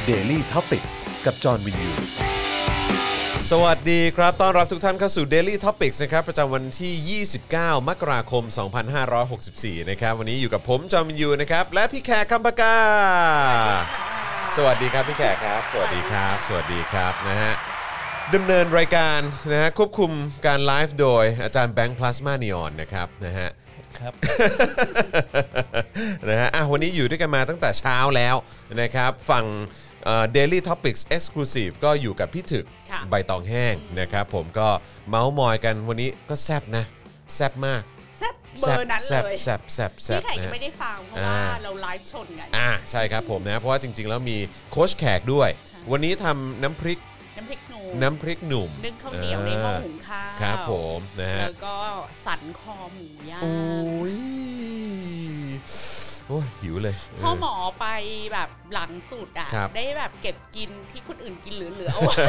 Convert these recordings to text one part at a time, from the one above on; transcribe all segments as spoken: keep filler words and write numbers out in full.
Daily Topics กับจอห์นวินยูสวัสดีครับต้อนรับทุกท่านเข้าสู่ Daily Topics นะครับประจำวันที่ยี่สิบเก้ามกราคมสองพันห้าร้อยหกสิบสี่นะครับวันนี้อยู่กับผมจอห์นวินยูนะครับและพี่แขกคำปากาสวัสดีครับพี่แขกครับสวัสดีครับสวัสดีครับนะฮะดำเนินรายการนะฮะควบคุมการไลฟ์โดยอาจารย์แบงค์พลาสมานีออนนะครับนะฮะครับนะฮะอ่ะวันนี้อยู่ด้วยกันมาตั้งแต่เช้าแล้วนะครับฝั่งเอ่อ Daily Topics Exclusive ก็อยู่กับพี่ถึกใบตองแห้งนะครับผมก็เมาส์มอยกันวันนี้ก็แซ่บนะแซ่บมากแซ่บเบอร์นั้นเลยแซ่บแซ่บแซ่บพี่แขกยังไม่ได้ฟังเพราะว่าเราไลฟ์ชนกันอ่าใช่ครับผมนะเพราะว่าจริงๆแล้วมีโค้ชแขกด้วยวันนี้ทำน้ำพริกน้ำพริกหนุ่มน้ำพริกหนุ่มนึ่งข้าวเหนียวในหม้อหุงข้าวครับผมนะฮะแล้วก็สันคอหมูย่างโอ้ยโอ้ยหิวเลยพ่อหมอไปแบบหลังสุดอ่ะได้แบบเก็บกินที่คนอื่นกินเหลือๆเอาไว้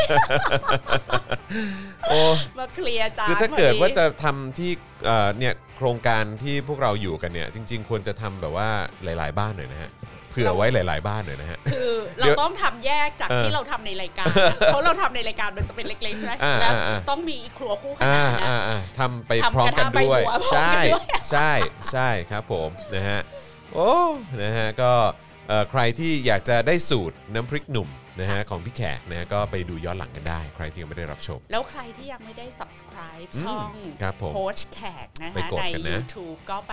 โอ้มาเคลียร์จานคือถ้าเกิดว่าจะทำที่เนี่ยโครงการที่พวกเราอยู่กันเนี่ยจริงๆควรจะทำแบบว่าหลายๆบ้านหน่อยนะฮะเผื่อไว้หลายๆบ้านหน่อยนะฮะคือเราต้องทำแยกจากที่เราทำในรายการเพราะเราทำในรายการมันจะเป็นเล็กๆใช่ไหมแล้วต้องมีครัวคู่ขนานนะทำไปพร้อมกันด้วยใช่ใช่ใช่ครับผมนะฮะโอ้นะฮะก็ใครที่อยากจะได้สูตรน้ำพริกหนุ่มนะฮะของพี่แขกนะก็ไปดูย้อนหลังกันได้ใครที่ยังไม่ได้รับชมแล้วใครที่ยังไม่ได้ Subscribe ช่องโค้ชแขกนะคะใน YouTube ก็ไป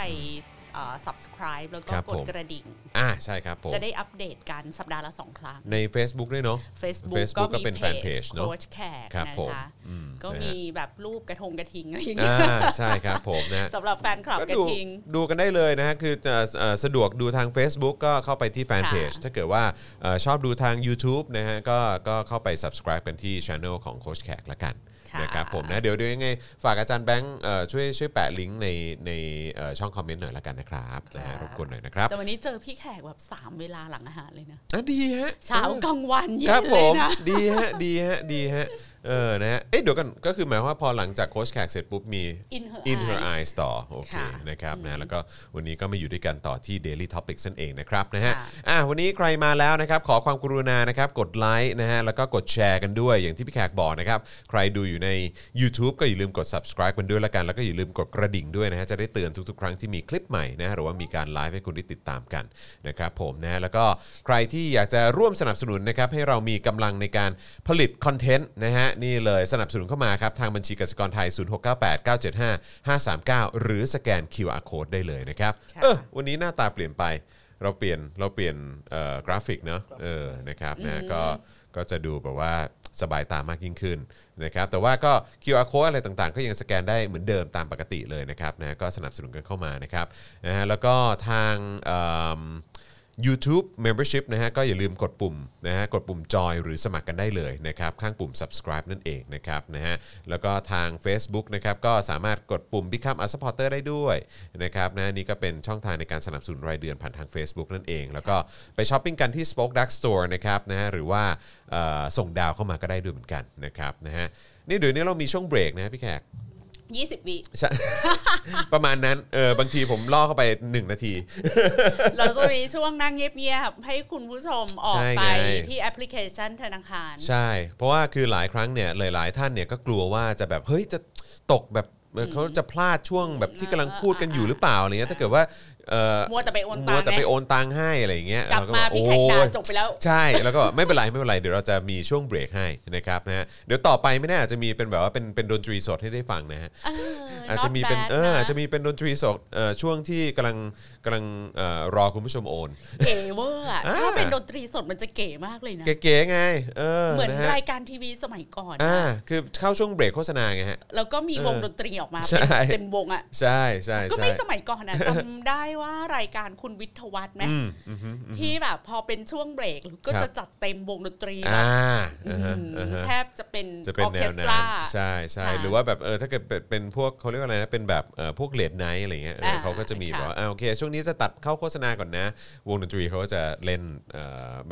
Subscribe แล้วก็กดกระดิ่งอ่าใช่ครับผมจะได้อัปเดตกันสัปดาห์ละสองครั้งใน Facebook ด้วยเนาะ Facebook ก็เป็นแฟนเพจเนาะโค้ชแขกนะคะก็มีแบบรูปกระทงกระทิงอะไรอย่างเงี้ยอ่าใช่ครับผมนะสำหรับแฟนคลับกระทิงดูกันได้เลยนะฮะคือสะดวกดูทาง Facebook ก็เข้าไปที่แฟนเพจถ้าเกิดว่าชอบดูทาง YouTube นะฮะก็ก็เข้าไป Subscribe กันที่ Channel ของโค้ชแขกละกันนะครับผมนะเดี๋ยวเดี๋ยวยังไงฝากอาจารย์แบงค์ช่วยช่วยแปะลิงก์ในในช่องคอมเมนต์หน่อยละกันนะครับนะฮะรบกวนหน่อยนะครับแต่วันนี้เจอพี่แขกแบบสามเวลาหลังอาหารเลยนะอ่ะดีฮะเช้ากลางวันเย็นเลยนะดีฮะดีฮะดีฮะเออนะฮะเอ๊ะเดี๋ยวกันก็คือหมายว่าพอหลังจากโค้ชแขกเสร็จปุ๊บมี In Her, In Her Eyes ต่อโอเคนะครับนะแล้วก็วันนี้ก็มาอยู่ด้วยกันต่อที่ Daily Topics นั่นเองนะครับนะฮะอ่ะวันนี้ใครมาแล้วนะครับขอความกรุณานะครับกดไลค์นะฮะแล้วก็กดแชร์กันด้วยอย่างที่พี่แขกบอกนะครับใครดูอยู่ใน YouTube ก็อย่าลืมกด Subscribe กันด้วยละกันแล้วก็อย่าลืมกดกระดิ่งด้วยนะฮะจะได้เตือนทุกๆครั้งที่มีคลิปใหม่นะหรือว่ามีการไลฟ์ให้คุณได้ติดตามกันนะครับผมนะแล้วก็ใครที่อยากจะร่วมสนับสนุนนะครับให้เรามีกำลังในการผลิตคอนเทนต์นะฮะนี่เลยสนับสนุนเข้ามาครับทางบัญชีกสิกรไทยศูนย์ หก เก้า แปด เก้า เจ็ด ห้า ห้า สาม เก้าหรือสแกน คิว อาร์ Code ได้เลยนะครับเออวันนี้หน้าตาเปลี่ยนไปเราเปลี่ยนเราเปลี่ยนเอ่อกราฟิกเนาะเออนะครับนะก็ก็จะดูแบบว่าสบายตามากยิ่งขึ้นนะครับแต่ว่าก็ คิว อาร์ Code อะไรต่างๆก็ยังสแกนได้เหมือนเดิมตามปกติเลยนะครับนะก็สนับสนุนกันเข้ามานะครับนะฮะแล้วก็ทางเอ่อYouTube Membership นะฮะก็อย่าลืมกดปุ่มนะฮะกดปุ่มจอยหรือสมัครกันได้เลยนะครับข้างปุ่ม Subscribe นั่นเองนะครับนะฮะแล้วก็ทาง Facebook นะครับก็สามารถกดปุ่ม Become a Supporter ได้ด้วยนะครับนะนี่ก็เป็นช่องทางในการสนับสนุนรายเดือนผ่านทาง Facebook นั่นเองแล้วก็ไปช้อปปิ้งกันที่ Spoke Dark Store นะครับนะฮะหรือว่าส่งดาวเข้ามาก็ได้ด้วยเหมือนกันนะครับนะฮะนี่เดี๋ยวนี้เรามีช่วงเบรกนะฮะพี่แขกยี่สิบวิประมาณนั้นเออบางทีผมล่อเข้าไปหนึ่งนาทีเราจะมีช่วงนั่งเงียบๆให้คุณผู้ชมออกไปที่แอปพลิเคชันธนาคารใช่เพราะว่าคือหลายครั้งเนี่ยหลายๆท่านเนี่ยก็กลัวว่าจะแบบเฮ้ยจะตกแบบเขาจะพลาดช่วงแบบที่กำลังพูดกันอยู่หรือเปล่าอะไรเงี้ยถ้าเกิดว่ามัวแต่ไปโอนตังค์มัวแต่ไปโอนตังค์ให้อะไรอย่างเงี้ยกลับมาพี่แขกด่าจบไปแล้วใช่แล้วก็ไม่เป็นไรไม่เป็นไรเดี๋ยวเราจะมีช่วงเบรกให้นะครับนะฮะเดี๋ยวต่อไปไม่แน่อาจจะมีเป็นแบบว่าเป็นเป็นดนตรีสดให้ได้ฟังนะฮะอาจจะมีเป็นเอออาจจะมีเป็นดนตรีสดช่วงที่กำลังกำลังรอคุณผู้ชมโอนเก๋เวอร์อ่ะถ้าเป็นดนตรีสดมันจะเก๋มากเลยนะเก๋ๆไงเออเหมือนรายการทีวีสมัยก่อนอ่าคือเข้าช่วงเบรกโฆษณาไงฮะแล้วก็มีวงดนตรีออกมาเต็มวงอ่ะใช่ใช่ก็ไม่สมัยก่อนนะจำได้ว่ารายการคุณวิทวัฒน์ไหมที่แบบพอเป็นช่วงเบรกก็จะจัดเต็มวงดนตรีแบบแทบจะเป็นออเคสตราใช่ใช่หรือว่าแบบเออถ้าเกิดเป็นพวกเขาเรียกว่าอะไรนะเป็นแบบเออพวกเลดไนท์อะไรเงี้ยเขาก็จะมีแบบอ่าโอเคช่วงนี้จะตัดเข้าโฆษณาก่อนนะวงดนตรีเขาก็จะเล่นเออแบบ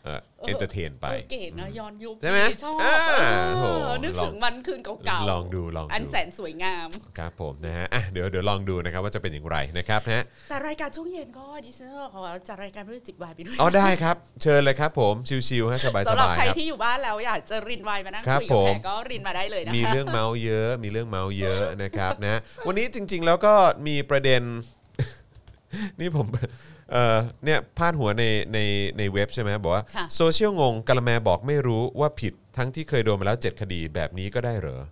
เอ่อเอนเตอร์เทนไปเก๋นะย้อนยุคใช่ไหมชอบนึกถึงวันคืนเก่าๆลองดูลองดูอันแสนสวยงามครับผมนะฮะอ่ะเดี๋ยวเดี๋ยวลองดูนะครับว่าจะเป็นอย่างไรนะครับนะฮะแต่รายการช่วงเย็นก็ดิฉันขอจัดรายการเพื่อจิบวายไปด้วยอ๋อได้ครับเชิญเลยครับผมชิวๆฮะสบายๆครับสำหรับใครที่อยู่บ้านแล้วอยากจะรินไวน์มานั่งคุยกับแขกก็รินมาได้เลยนะคะมีเรื่องเมาส์เยอะมีเรื่องเมาส์เยอะนะครับนะวันนี้จริงๆแล้วก็มีประเด็นนี่ผมเอ่อเนี่ยพาดหัวในในในเว็บใช่ไหมบอกว่าโซเชียลงงกะละแมบอกไม่รู้ว่าผิดทั้งที่เคยโดนมาแล้วเจ็ดคดีแบบนี้ก็ได้เหรอ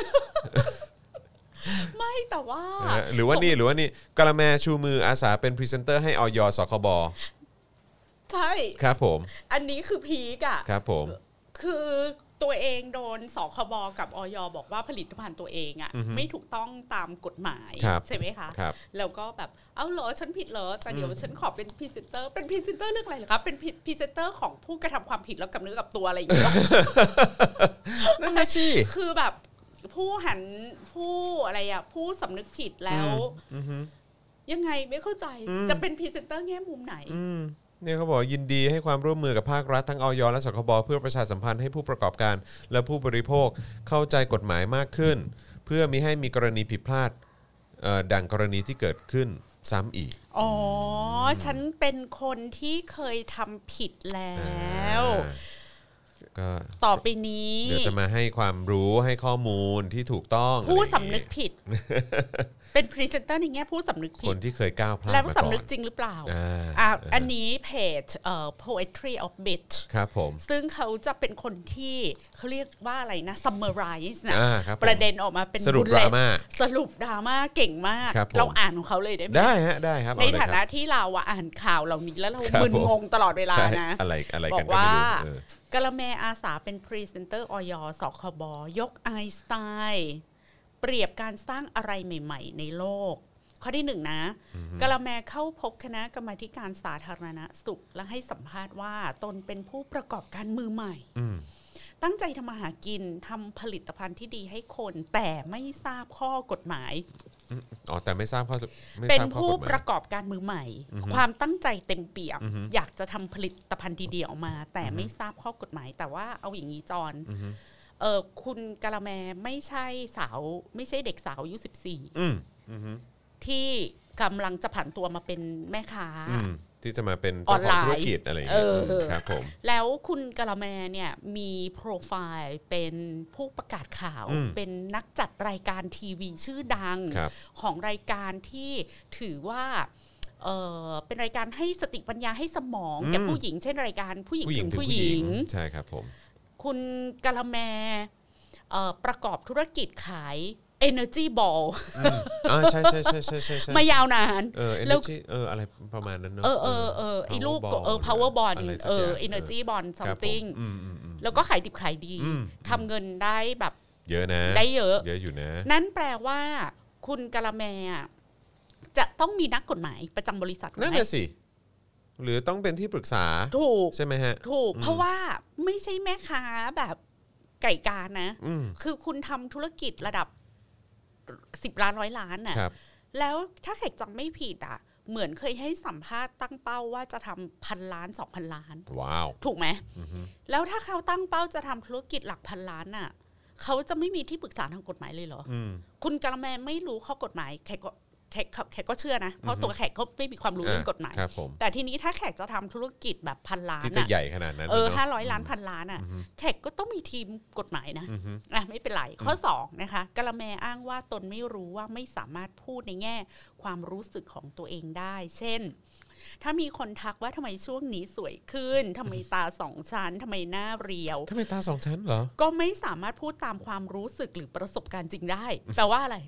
ไม่แต่ว่าหรือว่านี่หรือว่านี่กะละแมชูมืออาสาเป็นพรีเซนเตอร์ให้อย.สคบใช่ครับผมอันนี้คือพีกอ่ะครับผมคือตัวเองโดนสคบกับอย.บอกว่าผลิตภัณฑ์ตัวเองอ่ะไม่ถูกต้องตามกฎหมายใช่ไหมคะแล้วก็แบบเอ้าเหรอฉันผิดเหรอแต่เดี๋ยวฉันขอเป็นพรีเซนเตอร์เป็นพรีเซนเตอร์เรื่องอะไรเหรอครับเป็นพรีเซนเตอร์ของผู้กระทำความผิดแล้วกับเนื้อกับตัวอะไรอย่างเงี้ยนั่นน่ะสิคือแบบผู้หันผู้อะไรอ่ะผู้สำนึกผิดแล้วยังไงไม่เข้าใจจะเป็นพรีเซนเตอร์แง่มุมไหนเนี่ยเขาบอกยินดีให้ความร่วมมือกับภาครัฐทั้งอย.และสคบเพื่อประชาสัมพันธ์ให้ผู้ประกอบการและผู้บริโภคเข้าใจกฎหมายมากขึ้นเพื่อมิให้มีกรณีผิดพลาดดังกรณีที่เกิดขึ้นซ้ำอีกอ๋อฉันเป็นคนที่เคยทำผิดแล้วก็ต่อไปนี้เดี๋ยวจะมาให้ความรู้ให้ข้อมูลที่ถูกต้องผู้สำนึกผิดเป็นพรีเซนเตอร์ในแง่ผู้สำนึกผิดคนที่เคยก้าวพลาดแล้วสำนึกจริงหรือเปล่าอ่าอันนี้เพจเอ่อ poetry of bitch ครับผมซึ่งเขาจะเป็นคนที่เขาเรียกว่าอะไรนะ summarize นะประเด็นออกมาเป็นสรุปดราม่าสรุปดราม่าเก่งมากเราอ่านของเขาเลยได้ไหมได้ฮะได้ครับในฐานะที่เราอ่านข่าวเหล่านี้แล้วเรามึนงงตลอดเวลานะอะไรอะไรกันก็ไม่รู้กะละแมอาสาเป็นพรีเซนเตอร์อย.สคบยกไอน์สไตน์เปรียบการสร้างอะไรใหม่ๆในโลกข้อที่หนึ่งนะกะละแมเข้าพบคณะกรรมาธิการสาธารณสุขและให้สัมภาษณ์ว่าตนเป็นผู้ประกอบการมือใหม่ตั้งใจทำมาหากินทำผลิตภัณฑ์ที่ดีให้คนแต่ไม่ทราบข้อกฎหมายอ๋อแต่ไม่ทราบข้อเป็นผู้ประกอบการมือใหม่ความตั้งใจเต็มเปี่ยมอยากจะทำผลิตภัณฑ์ดีๆออกมาแต่ไม่ทราบข้อกฎหมายแต่ว่าเอาอย่างนี้จอนเออคุณกะละแมไม่ใช่สาวไม่ใช่เด็กสาวอายุสิบสี่ที่กำลังจะผันตัวมาเป็นแม่ค้าที่จะมาเป็นเจ้าของธุรกิจอะไรอย่างเงี้ยครับผมแล้วคุณกะละแมเนี่ยมีโปรไฟล์เป็นผู้ประกาศข่าวเป็นนักจัดรายการทีวีชื่อดังของรายการที่ถือว่าเออเป็นรายการให้สติปัญญาให้สมองแก่ผู้หญิงเช่นรายการผู้หญิงถึงผู้หญิงใช่ครับผมคุณกะละแมประกอบธุรกิจขาย energy ball อ่าใช่ใช่ใช่ใช่ใช่มายาวนานเออ energy เอออะไรประมาณนั้นเนอะเออเออเออไอ้ลูกเออ power ball เออ energy ball something แล้วก็ขายดิบขายดีทำเงินได้แบบเยอะนะได้เยอะเยอะอยู่นะนั่นแปลว่าคุณกะละแมจะต้องมีนักกฎหมายประจำบริษัทนั่นแหละสิหรือต้องเป็นที่ปรึกษาถูกใช่ไหมฮะถูกเพราะว่าไม่ใช่แม่ค้าแบบไก่กานะคือคุณทำธุรกิจระดับสิบล้านร้อยล้านน่ะแล้วถ้าแขกจำไม่ผิดอ่ะเหมือนเคยให้สัมภาษณ์ตั้งเป้าว่าจะทำพันล้านสองพันล้านว้าวถูกไหมแล้วถ้าเขาตั้งเป้าจะทำธุรกิจหลักพันล้านน่ะเขาจะไม่มีที่ปรึกษาทางกฎหมายเลยเหรอคุณกะละแมไม่รู้ข้อกฎหมายแขกก็แขกแขกก็เชื่อนะเพราะตัวแขกก็ไม่มีความรู้เรื่องกฎหมายแต่ทีนี้ถ้าแขกจะทำธุรกิจแบบพันล้านที่จะใหญ่ขนาดนั้นเออห้าร้อยล้านพันล้านอ่ะแขกก็ต้องมีทีมกฎหมายนะอ่ะไม่เป็นไรข้อสองนะคะกะละแมอ้างว่าตนไม่รู้ว่าไม่สามารถพูดในแง่ความรู้สึกของตัวเองได้เช่นถ้ามีคนทักว่าทำไมช่วงนี้สวยขึ้นทำไมตาสองชั้นทำไมหน้าเรียวทำไมตาสองชั้นเหรอก็ไม่สามารถพูดตามความรู้สึกหรือประสบการณ์จริงได้แปลว่าอะไร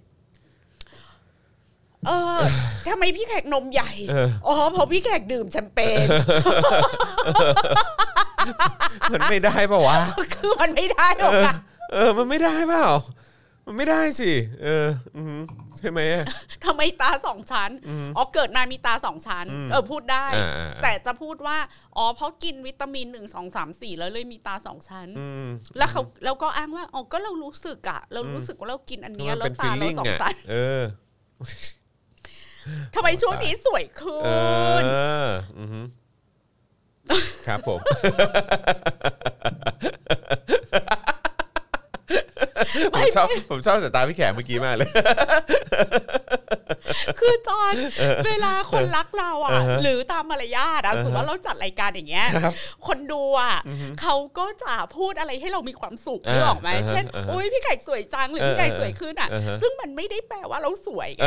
เออทำไมพี่แขกนมใหญ่อ๋อเพราะพี่แขกดื่มแชมเปญมันไม่ได้ป่าววะคือมันไม่ได้หรอกค่ะเออมันไม่ได้เปล่ามันไม่ได้สิเออใช่ไหมทำไมตาสองชั้นอ๋อเกิดมามีตาสองชั้นเออพูดได้แต่จะพูดว่าอ๋อเพราะกินวิตามินหนึ่งสองสามสี่แล้วเลยมีตาสองชั้นแล้วเขาแล้วก็อ้างว่าอ๋อก็เรารู้สึกอะเรารู้สึกว่าเรากินอันนี้แล้วตาเราสองชั้นเออทำไมช่วงนี้สวยขึ้นคครับผมผมชอบผมชอบสายตาพี่แขกเมื่อกี้มากเลยคือจอนเวลาคนรักเราอ่ะหรือตามมารยาทอ่ะสมมติว่าเราจัดรายการอย่างเงี้ยคนดูอ่ะเขาก็จะพูดอะไรให้เรามีความสุขนึกออกไหมเช่นอุ้ยพี่แขกสวยจังหรือพี่แขกสวยขึ้นอ่ะซึ่งมันไม่ได้แปลว่าเราสวยไง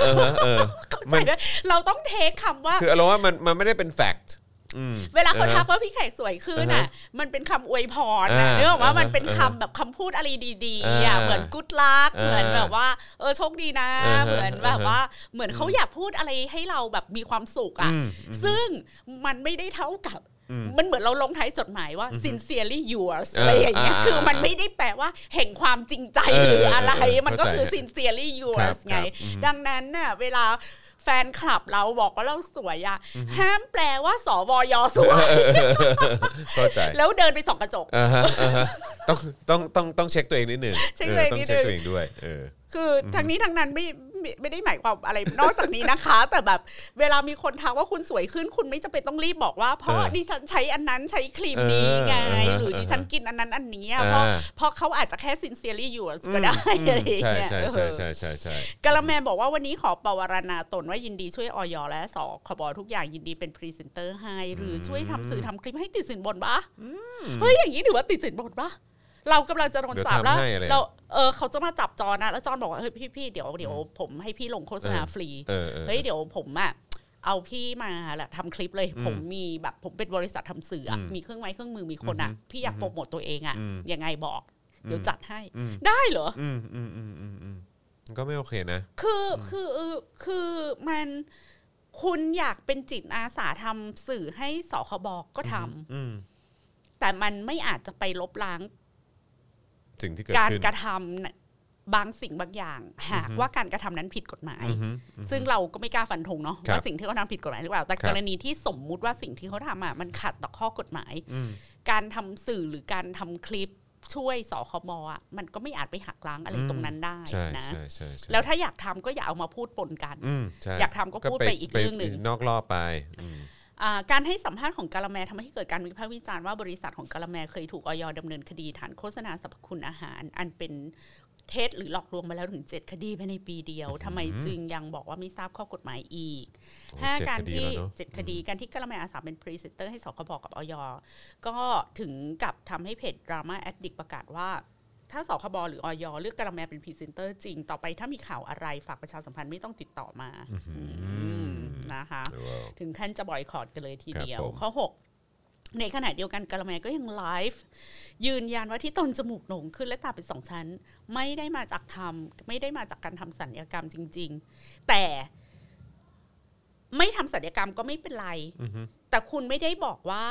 เราต้องเทคคำว่าคือเราว่ามันมันไม่ได้เป็นแฟกต์เวลาเขาทักว่าพี่แขกสวยขึ้นอ่ะมันเป็นคำอวยพรนะนึกออกว่ามันเป็นคำแบบคำพูดอะไรดีๆอ่ะเหมือนกู๊ดลักเหมือนแบบว่าเออโชคดีนะเหมือนแบบว่าเหมือนเขาอยากพูดอะไรให้เราแบบมีความสุขอ่ะซึ่งมันไม่ได้เท่ากับมันเหมือนเราลงท้ายจดหมายว่า sincerely yours อะไรอย่างเงี้ยคือมันไม่ได้แปลว่าแห่งความจริงใจหรืออะไรมันก็คือ sincerely yours ไงดังนั้นน่ะเวลาแฟนคลับเราบอกว่าเราสวยอะห้ามแปลว่าสวยสวยแล้วเดินไปส่องกระจกต้องต้องต้องต้องเช็คตัวเองนิดนึงต้องเช็คตัวเองด้วยเออคือทั้งนี้ทั้งนั้นไม่ไม่ได้หมายความอะไรนอกจากนี้นะคะแต่แบบเวลามีคนทักว่าคุณสวยขึ้นคุณไม่จำเป็นต้องรีบบอกว่าเพราะดิฉันใช้อันนั้นใช้ครีมนี้ไงหรือดิฉันกินอันนั้นอันนี้เพราะเพราะเขาอาจจะแค่ sincerely yours ก็ได้อะไรอย่างเงี้ยใช่ใช่ใช่ใช่ใช่กะละแมบอกว่าวันนี้ขอปวารณาตนว่ายินดีช่วยอย.และสคบทุกอย่างยินดีเป็นพรีเซนเตอร์ให้หรือช่วยทำสื่อทำคลิปให้ติดสินบนปะเฮ้ยอย่างนี้ถือว่าติดสินบนปะเรากำลังจะโดนจับแล้วเราเออเขาจะมาจับจอนะแล้วจอนบอกว่าเฮ้ยพี่พี่เดี๋ยวเดี๋ยวผมให้พี่ลงโฆษณาฟรีเฮ้ยเดี๋ยวผมอ่ะเอาพี่มาแหละทำคลิปเลยผมมีแบบผมเป็นบริษัททำสื่อมีเครื่องไม้เครื่องมือมีคนอ่ะพี่อยากโปรโมตตัวเองอ่ะยังไงบอกเดี๋ยวจัดให้ได้เหรออืมอืมอืมอืมอืมก็ไม่โอเคนะคือคือคือมันคุณอยากเป็นจิตอาสาทำสื่อให้สคบก็ทำแต่มันไม่อาจจะไปลบล้างสิ่งที่เกิดการกระทำบางสิ่งบางอย่างหากว่าการกระทำนั้นผิดกฎหมายซึ่งเราก็ไม่กล้าฟันธงเนาะว่าสิ่งที่เขาทำผิดกฎหมายหรือเปล่าแต่กรณีที่สมมุติว่าสิ่งที่เขาทำอ่ะมันขัดต่อข้อกฎหมายการทำสื่อหรือการทำคลิปช่วยสคบอ่ะมันก็ไม่อาจไปหักล้างอะไรตรงนั้นได้นะแล้วถ้าอยากทำก็อย่าเอามาพูดปนกันอยากทำก็พูดไปอีกเรื่องนึงนอกรอบไปการให้สัมภาษณ์ของกะละแมทำให้เกิดการวิพากษ์วิจารณ์ว่าบริษัทของกะละแมเคยถูกอย.ดำเนินคดีฐานโฆษณาสรรพคุณอาหารอันเป็นเท็จหรือหลอกลวงมาแล้วถึงเจ็ดคดีภายในปีเดียวทำไมจึงยังบอกว่าไม่ทราบข้อกฎหมายอีกห้าการที่เจ็ดคดีการที่กะละแมอาสาเป็นพรีเซนเตอร์ให้สคบกับอย.ก็ถึงกับทำให้เพจ Drama Addict ประกาศว่าถ้าสคบหรืออย.เลือกกะละแมเป็นพรีเซนเตอร์จริงต่อไปถ้ามีข่าวอะไรฝากประชาสัมพันธ์ไม่ต้องติดต่อมานะคะถึงขั้นจะบอยคอตกันเลยทีเดียวข้อหกในขณะเดียวกันกะละแมก็ยังไลฟ์ยืนยันว่าที่ตนจมูกโหน่งขึ้นและตาเป็นสองชั้นไม่ได้มาจากทำไม่ได้มาจากการทำศัลยกรรมจริงๆแต่ไม่ทำศัลยกรรมก็ไม่เป็นไรแต่คุณไม่ได้บอกว่า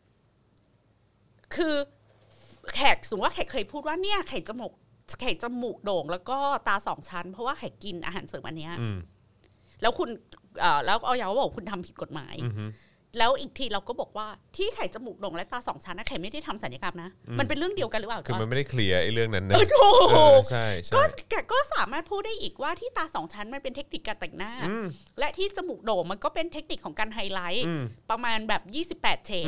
คือแขกสมมติว่าแขกเคยพูดว่าเนี่ยแขกจมูกแขกจมูกโด่งแล้วก็ตาสองชั้นเพราะว่าแขกกินอาหารเสริมอันเนี้ยแล้วคุณแล้วอย.บอกคุณทำผิดกฎหมายแล้วอีกทีเราก็บอกว่าที่ไข่จมูกโด่งและตาสองชั้นนะไข่ไม่ได้ทำศัลยกรรมนะมันเป็นเรื่องเดียวกันหรือเปล่าคือมันไม่ได้เคลียร์ไอ้เรื่องนั้นนะใช่ใช่ก็แกก็สามารถพูดได้อีกว่าที่ตาสองชั้นมันเป็นเทคนิคการแต่งหน้าและที่จมูกโด่งมันก็เป็นเทคนิคของการไฮไลท์ประมาณแบบยี่สิบแปดเฉด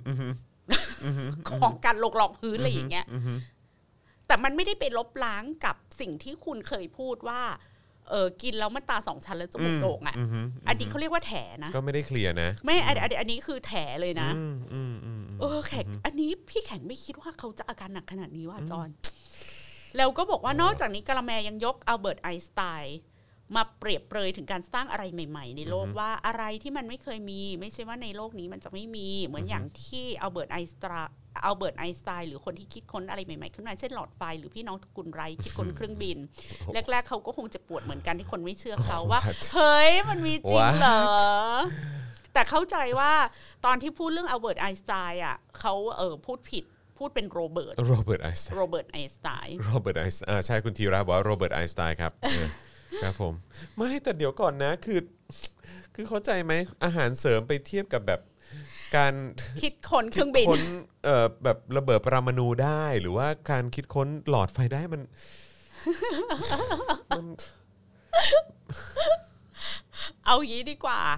ของการลงรองพื้นอะไรอย่างเงี้ยแต่มันไม่ได้ไปลบล้างกับสิ่งที่คุณเคยพูดว่าเออกินแล้วมันตาสองชั้นแล้วจมูกโด่งอ่ะอันนี้เขาเรียกว่าแถนะก็ไม่ได้เคลียร์นะไม่อันอันอันนี้คือแถเลยนะเออแขกอันนี้พี่แขกไม่คิดว่าเขาจะอาการหนักขนาดนี้ว่าจอนแล้วก็บอกว่านอกจากนี้กะละแมยังยกอัลเบิร์ตไอน์สไตน์มาเปรียบเปรยถึงการสร้างอะไรใหม่ๆในโลกว่าอะไรที่มันไม่เคยมีไม่ใช่ว่าในโลกนี้มันจะไม่มีเหมือนอย่างที่อัลเบิร์ตไอน์สไตน์อัลเบิร์ตไอน์สไตน์หรือคนที่คิดค้นอะไรใหม่ๆขึ้นมาเช่นหลอดไฟหรือพี่น้องตระกูลไรท์คิดค้นเครื่องบินแรกๆเขาก็คงจะปวดเหมือนกันที่คนไม่เชื่อเขาว่าเฮ้ยมันมีจริงเหรอแต่เข้าใจว่าตอนที่พูดเรื่องอัลเบิร์ตไอน์สไตน์อ่ะเขาเออพูดผิดพูดเป็นโรเบิร์ตโรเบิร์ตไอน์สไตน์โรเบิร์ตไอน์สไตน์โรเบิร์ตไอน์สไตน์ใช่คุณธีระบอกว่าโรเบิร์ตไอน์สไตน์ครับครับผมไม่แต่เดี๋ยวก่อนนะคือคือเข้าใจไหมอาหารเสริมไปเทียบกับแบบการคิดค้นเครื่องบินค้นเอ่อแบบระเบิดปรมาณูได้หรือว่าการคิดค้นหลอดไฟได้มันมันเอางี้ดีกว่า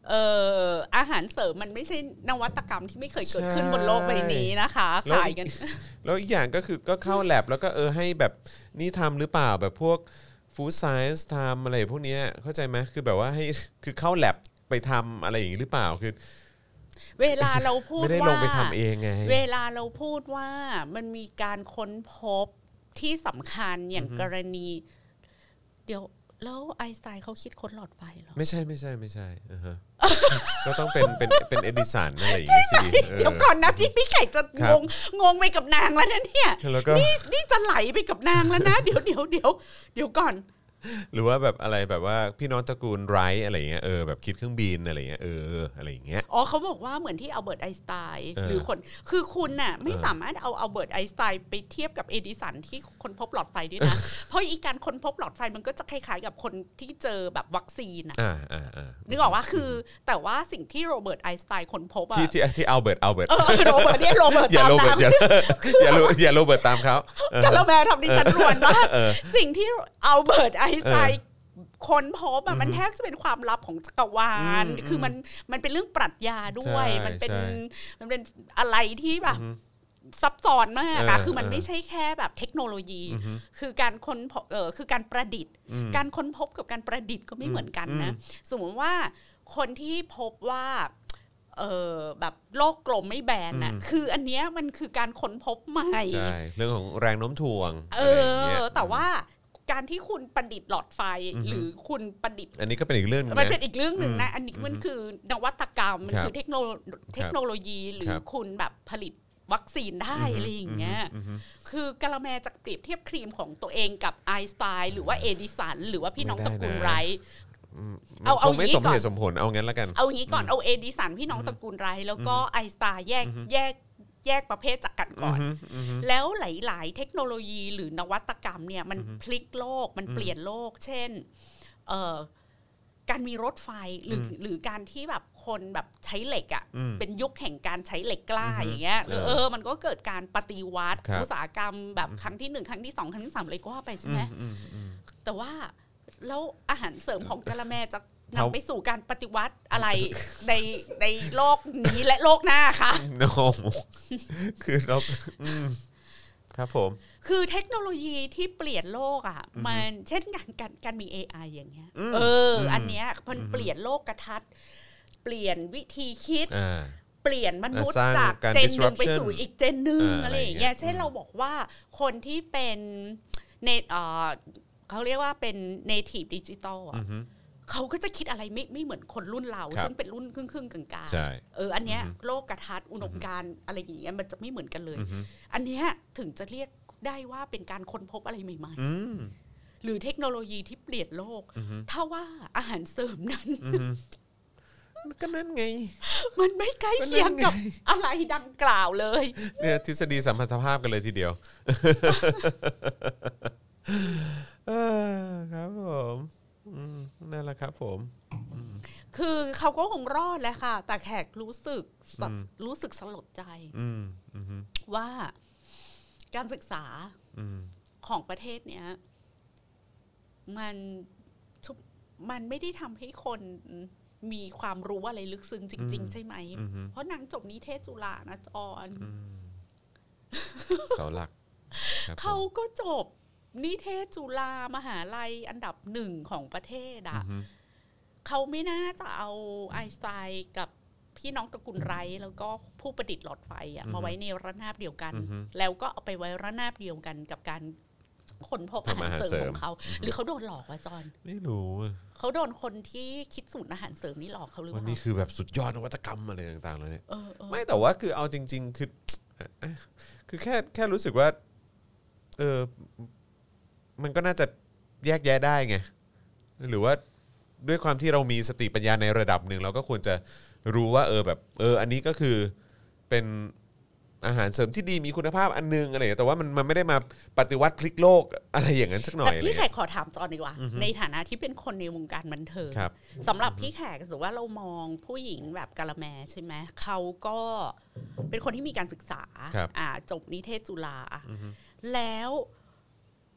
เอ่ออาหารเสริมมันไม่ใช่นวัตกรรมที่ไม่เคยเกิดขึ้นบนโลกใบนี้นะคะขายกันแล้วอีกอย่างก็คือก็เข้าแลบแล้วก็เออให้แบบนี่ทำหรือเปล่าแบบพวกฟู้ดไซเอนซ์ทำอะไรพวกนี้เข้าใจไหมคือแบบว่าให้คือเข้าแลบไปทำอะไรอย่างนี้หรือเปล่าคือเวลาเราพูดว่าไม่ได้ลงไปทำเองไงเวลาเราพูดว่ามันมีการค้นพบที่สำคัญอย่างกรณีเดี๋ยวแล้วไอน์สไตน์เขาคิดค้นหลอดไฟเหรอไม่ใช่ไม่ใช่ไม่ใช่อ่าฮะก็ต้องเป็นเป็นเป็นเอดิสันอะไรอย่างงี้สิเดี๋ยวก่อนนะพี่พี่ไข่จะงงงงไปกับนางแล้วนะเนี่ยนี่นี่จะไหลไปกับนางแล้วนะเดี๋ยวเดี๋ยวเดี๋ยวเดี๋ยวก่อนหรือว่าแบบอะไรแบบว่าพี่น้องตระกูลไรท์อะไรเงี้ยเออแบบคิดเครื่องบินอะไรเงี้ยเอออะไรอย่างเงี้ยอ๋อเขาบอกว่าเหมือนที่อัลเบิร์ตไอน์สไตน์หรือคนคือคุณน่ะไม่สามารถเอาอัลเบิร์ตไอน์สไตน์ไปเทียบกับเอดิสันที่ค้นพบหลอดไฟด้วยนะเพราะอีการค้นพบหลอดไฟมันก็จะคล้ายๆกับคนที่เจอแบบวัคซีนอ่ะนึกออกว่าคือแต่ว่าสิ่งที่โรเบิร์ตไอน์สไตน์ค้นพบอะที่ที่ที่อัลเบิร์ตอัลเบิร์ตโรเบิร์ตเนี่ยโรเบิร์ตอย่าโรเบิร์ตอย่าอย่าอย่าโรเบิร์ตตามเขากะละแมทำดิฉันรวนมากสิ่งที่อัลเบิร์ตไอน์สไตน์ค้นพบอะมันแทบจะเป็นความลับของจักรวาลคือมันมันเป็นเรื่องปรัชญาด้วยมันเป็นมันเป็นอะไรที่แบบซับซ้อนมากอะคือมันไม่ใช่แค่แบบเทคโนโลยีคือการค้นพบเออคือการประดิษฐ์การค้นพบกับการประดิษฐ์ก็ไม่เหมือนกันนะสมมติว่าคนที่พบว่าเออแบบโลกกลมไม่แบนน่ะคืออันเนี้ยมันคือการค้นพบใหม่ใช่เรื่องของแรงโน้มถ่วงเออแต่ว่าการที่คุณประดิษฐ์หลอดไฟหรือคุณประดิษฐ์อันนี้ก็เป็นอีกเรื่องนึงมันเป็นอีกเรื่องนึงนะอันนี้มันคือนวัตกรรมมันคือเทคโนเทคโนโลยีหรือคุณแบบผลิตวัคซีนได้อะไรอย่างเงี้ยคือกะละแมจะเปรียบเทียบครีมของตัวเองกับไอน์สไตน์หรือว่าเอดิสันหรือว่าพี่น้องตระกูลไรท์เอาเอาไม่สมเหตุสมผลเอางั้นละกันเอางี้ก่อนเอาเอดิสันพี่น้องตระกูลไรท์แล้วก็ไอน์สไตน์แยกแยกแยกประเภทจากกันก่อนแล้วหลายๆเทคโนโลยีหรือนวัตกรรมเนี่ยมันพลิกโลกมันเปลี่ยนโลกเช่นเอ่อการมีรถไฟหรือหรือการที่แบบคนแบบใช้เหล็กอ่ะเป็นยุคแห่งการใช้เหล็กกล้าอย่างเงี้ยเออมันก็เกิดการปฏิวัติอุตสาหกรรมแบบครั้งที่หนึ่งครั้งที่สองครั้งที่สามเลยก็ว่าไปใช่ไหมแต่ว่าแล้วอาหารเสริมของกะละแมจะนำไปสู่การปฏิวัติอะไรในในโลกนี้และโลกหน้าค่ะโน้คือเราครับผมคือเทคโนโลยีที่เปลี่ยนโลกอ่ะมันเช่นการการการมี เอ ไอ อย่างเงี้ยเอออันเนี้ยมันเปลี่ยนโลกทัศน์เปลี่ยนวิธีคิดเปลี่ยนมนุษย์จากเจนนึงไปสู่อีกเจนนึงอะไรอย่างเงี้ยเช่นเราบอกว่าคนที่เป็นเนเอ่อเขาเรียกว่าเป็น native digital อ่ะเขาก็จะคิดอะไรไม่ไม่เหมือนคนรุ่นเราซึ่งเป็นรุ่นครึ่งครึ่งกลางๆเอออันเนี้ยโลกทัศน์อุดมการณ์อะไรอย่างเงี้ยมันจะไม่เหมือนกันเลยอันเนี้ยถึงจะเรียกได้ว่าเป็นการค้นพบอะไรใหม่ๆหรือเทคโนโลยีที่เปลี่ยนโลกถ้าว่าอาหารเสริมนั้นก็นั่นไงมันไม่ใกล้เคียงกับอะไรดังกล่าวเลยเนี่ยทฤษฎีสัมพัทธภาพกันเลยทีเดียวครับผมนั่นแหละครับผมคือเขาก็คงรอดแหละค่ะแต่แขกรู้สึกรู้สึกสลดใจว่าการศึกษาของประเทศเนี้ยมันมันไม่ได้ทำให้คนมีความรู้อะไรลึกซึ้งจริงๆใช่ไหมเพราะนางจบนิเทศจุฬานะจอนเสาหลักเขาก็จบนิเทศจุฬามหาลัยอันดับหนึ่งของประเทศอ่ะเขาไม่น่าจะเอาไอน์สไตน์กับพี่น้องตระกูลไรท์แล้วก็ผู้ประดิษฐ์หลอดไฟอ่ะมาไว้ในระนาบเดียวกันแล้วก็เอาไปไว้ระนาบเดียวกันกับการค้นพบอาหารเสริมของเขาหรือเขาโดนหลอกวะจอนไม่รู้เขาโดนคนที่คิดสูตรอาหารเสริมนี่หลอกเขาหรือเปล่านี่คือแบบสุดยอดนวัตกรรมอะไรต่างๆเลยเนี่ยไม่แต่ว่าคือเอาจริงๆคือคือแค่แค่รู้สึกว่าเออมันก็น่าจะแยกแยะได้ไงหรือว่าด้วยความที่เรามีสติปัญญาในระดับหนึ่งเราก็ควรจะรู้ว่าเออแบบเอออันนี้ก็คือเป็นอาหารเสริมที่ดีมีคุณภาพอันนึงอะไรแต่ว่ามันมันไม่ได้มาปฏิวัติพลิกโลกอะไรอย่างนั้นสักหน่อยแต่พี่แขกขอถามจอนดีกว่าในฐานะที่เป็นคนในวงการบันเทิงสำหรับพี่แขกสมมติว่าเรามองผู้หญิงแบบกะละแมใช่ไหมเขาก็เป็นคนที่มีการศึกษาอ่าจบนิเทศจุฬาแล้ว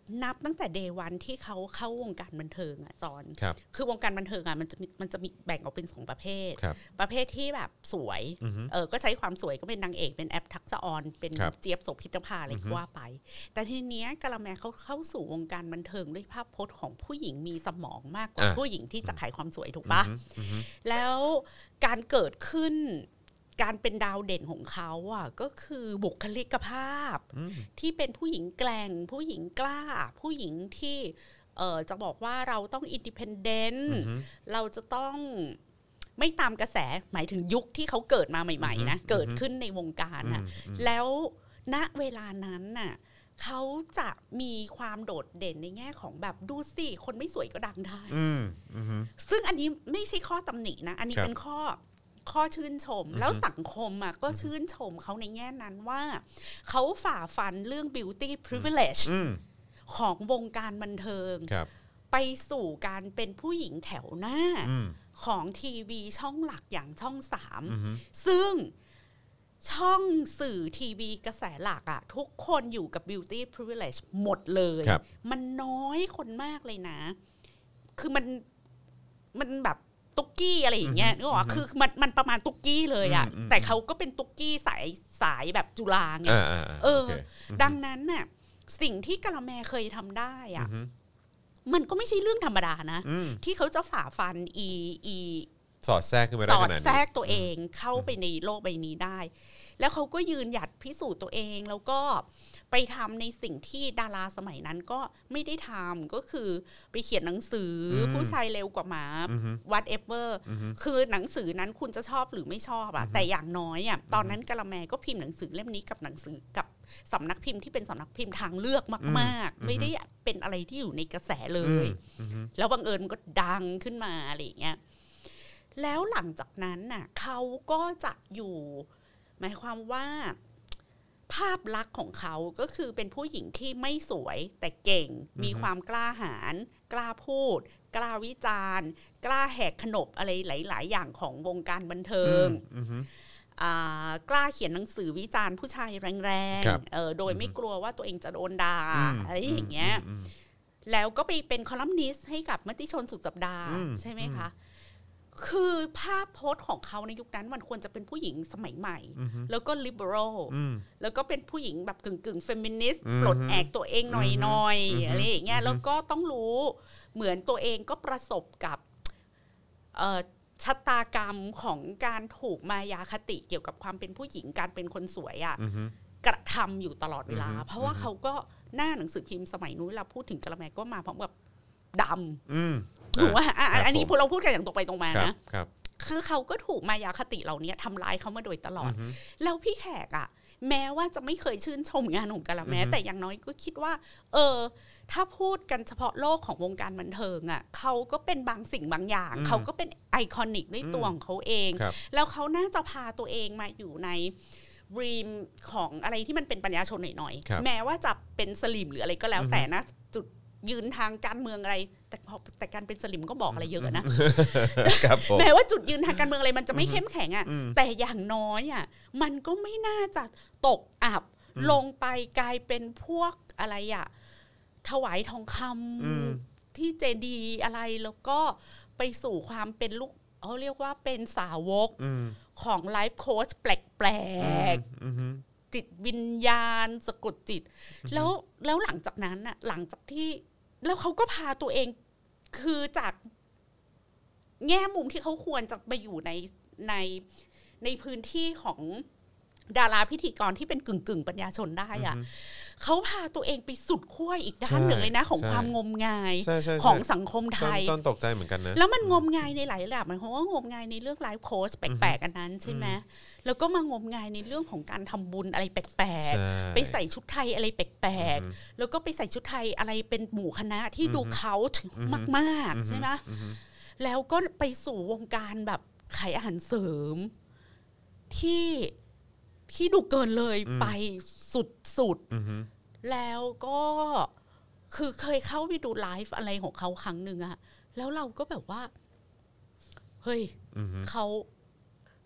นับตั้งแต่เดย์วันที่เขาเข้าวงการบันเทิงอ่ะจอนครับคือวงการบันเทิงอ่ะมันจะมันจะมีแบ่งออกเป็นสองประเภทครับประเภทที่แบบสวยเออก็ใช้ความสวยก็เป็นนางเอกเป็นแอปทักษะออนเป็นครับเจี๊ยบโสภิตภาอะไรก็ว่าไป แต่ทีเนี้ยกะละแมเขาเข้าสู่วงการบันเทิงด้วยภาพพจน์ของผู้หญิงมีสมองมากกว่าอ่ะผู้หญิงที่จะขายความสวยถูกปะอือฮึแล้วการเกิดขึ้นการเป็นดาวเด่นของเขาอ่ะก็คือบุคลิกภาพที่เป็นผู้หญิงแกร่งผู้หญิงกล้า ผู้หญิงที่เออจะบอกว่าเราต้องอินดิเพนเดนต์เราจะต้องไม่ตามกระแสหมายถึงยุคที่เขาเกิดมาใหม่ๆนะเกิดขึ้นในวงการน่ะแล้วณเวลานั้นน่ะเขาจะมีความโดดเด่นในแง่ของแบบดูสิคนไม่สวยก็ดังได้ซึ่งอันนี้ไม่ใช่ข้อตำหนินะอันนี้เป็นข้อข้อชื่นชมแล้วสังคมอ่ะก็ชื่นชมเขาในแง่นั้นว่าเขาฝ่าฟันเรื่อง beauty privilege ของวงการบันเทิงไปสู่การเป็นผู้หญิงแถวหน้าของทีวีช่องหลักอย่างช่องสามซึ่งช่องสื่อทีวีกระแสหลักอะทุกคนอยู่กับ beauty privilege หมดเลยมันน้อยคนมากเลยนะคือมันมันแบบตุ๊กกี้อะไรอย่างเงี้ยนึกออกคือมันมันประมาณตุ๊กกี้เลยอะแต่เขาก็เป็นตุ๊กกี้สายสายแบบจุฬาไงเออดังนั้นน่ะสิ่งที่กะละแมเคยทำได้อะมันก็ไม่ใช่เรื่องธรรมดานะที่เขาจะฝ่าฟันอีอีสอดแทรกขึ้นมาได้ขนาดนี้สอดแทรกตัวเองเข้าไปในโลกใบนี้ได้แล้วเขาก็ยืนหยัดพิสูจน์ตัวเองแล้วก็ไปทำในสิ่งที่ดาราสมัยนั้นก็ไม่ได้ทำก็คือไปเขียนหนังสือผู้ชายเร็วกว่าหมา whatever คือหนังสือนั้นคุณจะชอบหรือไม่ชอบอะแต่อย่างน้อยอะตอนนั้นกะละแมก็พิมพ์หนังสือเล่มนี้กับหนังสือกับสำนักพิมพ์ที่เป็นสำนักพิมพ์ทางเลือกมากๆไม่ได้เป็นอะไรที่อยู่ในกระแสเลยแล้วบังเอิญมันก็ดังขึ้นมาอะไรอย่างเงี้ยแล้วหลังจากนั้นน่ะเขาก็จะอยู่หมายความว่าภาพลักษณ์ของเขาก็คือเป็นผู้หญิงที่ไม่สวยแต่เก่งมีความกล้าหาญกล้าพูดกล้าวิจารณ์กล้าแหกขนบอะไรหลายๆอย่างของวงการบันเทิงกล้าเขียนหนังสือวิจารณ์ผู้ชายแรงๆเออโดยไม่กลัวว่าตัวเองจะโดนด่าอะไรอย่างเงี้ยแล้วก็ไปเป็นคอลัมนิสต์ให้กับมติชนสุดสัปดาห์ใช่ไหมคะคือภาพโพสของเขาในยุคนั้นมันควรจะเป็นผู้หญิงสมัยใหม่แล้วก็ลิเบอรัลแล้วก็เป็นผู้หญิงแบบกึ่งกึ่งเฟมินิสต์ปลดแอกตัวเองหน่อยๆอะไรอย่างเงี้ยแล้วก็ต้องรู้เหมือนตัวเองก็ประสบกับชะตากรรมของการถูกมายาคติเกี่ยวกับความเป็นผู้หญิงการเป็นคนสวยอ่ะกระทำอยู่ตลอดเวลาเพราะว่าเขาก็หน้าหนังสือพิมพ์สมัยนู้นเราพูดถึงกะละแมก็มาพร้อมกับดำหรือว่าอันนี้พวกเราพูดกันอย่างตรงไปตรงมานะคือเขาก็ถูกมายาคติเหล่านี้ทำร้ายเขามาโดยตลอดแล้วพี่แขกอ่ะแม้ว่าจะไม่เคยชื่นชมงานของกะละแมแต่อย่างน้อยก็คิดว่าเออถ้าพูดกันเฉพาะโลกของวงการบันเทิงอ่ะเขาก็เป็นบางสิ่งบางอย่างเขาก็เป็นไอคอนิกด้วยตัวของเขาเองแล้วเขาน่าจะพาตัวเองมาอยู่ในรีมของอะไรที่มันเป็นปัญญาชนหน่อยๆแม้ว่าจะเป็นสลิมหรืออะไรก็แล้วแต่นะจุดยืนทางการเมืองอะไรแต่พอแต่การเป็นสลิมก็บอกอะไรเยอะนะแม้ว่าจุดยืนทางการเมืองอะไรมันจะไม่เข้มแข็งอ่ะแต่อย่างน้อยอ่ะมันก็ไม่น่าจะตกอับลงไปกลายเป็นพวกอะไรอ่ะถวายทองคำที่เจดีย์อะไรแล้วก็ไปสู่ความเป็นลูกเขาเรียกว่าเป็นสาวกของไลฟ์โค้ชแปลกๆจิตวิญญาณสะกดจิตแล้วแล้วหลังจากนั้นน่ะหลังจากที่แล้วเขาก็พาตัวเองคือจากแง่มุมที่เขาควรจะไปอยู่ในในในพื้นที่ของดาราพิธีกรที่เป็นกึ่งกึ่งปัญญาชนได้อ่ะเขาพาตัวเองไปสุดขั้วอีกด้านหนึ่งเลยนะของความงมงายของสังคมไทยจนตกใจเหมือนกันนะแล้วมันงมงายในหลายระดับมันเพราะว่างมงายในเรื่องไลฟ์โค้ชแปลกๆอันนั้นใช่ไหมแล้วก็มางมงายในเรื่องของการทำบุญอะไรแปลกๆไปใส่ชุดไทยอะไรแปลกๆแล้วก็ไปใส่ชุดไทยอะไรเป็นหมู่คณะที่ดูเขาถึงมากๆใช่ไหมแล้วก็ไปสู่วงการแบบขายอาหารเสริมที่ที่ดูเกินเลยไปสุดๆแล้วก็คือเคยเข้าไปดูไลฟ์อะไรของเขาครั้งหนึ่งอะแล้วเราก็แบบว่าเฮ้ยเขา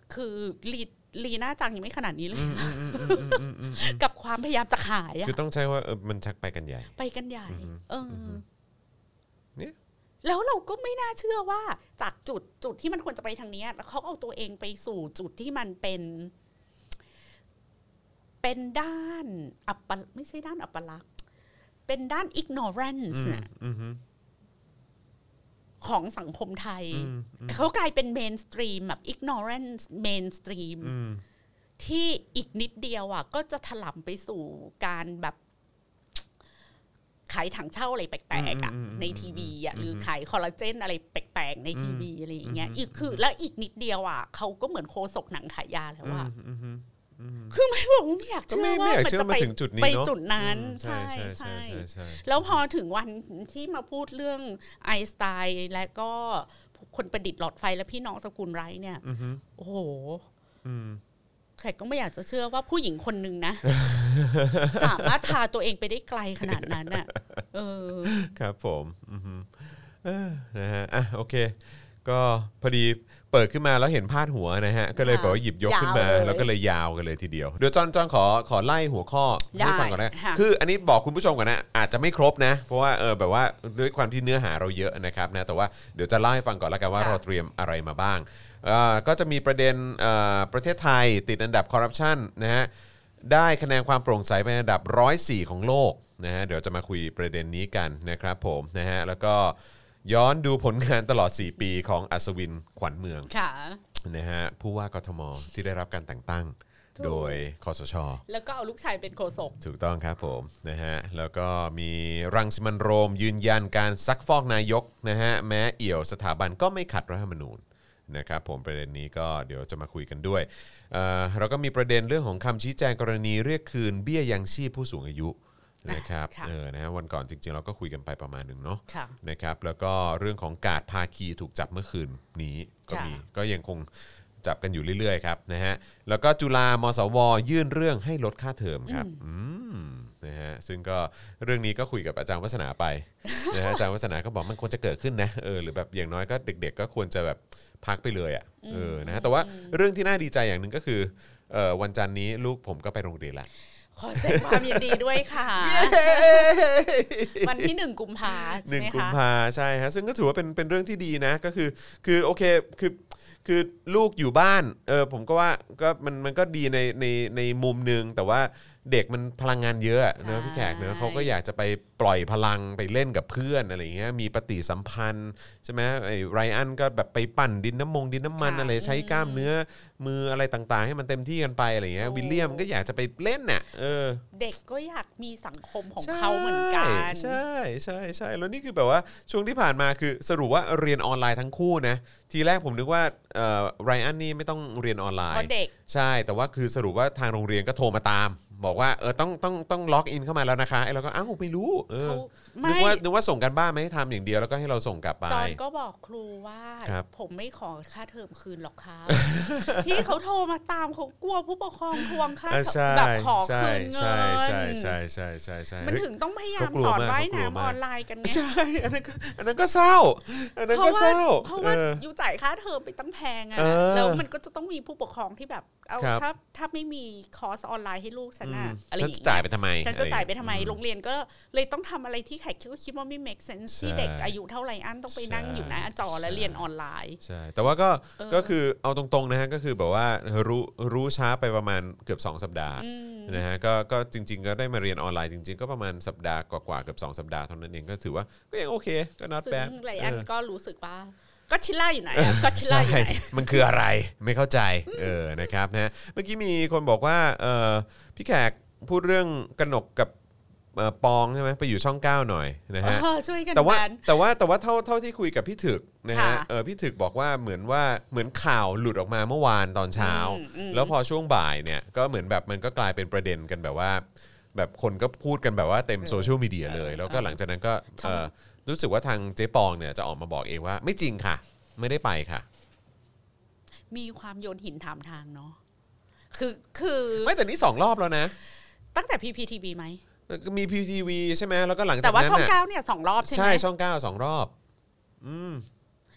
คือลีลีน่าจังยังไม่ขนาดนี้เลยกับความพยายามจะขายอะคือต้องใช้ว่าเออมันชักไปกันใหญ่ไปกันใหญ่เออเนี่ยแล้วเราก็ไม่น่าเชื่อว่าจากจุดจุดที่มันควรจะไปทางนี้แล้วเขาเอาตัวเองไปสู่จุดที่มันเป็นเป็นด้านอัปไม่ใช่ด้านอัปลักษณ์เป็นด้าน ignorance เนี่ยของสังคมไทยเขากลายเป็น mainstream แบบ ignorance mainstream ที่อีกนิดเดียวอ่ะก็จะถลำไปสู่การแบบขายถังเช่าอะไรแปลกๆอ่ะในทีวีอ่ะหรือขายคอลลาเจนอะไรแปลกๆในทีวีอะไรอย่างเงี้ยอีกคือแล้วอีกนิดเดียวอ่ะเขาก็เหมือนโคศกหนังขายยาแล้วอ่ะคือไม่บอกไม่อยากเชื่อว่ามันจะไปไปจุดนั้นใช่ใช่แล้วพอถึงวันที่มาพูดเรื่องไอน์สไตน์และก็คนประดิษฐ์หลอดไฟและพี่น้องตระกูลไรท์เนี่ยโอ้โหใครก็ไม่อยากจะเชื่อว่าผู้หญิงคนนึงนะ สามารถพาตัวเองไปได้ไกลขนาดนั้นน่ะเออครับผมเออนะฮะอ่ะโอเคก็พอดีเปิดขึ้นมาแล้วเห็นพาดหัวนะฮะก็เลยแบบว่าหยิบยกขึ้นมาแล้วก็เลยยาวกันเลยทีเดียวเดี๋ยวจอนจอนขอขอไล่หัวข้อให้ฟังก่อนนะคืออันนี้บอกคุณผู้ชมก่อนนะอาจจะไม่ครบนะเพราะว่าเออแบบว่าด้วยความที่เนื้อหาเราเยอะนะครับนะแต่ว่าเดี๋ยวจะเล่าให้ฟังก่อนแล้วกันว่าเราเตรียมอะไรมาบ้างก็จะมีประเด็นประเทศไทยติดอันดับคอร์รัปชันนะฮะได้คะแนนความโปร่งใสเป็นอันดับหนึ่งร้อยสี่ของโลกนะฮะเดี๋ยวจะมาคุยประเด็นนี้กันนะครับผมนะฮะแล้วก็ย้อนดูผลงานตลอดสี่ปีของอัศวินขวัญเมืองนะฮะผู้ว่ากทมที่ได้รับการแต่งตั้งโดยคสช. แล้วก็เอาลูกชายเป็นโฆษกถูกต้องครับผมนะฮะแล้วก็มีรังสิมันต์โรมยืนยันการซักฟอกนายกนะฮะแม้เอี่ยวสถาบันก็ไม่ขัดรัฐธรรมนูญนะครับผมประเด็นนี้ก็เดี๋ยวจะมาคุยกันด้วยเอ่อเราก็มีประเด็นเรื่องของคำชี้แจงกรณีเรียกคืนเบี้ยยังชีพผู้สูงอายุนะครับเออนะฮะวันก่อนจริงๆเราก็คุยกันไปประมาณหนึ่งเนาะนะครับแล้วก็เรื่องของกาดภาคีถูกจับเมื่อคืนนี้ก็มีก็ยังคงจับกันอยู่เรื่อยๆครับนะฮะแล้วก็จุฬามสวยื่นเรื่องให้ลดค่าเทอมครับอืมนะฮะซึ่งก็เรื่องนี้ก็คุยกับอาจารย์วัฒนาไปนะฮะอาจารย์วัฒนาก็บอกมันควรจะเกิดขึ้นนะเออหรือแบบอย่างน้อยก็เด็กๆก็ควรจะแบบพักไปเลยอ่ะเออนะแต่ว่าเรื่องที่น่าดีใจอย่างนึงก็คือเอ่อวันจันทร์นี้ลูกผมก็ไปโรงเรียนแล้วขอแสดงความยินดีด้วยค่ะวันที่หนึ่งกุมภาใช่ไหมคะหนึ่งกุมภาใช่ฮะซึ่งก็ถือว่าเป็นเป็นเรื่องที่ดีนะก็คือคือโอเคคือคือลูกอยู่บ้านเออผมก็ว่าก็มันมันก็ดีในในในมุมนึงแต่ว่าเด็กมันพลังงานเยอะเนอะพี่แขกเนอะเขาก็อยากจะไปปล่อยพลังไปเล่นกับเพื่อนอะไรอย่างเงี้ยมีปฏิสัมพันธ์ใช่ไหมไอ้ไรอันก็แบบไปปั่นดินน้ำมงดินน้ำมันอะไรใช้กล้ามเนื้อมืออะไรต่างๆให้มันเต็มที่กันไปอะไรอย่างเงี้ยวิลเลียมก็อยากจะไปเล่นน่ะเออเด็กก็อยากมีสังคมของเขาเหมือนกันใช่ใช่ใช่แล้วนี่คือแบบว่าช่วงที่ผ่านมาคือสรุปว่าเรียนออนไลน์ทั้งคู่นะทีแรกผมนึกว่าเอ่อไรอันนี่ไม่ต้องเรียนออนไลน์ใช่แต่ว่าคือสรุปว่าทางโรงเรียนก็โทรมาตามบอกว่าเออต้องต้องต้องล็อกอินเข้ามาแล้วนะคะไอ้เราก็อ้าวไม่รู้เออนึกว่านึกว่าส่งกันบ้านมาให้ทำอย่างเดียวแล้วก็ให้เราส่งกลับไปจอนก็บอกครูว่าผมไม่ขอค่าเทอมคืนหรอกครับที่เขาโทรมาตามเขากลัวผู้ปกครองทวงค่าแบบขอคืนเงินใช่ใช่ใช่ใช่ใช่มันถึงต้องพยายามสอนว่ายน้ำออนไลน์กันเนี่ยใช่อันนั้นอันนั้นก็เศร้าอันนั้นก็เศร้าเพราะว่าอยู่จ่ายค่าเทอมไปตั้งแพงอะแล้วมันก็จะต้องมีผู้ปกครองที่แบบเอาถ้าถ้าไม่มีคอร์สออนไลน์ให้ลูกฉันอะอะไรอย่างเงี้ยจะจ่ายไปทำไมฉันจะจ่ายไปทำไมโรงเรียนก็เลยต้องทำอะไรที่แขกก็คิดว่าไม่ make sense ที่เด็กอายุเท่าไหร่อันต้องไปนั่งอยู่หน้าจอและเรียนออนไลน์ใช่แต่ว่าก็ก็คือเอาตรงๆนะฮะก็คือแบบว่ารู้รู้ช้าไปประมาณเกือบสองสัปดาห์นะฮะก็ก็จริงๆก็ได้มาเรียนออนไลน์จริงๆก็ประมาณสัปดาห์กว่าๆเกือบสองสัปดาห์เท่านั้นเองก็ถือว่าก็ยังโอเคก็ not bad ซึ่งไลอันก็รู้สึกว่าก็ชิล่าอยู่ไหนก็ชิล่าอยู่ไหนมันคืออะไรไม่เข้าใจเออนะครับนะเมื่อกี้มีคนบอกว่าเออพี่แขกพูดเรื่องกนกกับปองใช่ไหมไปอยู่ช่องเก้าหน่อยนะฮะช่วยกันแต่ว่าแต่ว่าแต่ว่าเท่าเท่าที่คุยกับพี่ถึกนะฮะเออพี่ถึกบอกว่าเหมือนว่าเหมือนข่าวหลุดออกมาเมื่อวานตอนเช้าแล้วพอช่วงบ่ายเนี่ยก็เหมือนแบบมันก็กลายเป็นประเด็นกันแบบว่าแบบคนก็พูดกันแบบว่าเต็มโซเชียลมีเดียเลยแล้วก็หลังจากนั้นก็รู้สึกว่าทางเจ๊ปองเนี่ยจะออกมาบอกเองว่าไม่จริงค่ะไม่ได้ไปค่ะมีความโยนหินถามทางเนาะคือคือไม่แต่นี่สองรอบแล้วนะตั้งแต่ พี พี ที วี ไหมมี พี พี ที วี ใช่ไหมแล้วก็หลังจากนั้นแต่ว่าช่องเก้าเนี่ยสองรอบใช่ไหมใช่ช่องเก้าสองรอบอืม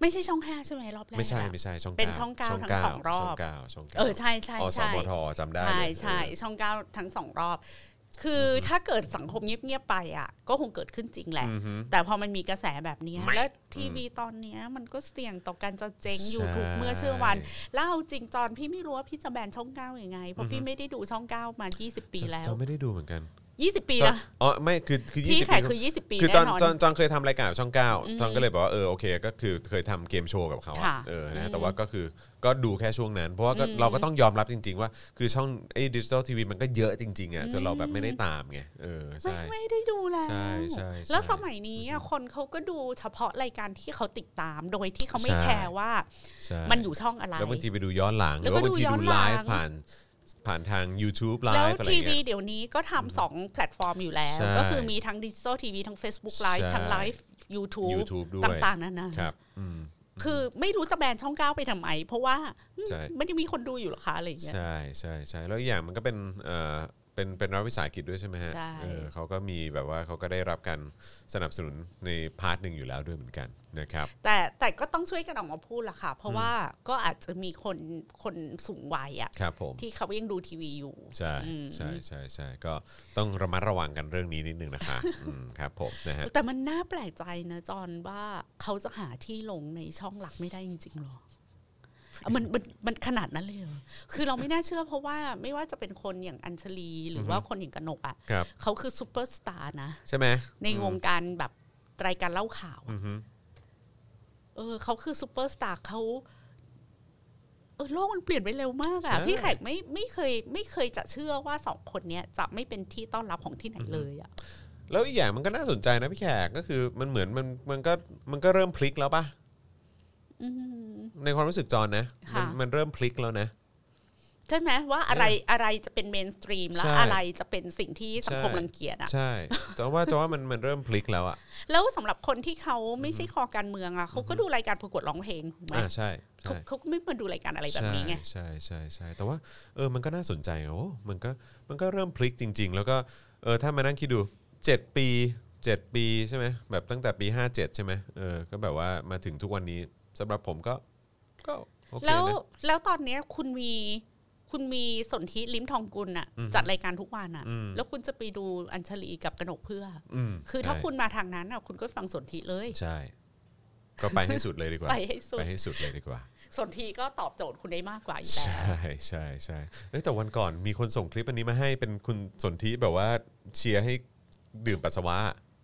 ไม่ใช่ช่องห้าใช่ไหมรอบแรกไม่ใช่ไม่ใช่ช่องเก้าเป็นช่องเก้าทั้งสองรอบช่องเก้าช่องเก้าเออใช่ใช่ใช่อสมทจำได้ใช่ใช่ช่องเก้าทั้งสองรอบคือถ้าเกิดสังคมเงียบๆไปอ่ะก็คงเกิดขึ้นจริงแหละแต่พอมันมีกระแสแบบนี้แล้วทีวีตอนนี้มันก็เสี่ยงต่อการจะเจ๊งอยู่ทุกเมื่อเชื่อวันแล้วเอาจริงจอนพี่ไม่รู้ว่าพี่จะแบนช่องเก้ายังไงเพราะพี่ไม่ได้ดูช่องเก้ามายี่สิบปีแล้วจอนไม่ได้ดูเหมือนกันยี่สิบปีนะอ๋อไม่คือคือยี่สิบปีคือยี่สิบปีคือจอนจอนจอนเคยทำรายการช่องเก้าจอนก็เลยบอกว่าเออโอเคก็คือเคยทำเกมโชว์กับเขาเออนะแต่ว่าก็คือก็ดูแค่ช่วงนั้นเพราะว่าเราก็ต้องยอมรับจริงๆว่าคือช่องไอ้ดิจิตอลทีวีมันก็เยอะจริงๆอ่ะจนเราแบบไม่ได้ตามไงเออใช่ไม่ได้ดูแล้วใช่ใช่แล้วสมัยนี้คนเขาก็ดูเฉพาะรายการที่เขาติดตามโดยที่เขาไม่แคร์ว่ามันอยู่ช่องอะไรแล้วบางทีไปดูย้อนหลังหรือว่าบางทีดูไลฟ์ผ่านผ่านทาง YouTube ไลฟ์อะไรเงี้ยแล้วทีวีเดี๋ยวนี้ก็ทำสองแพลตฟอร์มอยู่แล้วก็คือมีทั้งดิจิตอลทีวีทั้ง Facebook ไลฟ์ทั้งไลฟ์ YouTube ต่างๆนั่นนะครับคือไม่รู้จะแบนช่องเก้าไปทำไมเพราะว่าไม่ได้มีคนดูอยู่หรอคะอะไรอย่างเงี้ยใช่ใช่ใช่แล้วอย่างมันก็เป็นเอ่อเป็นเป็นรัฐวิสาหกิจด้วยใช่ไหมฮะเออเขาก็มีแบบว่าเขาก็ได้รับการสนับสนุนในพาร์ทหนึ่งอยู่แล้วด้วยเหมือนกันนะครับแต่แต่ก็ต้องช่วยกันออกมาพูดล่ะค่ะเพราะว่าก็อาจจะมีคนคนสูงวัยอ่ะที่เขายังดูทีวีอยู่ใช่ใช่ใช่ใช่ก็ต้องระมัดระวังกันเรื่องนี้นิดนึงนะคะครับผมนะฮะแต่มันน่าแปลกใจนะจอนว่าเขาจะหาที่ลงในช่องหลักไม่ได้จริงๆหรอมันมันมันขนาดนั้นเลยเหรอคือเราไม่น่าเชื่อเพราะว่าไม่ว่าจะเป็นคนอย่างอัญชลีหรือว่าคนอย่างกนกอ่ะเขาคือซูเปอร์สตาร์นะใช่ไหมในวงการแบบรายการเล่าข่าวเออเขาคือซูเปอร์สตาร์เขาเออโลกมันเปลี่ยนไปเร็วมากอ่ะพี่แขกไม่ไม่เคยไม่เคยจะเชื่อว่าสองคนนี้จะไม่เป็นที่ต้อนรับของที่ไหนเลยอ่ะแล้วอีกอย่างมันก็น่าสนใจนะพี่แขกก็คือมันเหมือนมันมันก็มันก็เริ่มพลิกแล้วป่ะในความรู้สึกจอนนะมันมันเริ่มพลิกแล้วนะใช่ไหมว่าอะไรอะไรจะเป็นเมนสตรีมแล้วอะไรจะเป็นสิ่งที่สังคมรังเกียจอ่ะใช่แต่ว่าจะว่ามันมันเริ่มพลิกแล้วอ่ะแล้วสำหรับคนที่เขาไม่ใช่คอการเมืองอ่ะเขาก็ดูรายการประกวดร้องเพลงถูกไหมอ่าใช่เขาเขาก็ไม่มาดูรายการอะไรแบบนี้ไงใช่ใช่ใช่แต่ว่าเออมันก็น่าสนใจโอ้มันก็มันก็เริ่มพลิกจริงๆแล้วก็เออถ้ามานั่งคิดดูเจ็ดปีเจ็ดปีใช่ไหมแบบตั้งแต่ปีห้าเจ็ดใช่ไหมเออก็แบบว่ามาถึงทุกวันนี้สำหรับผมก็ก็โอเคนะแล้วแล้วตอนนี้คุณมีคุณมีสนธิลิ้มทองกุลอ่ะจัดรายการทุกวันอ่ะแล้วคุณจะไปดูอัญชลีกับกนกเพื่อคือถ้าคุณมาทางนั้นอ่ะคุณก็ฟังสนธิเลยใช่ก็ไปให้สุดเลยดีกว่าไปให้สุดไปให้สุดเลยดีกว่าสนธิก็ตอบโจทย์คุณได้มากกว่าอยู่แล้วใช่ใช่ใช่แต่วันก่อนมีคนส่งคลิปอันนี้มาให้เป็นคุณสนธิแบบว่าเชียร์ให้ดื่มปัสสาวะ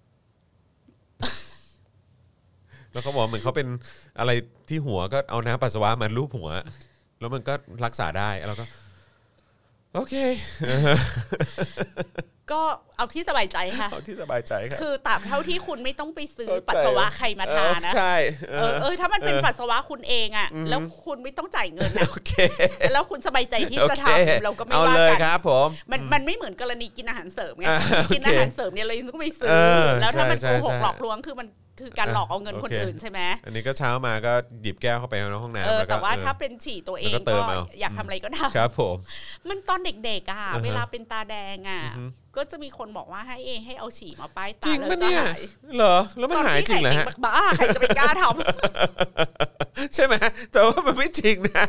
แล้วเขาบอกเหมือนเขาเป็นอะไรที่หัวก็เอาน้ำปัสสาวะมาลูบหัวแล้วมันก็รักษาได้แล้วก็โอเคก็เอาที่สบายใจค่ะเอาที่สบายใจครับคือตราบเท่าที่คุณไม่ต้องไปซื้อปัสสาวะใครมาทานนะใช่เออเออถ้ามันเป็นปัสสาวะคุณเองอ่ะแล้วคุณไม่ต้องจ่ายเงินนะแล้วคุณสบายใจที่จะทำเราก็ไม่ว่ากันครับผมมันมันไม่เหมือนกรณีกินอาหารเสริมไงกินอาหารเสริมเนี่ยเราต้องไปซื้อแล้วถ้ามันโกหกหลอกลวงคือมันคือการหลอกเอาเงินคนอื่นใช่ไหมอันนี้ก็เช้ามาก็หยิบแก้วเข้าไปในห้องน้ำแล้วก็แต่ว่าถ้าเป็นฉี่ตัวเองก็อยากทำอะไรก็ทำครับผมมันตอนเด็กๆอ่ะเวลาเป็นตาแดงอ่ะก็จะมีคนบอกว่าให้เอให้เอาฉี่มาป้ายตาแล้วจะหายเหรอแล้วมันหายจริงเหรอฮะบ้าใครจะไปกล้าทำใช่ไหมแต่ว่ามันไม่จริงนะ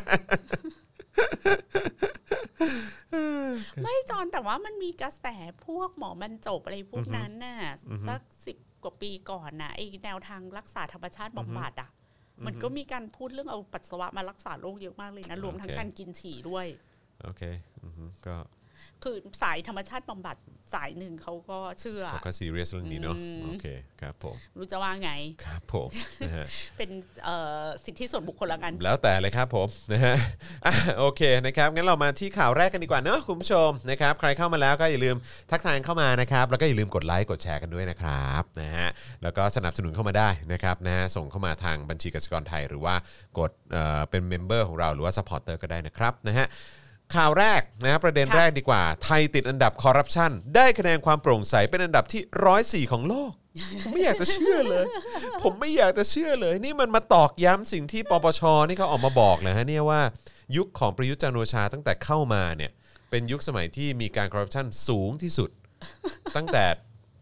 ไม่จอนแต่ว่ามันมีกระแสพวกหมอบรรจบอะไรพวกนั้นน่ะสักสิบกว่าปีก่อนนะไอ้แนวทางรักษาธรรมชาติบำบัดอ่ะมันก็มีการพูดเรื่องเอาปัสสาวะมารักษาโรคเยอะมากเลยนะรวมทั้งการกินฉี่ด้วยโอเคก็คือสายธรรมชาติบำบัดสายหนึ่งเขาก็เชื่อเขาก็ซีเรียสเรื่องนี้เนาะโอเคครับผมรู้จะว่าไงครับผมนะฮะเป็นสิทธิส่วนบุคคลละกันแล้วแต่เลยครับผมนะฮะโอเคนะครับงั้นเรามาที่ข่าวแรกกันดีกว่าเนอะคุณผู้ชมนะครับใครเข้ามาแล้วก็อย่าลืมทักทายเข้ามานะครับแล้วก็อย่าลืมกดไลค์กดแชร์กันด้วยนะครับนะฮะแล้วก็สนับสนุนเข้ามาได้นะครับนะฮะส่งเข้ามาทางบัญชีกสิกรไทยหรือว่ากดเป็นเมมเบอร์ของเราหรือว่าซัพพอร์ตเตอร์ก็ได้นะครับนะฮะข่าวแรกนะประเด็นแรกดีกว่าไทยติดอันดับคอร์รัปชันได้คะแนนความโปร่งใสเป็นอันดับที่หนึ่งร้อยสี่ของโลกผมไม่อยากจะเชื่อเลยผมไม่อยากจะเชื่อเลยนี่มันมาตอกย้ำสิ่งที่ปปชนี่เขาออกมาบอกเลยฮะเนี่ยว่ายุคของประยุทธ์จันทร์โอชาตั้งแต่เข้ามาเนี่ยเป็นยุคสมัยที่มีการคอร์รัปชันสูงที่สุดตั้งแต่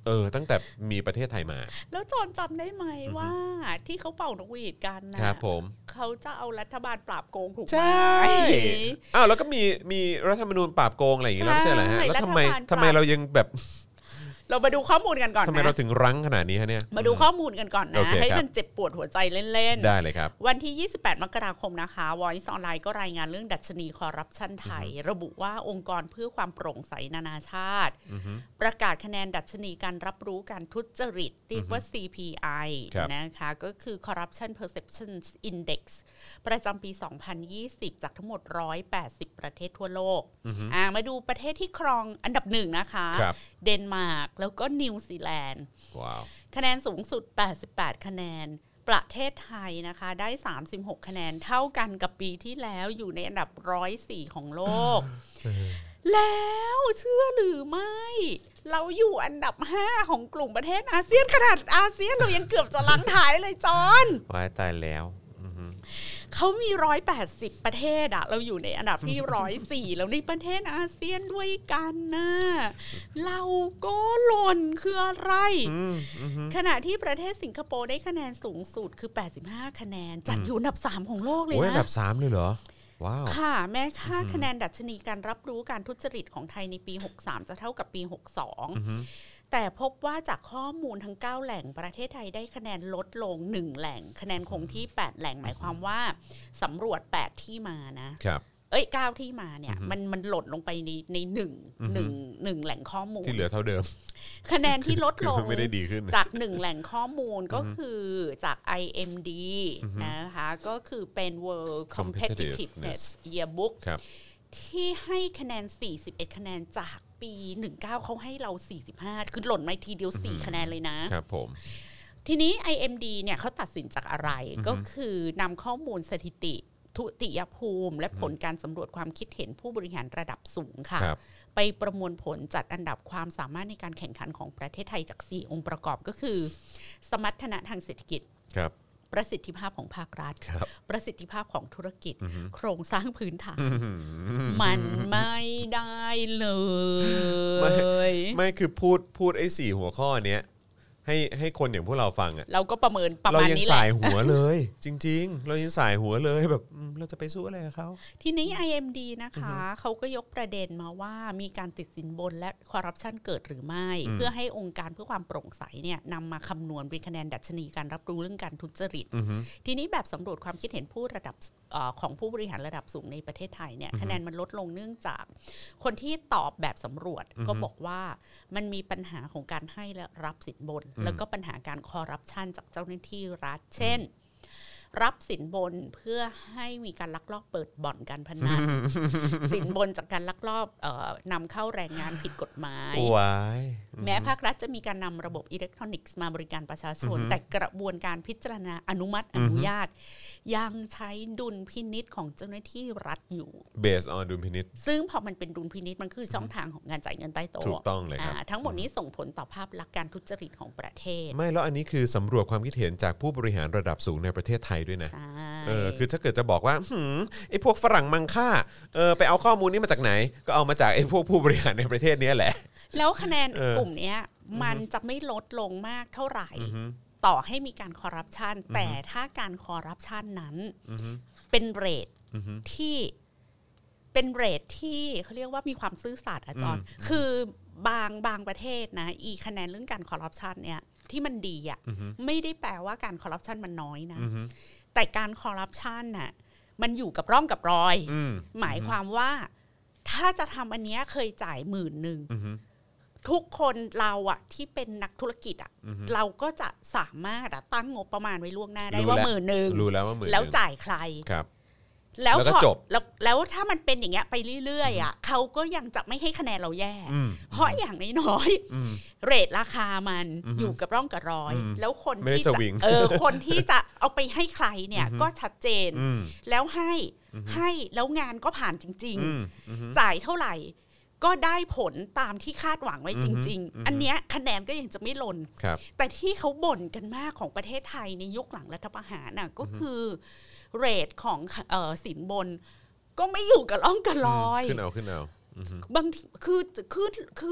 เออตั้งแต่มีประเทศไทยมาแล้วจอนจำได้ไหมว่าที่เขาเป่านกหวีดกันนะครับผมเขาจะเอารัฐบาลปราบโกงถูกไหมใช่อ้าวแล้วก็มีมีรัฐธรรมนูญปราบโกงอะไรอย่างงี้แล้วไม่ใช่เหรอฮะแล้วทำไมทำไมเรายังแบบเรามาดูข้อมูลกันก่อนนะทำไมเราถึงรั้งขนาดนี้ฮะเนี่ยมาดูข้อมูลกันก่อนนะให้มันเจ็บปวดหัวใจเล่นๆได้เลยครับวันที่ยี่สิบแปดมกราคมนะคะ Voice Online ก็รายงานเรื่องดัชนีคอร์รัปชันไทยระบุว่าองค์กรเพื่อความโปร่งใสนานาชาติประกาศคะแนนดัชนีการรับรู้การทุจริตเรียกว่า ซี พี ไอ นะคะก็คือ Corruption Perception Index ประจำปี สองพันยี่สิบ จากทั้งหมดหนึ่งร้อยแปดสิบประเทศทั่วโลกอ่ามาดูประเทศที่ครองอันดับหนึ่งนะคะเดนมาร์กแล้วก็นิวซีแลนด์ wow. คะแนนสูงสุดแปดสิบแปดคะแนนประเทศไทยนะคะได้สามสิบหกคะแนนเท่ากันกับปีที่แล้วอยู่ในอันดับหนึ่งร้อยสี่ของโลก แล้วเชื่อหรือไม่เราอยู่อันดับห้าของกลุ่มประเทศอาเซียนขนาดอาเซียนเรายังเกือบจะลังท้ายเลยจอนว้ายตายแล้วเขามีหนึ่งร้อยแปดสิบประเทศอะเราอยู่ในอันดับที่หนึ่งร้อยสี่แล้วในประเทศอาเซียนด้วยกันนะเราก็หล่นคืออะไรขณะที่ประเทศสิงคโปร์ได้คะแนนสูงสุดคือแปดสิบห้าคะแนนจัดอยู่อันดับสามของโลกเลยนะโอ้ยอันดับสามเลยเหรอว้าวค่ะแม้ค่าคะแนนดัชนีการรับรู้การทุจริตของไทยในปีหกสิบสามจะเท่ากับปีหกสิบสองแต่พบว่าจากข้อมูลทั้งเก้าแหล่งประเทศไทยได้คะแนนลดลงหนึ่งแหล่งคะแนนคงที่แปดแหล่งหมายความว่าสำรวจแปดที่มานะครับเอ้ยเก้าที่มาเนี่ยมันมันหล่นลงไปในในหนึ่ง หนึ่ง หนึ่งแหล่งข้อมูลที่เหลือเท่าเดิมคะแนนที่ลดลงไม่ได้ดีขึ้นจากหนึ่งแหล่งข้อมูลก็คือจาก ไอ เอ็ม ดี นะคะก็คือเป็น World Competitiveness Yearbook ที่ให้คะแนนสี่สิบเอ็ดคะแนนจากปีสิบเก้าเขาให้เราสี่สิบห้าคือหล่นมาทีเดียวสี่คะแนนเลยนะครับผมทีนี้ ไอ เอ็ม ดี เนี่ยเขาตัดสินจากอะไรก็คือนำข้อมูลสถิติทุติยภูมิและผลการสำรวจความคิดเห็นผู้บริหารระดับสูงค่ะไปประมวลผลจัดอันดับความสามารถในการแข่งขันของประเทศไทยจากสี่องค์ประกอบก็คือสมรรถนะทางเศรษฐกิจประสิทธิภาพของภาครัฐประสิทธิภาพของธุรกิจโครงสร้างพื้นฐานมันไม่ได้เลยไม่ไม่คือพูดพูดไอ้สี่หัวข้อเนี้ยให้ให้คนอย่างพวกเราฟังอ่ะเราก็ประเมินประมาณนี้แหละเรายังสายหัวเลยจริงๆเรายังสายหัวเลยแบบเราจะไปสู้อะไรกับเขาทีนี้ ไอ เอ็ม ดี นะคะเขาก็ยกประเด็นมาว่ามีการติดสินบนและคอร์รัปชันเกิดหรือไม่เพื่อให้องค์การเพื่อความโปร่งใสเนี่ยนำมาคำนวณเป็นคะแนนดัชนีการรับรู้เรื่องการทุจริตทีนี้แบบสำรวจความคิดเห็นผู้ระดับของผู้บริหารระดับสูงในประเทศไทยเนี่ยคะแนนมันลดลงเนื่องจากคนที่ตอบแบบสำรวจก็บอกว่ามันมีปัญหาของการให้และรับสินบนแล้วก็ปัญหาการคอร์รัปชันจากเจ้าหน้าที่รัฐเช่นรับสินบนเพื่อให้มีการลักลอบเปิดบ่อนการพนัน สินบนจากการลักลอบเอ่อนำเข้าแรงงานผิดกฎหมายแม้ภาครัฐจะมีการนำระบบอิเล็กทรอนิกส์มาบริการประชาชนแต่กระบวนการพิจารณาอนุมัติอนุญาตยังใช้ดุลพินิจของเจ้าหน้าที่รัฐอยู่ based on ดุลพินิจซึ่งพอมันเป็นดุลพินิจมันคือช่องทางของการจ่ายเงินใต้โต๊ะถูกต้องเลยครับทั้งหมดนี้ส่งผลต่อภาพลักษณ์การทุจริตของประเทศไม่แล้วอันนี้คือสำรวจความคิดเห็นจากผู้บริหารระดับสูงในประเทศไทยด้วยนะเออคือถ้าเกิดจะบอกว่าหืมไอ้พวกฝรั่งมังค่าเออไปเอาข้อมูลนี้มาจากไหนก็เอามาจากไอ้พวกผู้บริหารในประเทศนี้แหละแล้วคะแนนกลุ่มนี้มันจะไม่ลดลงมากเท่าไหร่ต่อให้มีการคอร์รัปชันแต่ถ้าการคอร์รัปชันนั้นเป็นเรทที่เป็นเรทที่เขาเรียกว่ามีความซื่อสัตย์อาจารย์คือบางบางประเทศนะอีคะแนนเรื่องการคอร์รัปชันเนี่ยที่มันดีอ่ะไม่ได้แปลว่าการคอร์รัปชันมันน้อยนะแต่การคอร์รัปชันน่ะมันอยู่กับร่องกับรอยหมายความว่าถ้าจะทำอันนี้เคยจ่ายหมื่นหนึ่งทุกคนเราอะที่เป็นนักธุรกิจอะเราก็จะสามารถตั้งงบประมาณไว้ล่วงหน้าได้ว่าหมื่นหนึ่งรู้แล้วว่าหมื่นแล้วจ่ายใครครับแล้วก็จบแล้วแล้วถ้ามันเป็นอย่างเงี้ยไปเรื่อยๆอ่ะเขาก็ยังจะไม่ให้คะแนนเราแย่เพราะอย่างน้อยๆเรทราคามันอยู่กับร่องกับรอยแล้วคนที่จะเออคนที่จะเอาไปให้ใครเนี่ยก็ชัดเจนแล้วให้ให้แล้วงานก็ผ่านจริงๆจ่ายเท่าไหร่ก็ได้ผลตามที่คาดหวังไว้จริงๆอันเนี้ยคะแนนก็ยังจะไม่หล่นแต่ที่เขาบ่นกันมากของประเทศไทยในยุคหลังรัฐประหารน่ะก็คือเรทของเอ่อสินบนก็ไม่อยู่กับร่องกับรอยขึ้นเอาขึ้นเอาบางทีคือคือคือ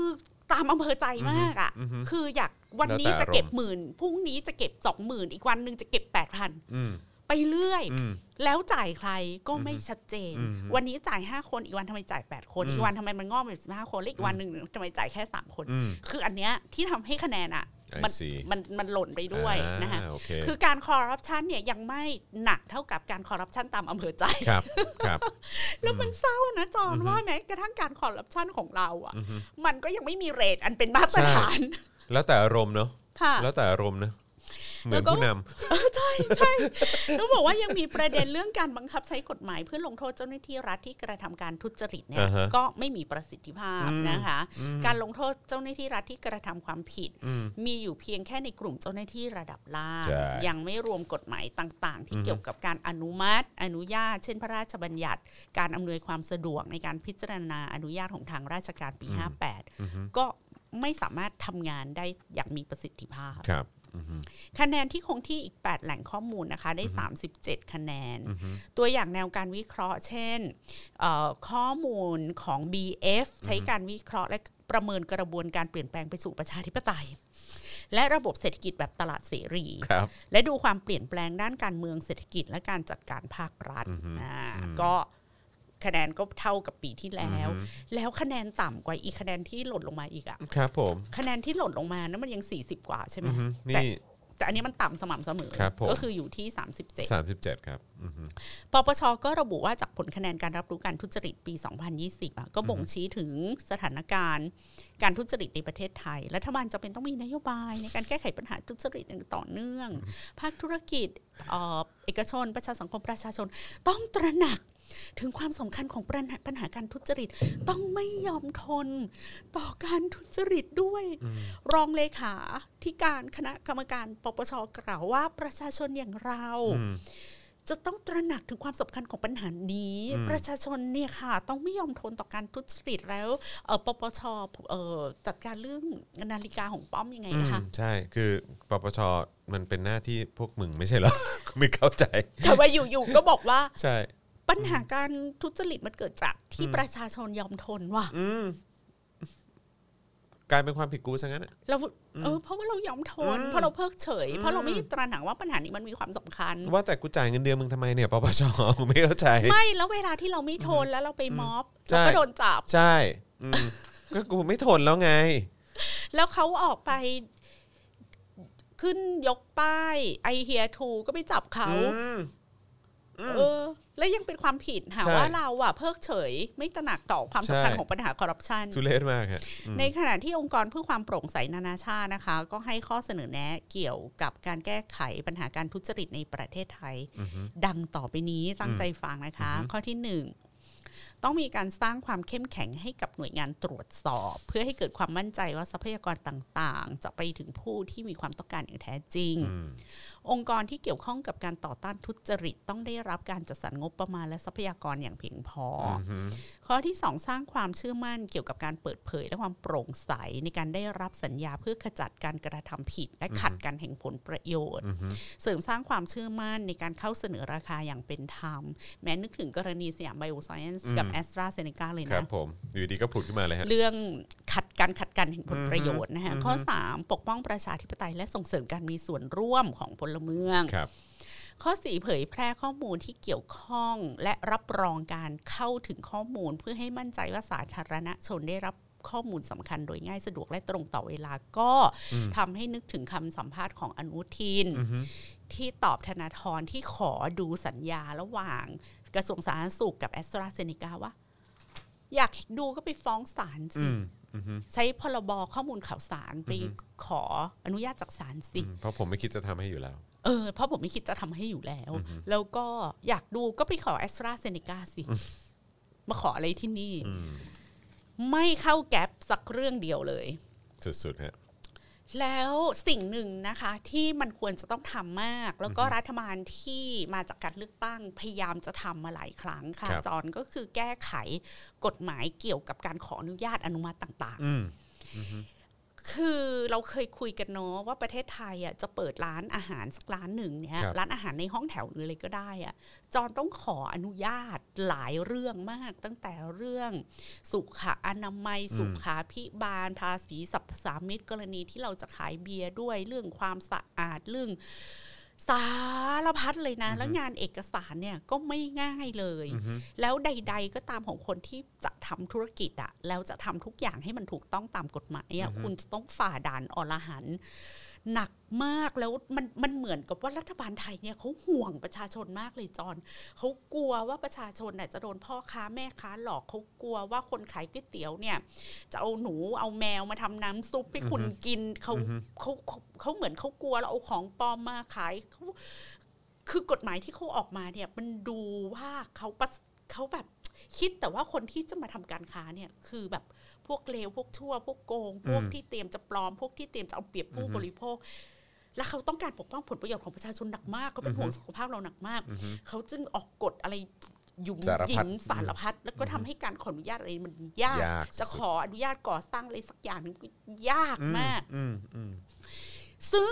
ตามอำเภอใจมากอ่ะคืออยากวันนี้จะเก็บหมื่นพรุ่งนี้จะเก็บสองหมื่นอีกวันนึงจะเก็บแปดพันไปเรื่อยแล้วจ่ายใครก็ไม่ชัดเจนวันนี้จ่ายห้าคนอีกวันทำไมจ่ายแปดคนอีกวันทำไมมันงอกเป็นสิบห้าคนแล้วอีกวันนึงทำไมจ่ายแค่สามคนคืออันเนี้ยที่ทำให้คะแนนอ่ะมันมันมันหล่นไปด้วยนะคะคือการคอร์รัปชันเนี่ยยังไม่หนักเท่ากับการคอร์รัปชันตามอำเภอใจครับครับแล้วมันเศร้านะจอนว่าแม้กระทั่งการคอร์รัปชันของเราอ่ะมันก็ยังไม่มีเรทอันเป็นมาตรฐานแล้วแต่อารมณ์เนาะแล้วแต่อารมณ์เนาะเหมือนผู้นำใช่ใช่ต้องบอกว่ายังมีประเด็นเรื่องการบังคับใช้กฎหมายเพื่อลงโทษเจ้าหน้าที่รัฐที่กระทำการทุจริตเนี่ยก็ไม่มีประสิทธิภาพนะคะการลงโทษเจ้าหน้าที่รัฐที่กระทำความผิดมีอยู่เพียงแค่ในกลุ่มเจ้าหน้าที่ระดับล่างยังไม่รวมกฎหมายต่างๆที่เกี่ยวกับการอนุมัติอนุญาตเช่นพระราชบัญญัติการอำนวยความสะดวกในการพิจารณาอนุญาตของทางราชการปีห้าแปดก็ไม่สามารถทำงานได้อย่างมีประสิทธิภาพคะแนนที่คงที่อีกแปดแหล่งข้อมูลนะคะได้สามสิบเจ็ดคะแนนตัวอย่างแนวการวิเคราะห์เช่นข้อมูลของ บี เอฟ ใช้การวิเคราะห์และประเมินกระบวนการเปลี่ยนแปลงไปสู่ประชาธิปไตยและระบบเศรษฐกิจแบบตลาดเสรีและดูความเปลี่ยนแปลงด้านการเมืองเศรษฐกิจและการจัดการภาครัฐก็คะแนนก็เท่ากับปีที่แล้วแล้วคะแนนต่ำกว่าอีกคะแนนที่หล่นลงมาอีกอ่ะครับผมคะแนนที่หล่นลงมานั้นมันยังสี่สิบกว่าใช่ไหมแต่แต่อันนี้มันต่ำสม่ำเสมอก็คืออยู่ที่สามสิบเจ็ดสามสิบเจ็ดครับปปชก็ระบุว่าจากผลคะแนนการรับรู้การทุจริตปีสองพันยี่สิบอ่ะก็บ่งชี้ถึงสถานการณ์การทุจริตในประเทศไทยรัฐบาลจะเป็นต้องมีนโยบายในการแก้ไขปัญหาทุจริตอย่างต่อเนื่องภาคธุรกิจเอกชนประชาสังคมประชาชนต้องตระหนักถึงความสำคัญของปัญหาการทุจริตต้องไม่ยอมทนต่อการทุจริตด้วยรองเลขาธิการคณะกรรมการปปชกล่าวว่าประชาชนอย่างเราจะต้องตระหนักถึงความสำคัญของปัญหานี้ประชาชนเนี่ยค่ะต้องไม่ยอมทนต่อการทุจริตแล้วปปชจัดการเรื่องนาฬิกาของป้อมยังไงคะใช่คือปปชมันเป็นหน้าที่พวกมึงไม่ใช่เหรอไม่เข้าใจแต่ว่าอยู่ๆก็บอกว่าใช่ปัญหาการทุจริตมันเกิดจากที่ประชาชนยอมทนว่ะกลายเป็นความผิดกูซะงั้นเราเออเพราะว่าเรายอมทนเพราะเราเพิกเฉยเพราะเราไม่ตระหนักว่าปัญหานี้มันมีความสำคัญว่าแต่กูจ่ายเงินเดือนมึงทำไมเนี่ยปปชไม่เข้าใจไม่แล้วเวลาที่เราไม่ทนแล้วเราไปม็อบเราก็โดนจับใช่ก็กูไม่ทนแล้วไงแล้วเขาออกไปขึ้นยกป้ายไอเฮียทูก็ไปจับเขาเออและยังเป็นความผิดหาว่าเราอ่ะเพิกเฉยไม่ตระหนักต่อความสำคัญของปัญหาคอร์รัปชันทุเรศมากฮะในขณะที่องค์กรเพื่อความโปร่งใสนานาชาตินะคะก็ให้ข้อเสนอแนะเกี่ยวกับการแก้ไขปัญหาการทุจริตในประเทศไทยดังต่อไปนี้ตั้งใจฟังนะคะข้อที่หนึ่งต้องมีการสร้างความเข้มแข็งให้กับหน่วยงานตรวจสอบเพื่อให้เกิดความมั่นใจว่าทรัพยากรต่างๆจะไปถึงผู้ที่มีความต้องการอย่างแท้จริงองค์กรที่เกี่ยวข้องกับการต่อต้านทุจริตต้องได้รับการจัดสรรงบประมาณและทรัพยากรอย่างเพียงพอข้อที่สองสร้างความเชื่อมั่นเกี่ยวกับการเปิดเผยและความโปร่งใสในการได้รับสัญญาเพื่อขจัดการกระทำผิดและขัดการแห่งผลประโยชน์เสริมสร้างความเชื่อมั่นในการเข้าเสนอราคาอย่างเป็นธรรมแม้นึกถึงกรณีสยามไบโอไซเอนซ์กับแอสตราเซเนกาเลยนะครับผมอยู่ดีก็ผุดขึ้นมาเลยฮะเรื่องขัดการขัดกันแห่งผลประโยชน์นะฮะข้อสามปกป้องประชาธิปไตยและส่งเสริมการมีส่วนร่วมของพลเมืองข้อสี่เผยแพร่ข้อมูลที่เกี่ยวข้องและรับรองการเข้าถึงข้อมูลเพื่อให้มั่นใจว่าสาธารณชนได้รับข้อมูลสำคัญโดยง่ายสะดวกและตรงต่อเวลาก็ทำให้นึกถึงคำสัมภาษณ์ของอนุทินที่ตอบธนาธรที่ขอดูสัญญาระหว่างกระทรวงสาธารณสุขกับแอสตราเซเนกาว่าอยากดูก็ไปฟ้องศาลสิใช้พรบข้อมูลข่าวสารไปขออนุญาตจากศาลสิเพราะผมไม่คิดจะทำให้อยู่แล้วเออเพราะผมไม่คิดจะทำให้อยู่แล้วแล้วก็อยากดูก็ไปขอแอสตราเซเนกาสิมาขออะไรที่นี่ไม่เข้าแก๊ปสักเรื่องเดียวเลยสุดๆฮะแล้วสิ่งหนึ่งนะคะที่มันควรจะต้องทำมากแล้วก็รัฐบาลที่มาจากการเลือกตั้งพยายามจะทำมาหลายครั้งค่ะจอนก็คือแก้ไขกฎหมายเกี่ยวกับการขออนุญาตอนุมัติต่างๆคือเราเคยคุยกันเนาะว่าประเทศไทยอ่ะจะเปิดร้านอาหารสักร้านหนึ่งเนี่ยร้านอาหารในห้องแถวหรืออะไรก็ได้อ่ะจอนต้องขออนุญาตหลายเรื่องมากตั้งแต่เรื่องสุขอนามัยสุขาภิบาลภาษีสรรพสามิตกรณีที่เราจะขายเบียร์ด้วยเรื่องความสะอาดเรื่องสารพัดเลยนะแล้วงานเอกสารเนี่ยก็ไม่ง่ายเลยแล้วใดๆก็ตามของคนที่จะทำธุรกิจอะแล้วจะทำทุกอย่างให้มันถูกต้องตามกฎหมายอะคุณจะต้องฝ่าด่านอรหันต์หนักมากแล้วมันมันเหมือนกับว่ารัฐบาลไทยเนี่ยเขาห่วงประชาชนมากเลยจอนเขากลัวว่าประชาชนเนี่ยจะโดนพ่อค้าแม่ค้าหลอกเขากลัวว่าคนขายก๋วยเตี๋ยวเนี่ยจะเอาหนูเอาแมวมาทำน้ำซุปให้คุณกินเขาเขาเขาเหมือนเขากลัวแล้วเอาของปลอมมาขายเขาคือกฎหมายที่เขาออกมาเนี่ยมันดูว่าเขาเขาแบบคิดแต่ว่าคนที่จะมาทำการค้าเนี่ยคือแบบพวกเลวพวกชั่วพวกโกงพวกที่เตรียมจะปลอมพวกที่เตรียมจะเอาเปรียบผู้บริโภคและเขาต้องการปกป้องผลประโยชน์ของประชาชนหนักมากเขาเป็นห่วงสุขภาพเราหนักมากเขาจึงออกกฎอะไรยุ่งยิงสารพัดแล้วก็ทำให้การขออนุญาตอะไรมันยากจะขออนุญาตก่อสร้างอะไรสักอย่างนึงยากมากซึ่ง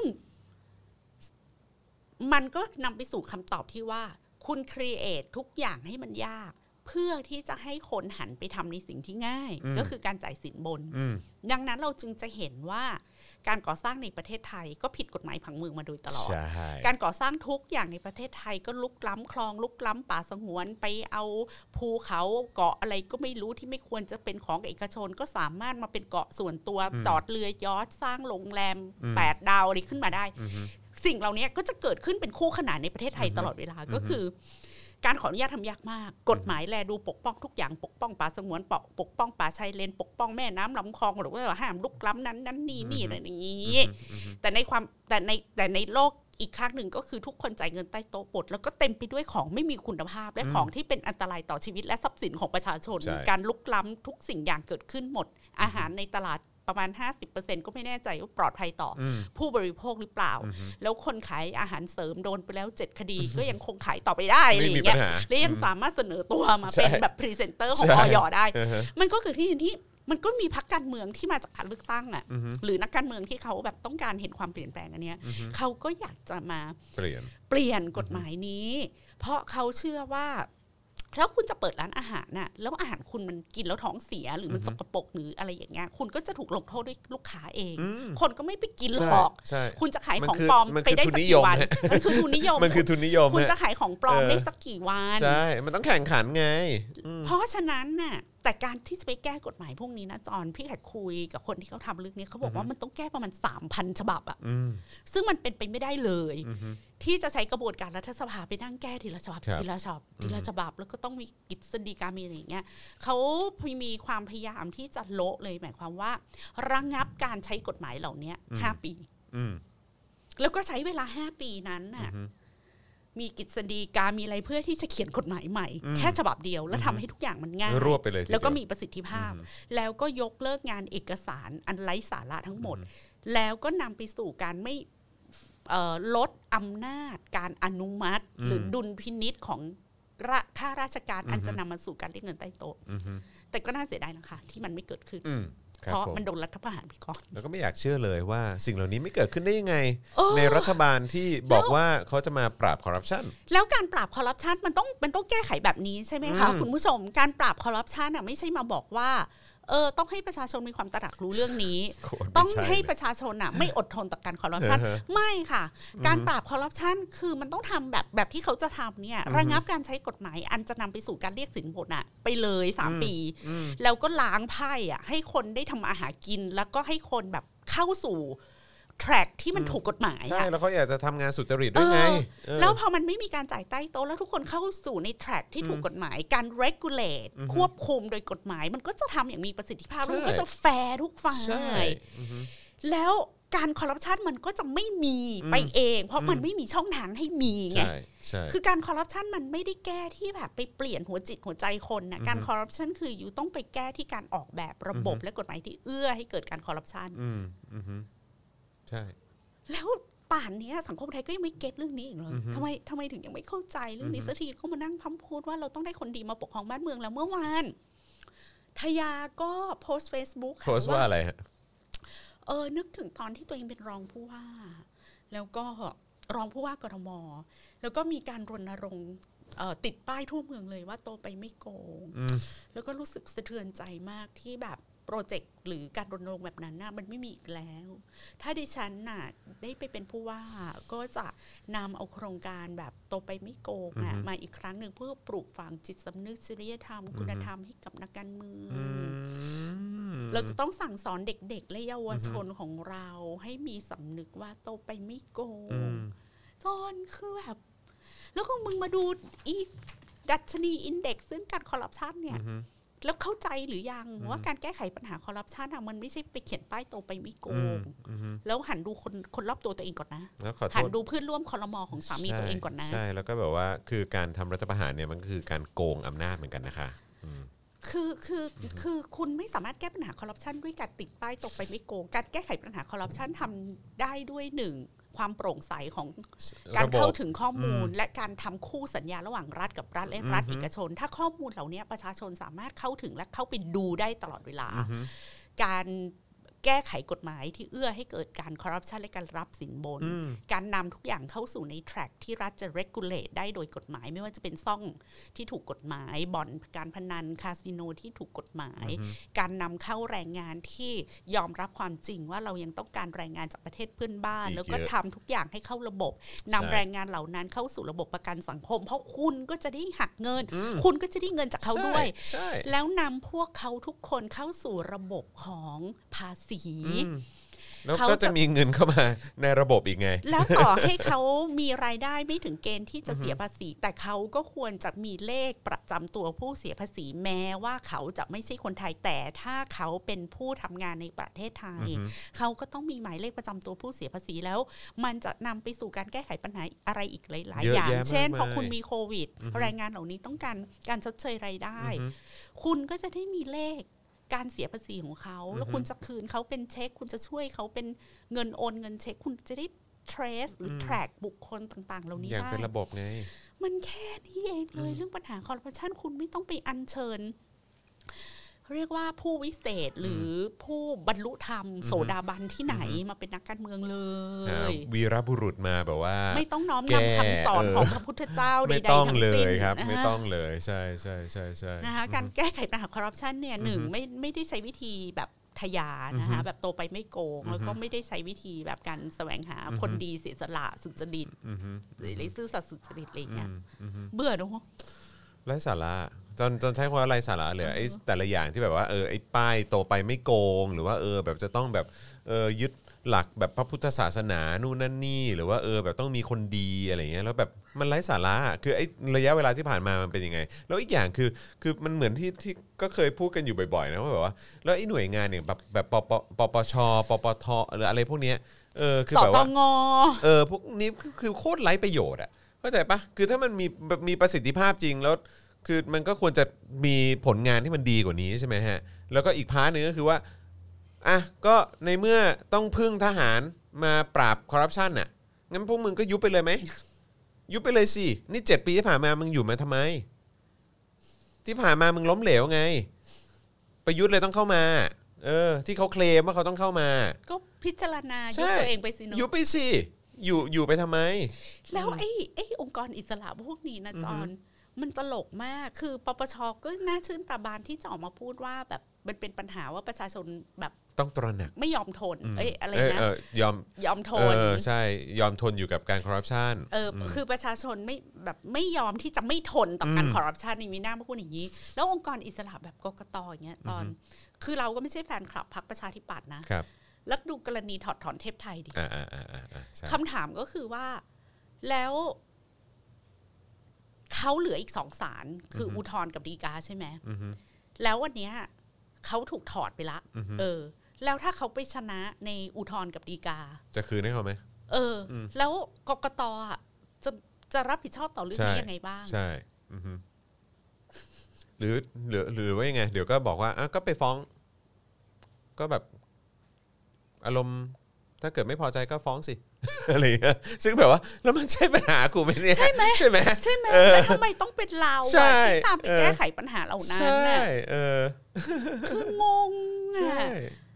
มันก็นำไปสู่คำตอบที่ว่าคุณครีเอททุกอย่างให้มันยากเพื่อที่จะให้คนหันไปทำในสิ่งที่ง่ายก็คือการจ่ายสินบนดังนั้นเราจึงจะเห็นว่าการก่อสร้างในประเทศไทยก็ผิดกฎหมายผังเมืองมาโดยตลอดการก่อสร้างทุกอย่างในประเทศไทยก็ลุกล้ำคลองลุกล้ำป่าสงวนไปเอาภูเขาเกาะอะไรก็ไม่รู้ที่ไม่ควรจะเป็นของเอกชนก็สามารถมาเป็นเกาะส่วนตัวจอดเรือยอชต์สร้างโรงแรมแปดดาวอะไรขึ้นมาได้สิ่งเหล่านี้ก็จะเกิดขึ้นเป็นคู่ขนานในประเทศไทยตลอดเวลาก็คือการขออนุญาตทำยากมากกฎหมายแลดูปกป้องทุกอย่างปกป้องป่าสงวนปกป้องป่าชายเลนปกป้องแม่น้ำลำคลองหรือว่าห้ามลุกล้ำนั้นนั้นนี่นี่อะไรอย่างนี้แต่ในความแต่ในแต่ในโลกอีกข้างหนึ่งก็คือทุกคนจ่ายเงินใต้โต๊ะหมดแล้วก็เต็มไปด้วยของไม่มีคุณภาพและของที่เป็นอันตรายต่อชีวิตและทรัพย์สินของประชาชนการลุกล้ำทุกสิ่งอย่างเกิดขึ้นหมดอาหารในตลาดประมาณ ห้าสิบเปอร์เซ็นต์ ก็ไม่แน่ใจว่าปลอดภัยต่อผู้บริโภคหรือเปล่าแล้วคนขายอาหารเสริมโดนไปแล้วเจ็ดคดีก็ยังคงขายต่อไปได้อะไรอย่างเงี้ยและยังสามารถเสนอตัวมาเป็นแบบพรีเซนเตอร์ของอย.ได้มันก็คือที่ที่มันก็มีพรรคการเมืองที่มาจากการเลือกตั้งอ่ะหรือนักการเมืองที่เขาแบบต้องการเห็นความเปลี่ยนแปลงอันเนี้ยเขาก็อยากจะมาเปลี่ยนเปลี่ยนกฎหมายนี้เพราะเขาเชื่อว่าถ้าคุณจะเปิดร้านอาหารน่ะแล้วอาหารคุณมันกินแล้วท้องเสียหรือมันสกปรกหรืออะไรอย่างเงี้ยคุณก็จะถูกลงโทษด้วยลูกค้าเองคนก็ไม่ไปกินหรอกคุณจะขายของปลอมไปได้สักกี่วันมันคือทุนนิยมมันคือทุนนิยมคุณจะขายของปลอมได้สักกี่วันใช่มันต้องแข่งขันไงเพราะฉะนั้นน่ะแต่การที่จะไปแก้กฎหมายพวกนี้นะจอนพี่แขกคุยกับคนที่เขาทำเรื่องนี้เขาบอกว่ามันต้องแก้ประมาณ สามพัน ฉบับอ่ะซึ่งมันเป็นไปไม่ได้เลยที่จะใช้กระบวนการรัฐสภาไปนั่งแก้ทีละฉบับทีละฉบับทีละฉบับแล้วก็ต้องมีกฤษฎีกามีอะไรอย่างเงี้ยเขามีความพยายามที่จะโละเลยหมายความว่าระงับการใช้กฎหมายเหล่านี้ห้าปีแล้วก็ใช้เวลาห้าปีนั้นน่ะมีกฤษฎีกามีอะไรเพื่อที่จะเขียนกฎหมายใหม่แค่ฉบับเดียวแล้วทำให้ทุกอย่างมันง่ายรวบไปเลยแล้วก็มีประสิทธิภาพแล้วก็ยกเลิกงานเอกสารอันไร้สาระทั้งหมดแล้วก็นำไปสู่การไม่ลดอำนาจการอนุมัติหรือดุลพินิจของข้าราชการอันจะนำมาสู่การเรียกเงินใต้โต๊ะแต่ก็น่าเสียดายนะคะที่มันไม่เกิดขึ้นเพราะมันโดนรัฐประหารไปก่อนแล้วก็ไม่อยากเชื่อเลยว่าสิ่งเหล่านี้ไม่เกิดขึ้นได้ยังไงในรัฐบาลที่บอกว่าเขาจะมาปราบคอร์รัปชันแล้วการปราบคอร์รัปชันมันต้องมันต้องแก้ไขแบบนี้ใช่ไหมคะคุณผู้ชมการปราบคอร์รัปชันอ่ะไม่ใช่มาบอกว่าเออต้องให้ประชาชนมีความตระหนักรู้เรื่องนี้ต้องให้ประชาชนอ่ะไม่อดทนต่อการคอร์รัปชันไม่ค่ะการปราบคอร์รัปชันคือมันต้องทำแบบแบบที่เขาจะทำเนี่ยระงับการใช้กฎหมายอันจะนำไปสู่การเรียกสินบนอ่ะไปเลยสามปีแล้วก็ล้างไพ่อ่ะให้คนได้ทำอาหารกินแล้วก็ให้คนแบบเข้าสู่แทร็กที่มันถูกกฎหมายใช่แล้วเขาอยากจะทำงานสุจริตด้วยไงแล้วพอมันไม่มีการจ่ายใต้โต๊ะแล้วทุกคนเข้าสู่ในแทร็กที่ถูกกฎหมายการ regulate ควบคุมโดยกฎหมายมันก็จะทำอย่างมีประสิทธิภาพแล้วมันก็จะแฟร์ทุกฝ่ายแล้วการคอร์รัปชันมันก็จะไม่มีไปเองเพราะมันไม่มีช่องทางให้มีไงคือการคอร์รัปชันมันไม่ได้แก้ที่แบบไปเปลี่ยนหัวจิตหัวใจคนนะการคอร์รัปชันคืออยู่ต้องไปแก้ที่การออกแบบระบบและกฎหมายที่เอื้อให้เกิดการคอร์รัปชันใช่แล้วป่านนี้สังคมไทยก็ยังไม่เก็ตเรื่องนี้อีกเลยทำไมทำไมถึงยังไม่เข้าใจเรื่องนี้สักทีก็มานั่งพำพูดว่าเราต้องได้คนดีมาปกครองบ้านเมืองแล้วเมื่อวานทยาก็โพสต์ Facebook โพสต์ว่าอะไรฮะเออนึกถึงตอนที่ตัวเองเป็นรองผู้ว่าแล้วก็รองผู้ว่ากทมแล้วก็มีการรณรงค์ติดป้ายทั่วเมืองเลยว่าโตไปไม่โกงแล้วก็รู้สึกสะเทือนใจมากที่แบบโปรเจกต์หรือการรณรงค์แบบนั้นน่ะมันไม่มีอีกแล้วถ้าดิฉันน่ะได้ไปเป็นผู้ว่าก็จะนำเอาโครงการแบบโตไปไม่โกงอ่ะมาอีกครั้งหนึ่งเพื่อปลูกฝังจิตสำนึกจริยธรรมคุณธรรมให้กับนักการเมืองเราจะต้องสั่งสอนเด็กๆและเยาวชนของเราให้มีสำนึกว่าโตไปไม่โกงจอนคือแบบแล้วก็มึงมาดูอีดัชนีอินเด็กซ์ซึ่งการคอร์รัปชันเนี่ยแล้วเข้าใจหรือยังว่าการแก้ไขปัญหาคอร์รัปชันมันไม่ใช่ไปเขียนป้ายโตไปไม่โกงแล้วหันดูคนคนรอบตัวตัวเองก่อนนะหันดูเพื่อนร่วมครม.ของสามีตัวเองก่อนนะใช่แล้วก็แบบว่าคือการทำรัฐประหารเนี่ยมันคือการโกงอำนาจเหมือนกันนะคะคือคือคือคุณไม่สามารถแก้ปัญหาคอร์รัปชันด้วยการติดป้ายตกไปไม่โกงการแก้ไขปัญหาคอร์รัปชันทำได้ด้วยหนึ่งความโปร่งใสของการเข้าถึงข้อมูลและการทำคู่สัญญาระหว่างรัฐกับรัฐและรัฐเอกชนถ้าข้อมูลเหล่านี้ประชาชนสามารถเข้าถึงและเข้าไปดูได้ตลอดเวลาการแก้ไขกฎหมายที่เอื้อให้เกิดการคอร์รัปชันและการรับสินบนการนำทุกอย่างเข้าสู่ในแทร็กที่รัฐจะ regulate ได้โดยกฎหมายไม่ว่าจะเป็นซ่องที่ถูกกฎหมายบ่อนการพนันคาสิโนที่ถูกกฎหมายการนำเข้าแรงงานที่ยอมรับความจริงว่าเรายังต้องการแรงงานจากประเทศเพื่อนบ้านแล้วก็ทำทุกอย่างให้เข้าระบบนำแรงงานเหล่านั้นเข้าสู่ระบบประกันสังคมเพราะคุณก็จะได้หักเงินคุณก็จะได้เงินจากเขาด้วยแล้วนำพวกเขาทุกคนเข้าสู่ระบบของภาษีแล้วก็จะมีเงินเข้ามาในระบบอีกไงแล้วต่อให้เขามีรายได้ไม่ถึงเกณฑ์ที่จะเสียภาษีแต่เขาก็ควรจะมีเลขประจำตัวผู้เสียภาษีแม้ว่าเขาจะไม่ใช่คนไทยแต่ถ้าเขาเป็นผู้ทำงานในประเทศไทยเขาก็ต้องมีหมายเลขประจำตัวผู้เสียภาษีแล้วมันจะนำไปสู่การแก้ไขปัญหาอะไรอีกหลายๆอย่างเช่นพอคุณมีโควิดแรงงานเหล่านี้ต้องการการชดเชยรายได้คุณก็จะได้มีเลขการเสียภาษีของเขาแล้วคุณจะคืนเขาเป็นเช็คคุณจะช่วยเขาเป็นเงินโอนเงินเช็คคุณจะได้ trace หรือ track บุคคลต่างๆเหล่านี้ได้อย่างเป็นระบบไงมันแค่นี้เองเลยเรื่องปัญหาคอร์รัปชันคุณไม่ต้องไปอัญเชิญเรียกว่าผู้วิเศษหรือผู้บรรลุธรรมโสดาบันที่ไหนมาเป็นนักการเมืองเลยวีรบุรุษมาแบบว่าไม่ต้องน้อมนำคำสอนของพระพุทธเจ้าใดๆทั้งสิ้นครับไม่ต้องเลยใช่ใช่ใช่ใช่นะคะการแก้ไขปัญหาคอร์รัปชันเนี่ยหนึ่งไม่ไม่ได้ใช้วิธีแบบทยานะคะแบบโตไปไม่โกงแล้วก็ไม่ได้ใช้วิธีแบบการแสวงหาคนดีเสียสละสุจริตหรือซื่อสัตย์สุจริตอะไรเงี้ยเบื่อเนอะไร้สาระจนจนใช้คำว่าไร้สาระเลยไอ้แต่ละอย่างที่แบบว่าเออไอ้ป้ายโตไปไม่โกงหรือว่าเออแบบจะต้องแบบเออยึดหลักแบบพระพุทธศาสนานู่นนั่นนี่หรือว่าเออแบบต้องมีคนดีอะไรเงี้ยแล้วแบบมันไร้สาระคือไอ้ระยะเวลาที่ผ่านมามันเป็นยังไงแล้วอีกอย่างคือคือมันเหมือนที่ที่ก็เคยพูดกันอยู่บ่อยๆนะว่าแบบว่าแล้วไอ้หน่วยงานเนี่ยแบบแบบปปปปชปปทหรืออะไรพวกเนี้ยเออคือแบบว่าเออพวกนี้คือโคตรไร้ประโยชน์อ่ะเข้าใจปะคือถ้ามันมีมีประสิทธิภาพจริงแล้วคือมันก็ควรจะมีผลงานที่มันดีกว่านี้ใช่ไหมฮะแล้วก็อีกพาร์ทนึงก็คือว่าอ่ะก็ในเมื่อต้องพึ่งทหารมาปราบคอร์รัปชันน่ะงั้นพวกมึงก็ยุบไปเลยไหมยุบไปเลยสินี่เจ็ดปีที่ผ่านมามึงอยู่มาทำไมที่ผ่านมามึงล้มเหลวไงประยุทธ์เลยต้องเข้ามาเออที่เขาเคลมว่าเขาต้องเข้ามาก็พิจารณายุบตัวเองไปสิเนาะยุบไปสิอยู่อยู่ไปทำไมแล้วไอ้ไอ้องค์กรอิสระพวกนี้นะจอนมันตลกมากคือปปช.ก็น่าชื่นตาบานที่จะออกมาพูดว่าแบบมันเป็นปัญหาว่าประชาชนแบบต้องตระหนักไม่ยอมทนเอ้ยอะไรนะยอมยอมทนเออใช่ยอมทนอยู่กับการคอร์รัปชันเออคือประชาชนไม่แบบไม่ยอมที่จะไม่ทนต่อการคอร์รัปชันนี่มีหน้ามาพูดอย่างนี้แล้วองค์กรอิสระแบบกกต.อย่างเงี้ยจอนคือเราก็ไม่ใช่แฟนคลับพรรคประชาธิปัตย์นะครับแล้วดูกรณีถอดถอนเทพไทยดิคำถามก็คือว่าแล้วเขาเหลืออีกสองศาลคืออุทธรณ์กับฎีกาใช่ไหมแล้ววันนี้เขาถูกถอดไปละเออแล้วถ้าเขาไปชนะในอุทธรณ์กับฎีกาจะคืนให้เขาไหมเออแล้วกกต.อ่ะจะจะรับผิดชอบต่อเรื่องนี้ยังไงบ้างใช่หรือหรือหรือว่ายังไงเดี๋ยวก็บอกว่าอ่ะก็ไปฟ้องก็แบบอารมณ์ถ้าเกิดไม่พอใจก็ฟ้องสิอะไรเงี้ยซึ่งแบบว่าแล้วมันใช่ปัญหากูไหมเนี่ยใช่ไหมใช่ไหมใช่ไหมแล้วทำไมต้องเป็นเราที่ตามไปแก้ไขปัญหาเหล่านั้นใช่เออคืองงอ่ะ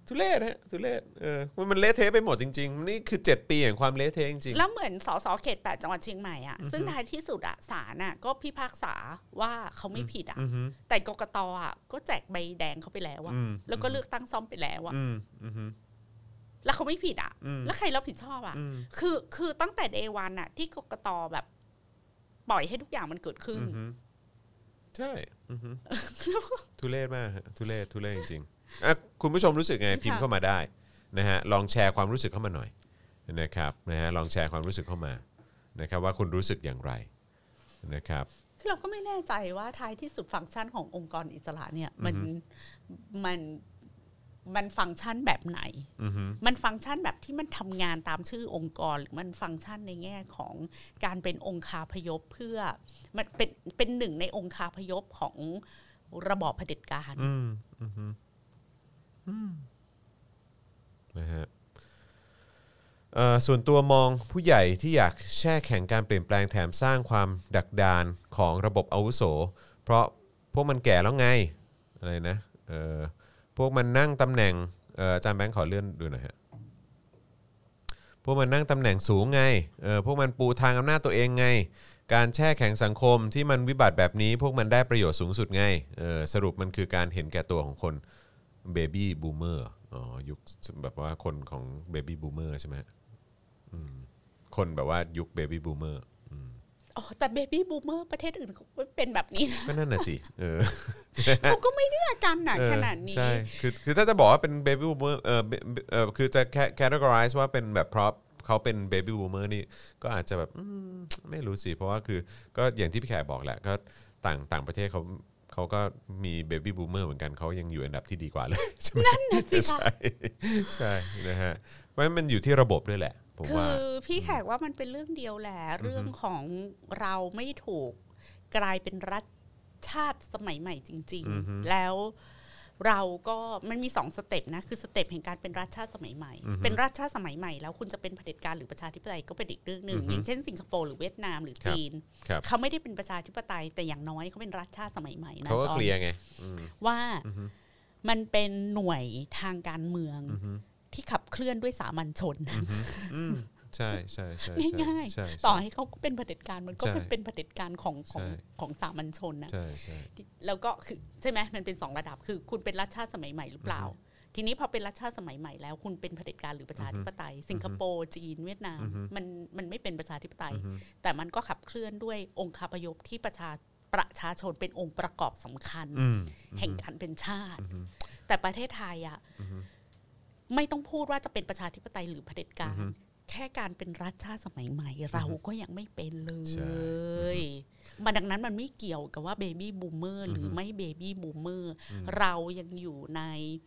ทุเรศฮะทุเรศเออมันเละเทะไปหมดจริงๆนี่คือเจ็ดปีแห่งความเละเทะจริงๆแล้วเหมือนสสเขตแปดจังหวัดเชียงใหม่อ่ะซึ่งท้ายที่สุดอ่ะศาลน่ะก็พิพากษาว่าเขาไม่ผิดอ่ะแต่กกตอ่ะก็แจกใบแดงเขาไปแล้วอ่ะแล้วก็เลือกตั้งซ่อมไปแล้วอ่ะแล้วเขาไม่ผิดอ่ะแล้วใครรับผิดชอบอ่ะคือคือตั้งแต่เดย์วันอ่ะที่กกตแบบปล่อยให้ทุกอย่างมันเกิดขึ้นใช่ทุเรศมากทุเรศทุเรศจริงๆอ่ะคุณผู้ชมรู้สึกไงพิมพ์เข้ามาได้นะฮะลองแชร์ความรู้สึกเข้ามาหน่อยนะครับนะฮะลองแชร์ความรู้สึกเข้ามานะครับว่าคุณรู้สึกอย่างไรนะครับคือเราก็ไม่แน่ใจว่าท้ายที่สุดฟังก์ชันขององค์กรอิสระเนี่ยมันมันมันฟังก์ชันแบบไหนมันฟังก์ชันแบบที่มันทำงานตามชื่อองค์กรหรือมันฟังก์ชันในแง่ของการเป็นองคาพยพเพื่อมันเป็นเป็นหนึ่งในองคาพยพของระบอบเผด็จการอืมอืมอืมนะฮะส่วนตัวมองผู้ใหญ่ที่อยากแช่แข็งการเปลี่ยนแปลงแถมสร้างความดักดานของระบบอาวุโสเพราะพวกมันแก่แล้วไงอะไรนะเออพวกมันนั่งตำแหน่งอาจารย์แบงค์ขอเลื่อนดูหน่อยฮะพวกมันนั่งตำแหน่งสูงไงเออพวกมันปูทางอำนาจตัวเองไงการแช่แข็งสังคมที่มันวิบัติแบบนี้พวกมันได้ประโยชน์สูงสุดไงเออสรุปมันคือการเห็นแก่ตัวของคนเบบี้บูมเมอร์อ๋อยุคแบบว่าคนของเบบี้บูมเมอร์ใช่ไหมคนแบบว่ายุคเบบี้บูมเมอร์อ๋อแต่เบบี้บูมเมอร์ประเทศอื่นเขาเป็นแบบนี้นะก็นั่นน่ะสิเออเขาก็ไม่ได้อาการหนักขนาดนี้ใช่คือคือถ้าจะบอกว่าเป็นเบบี้บูมเมอร์เออเออคือจะแคตตากอไรซ์ว่าเป็นแบบเพราะเขาเป็นเบบี้บูมเมอร์นี่ก็อาจจะแบบไม่รู้สิเพราะว่าคือก็อย่างที่พี่แขกบอกแหละก็ต่างต่างประเทศเขาเขาก็มีเบบี้บูมเมอร์เหมือนกันเขายังอยู่อันดับที่ดีกว่าเลยนั่นน่ะสิใช่ใช่นะฮะเพราะมันอยู่ที่ระบบด้วยแหละคือพี่แขกว่ามันเป็นเรื่องเดียวแหละเรื่องของเราไม่ถูกกลายเป็นรัฐชาติสมัยใหม่จริงๆแล้วเราก็มันมีสองสเต็ปนะคือสเต็ปแห่งการเป็นรัฐชาติสมัยใหม่เป็นรัฐชาติสมัยใหม่แล้วคุณจะเป็นเผด็จการหรือประชาธิปไตยก็เป็นอีกเรื่องนึงอย่างเช่นสิงคโปร์หรือเวียดนามหรือจีนเขาไม่ได้เป็นประชาธิปไตยแต่อย่างน้อยเขาเป็นรัฐชาติสมัยใหม่นะเขาก็เคลียร์ไงว่ามันเป็นหน่วยทางการเมืองที่ขับเคลื่อนด้วยสามัญชนใช่ใช่ใช่ง่ายๆต่อให้เขาเป็นเผด็จการมันก็เป็นเผด็จการของของของสามัญชนนะแล้วก็คือใช่ไหมมันเป็นสองระดับคือคุณเป็นรัฐชาติสมัยใหม่หรือเปล่าทีนี้พอเป็นรัฐชาติสมัยใหม่แล้วคุณเป็นเผด็จการหรือประชาธิปไตยสิงคโปร์จีนเวียดนามมันมันไม่เป็นประชาธิปไตยแต่มันก็ขับเคลื่อนด้วยองค์คาพยพที่ประชาประชาชนเป็นองค์ประกอบสำคัญแห่งการเป็นชาติแต่ประเทศไทยอ่ะไม่ต้องพูดว่าจะเป็นประชาธิปไตยหรือเผด็จการแค่การเป็นรัฐชาติสมัยใหม่เราก็ยังไม่เป็นเลยมันดังนั้นมันไม่เกี่ยวกับว่าเบบี้บูมเมอร์หรือไม่เบบี้บูมเมอร์เรายังอยู่ใน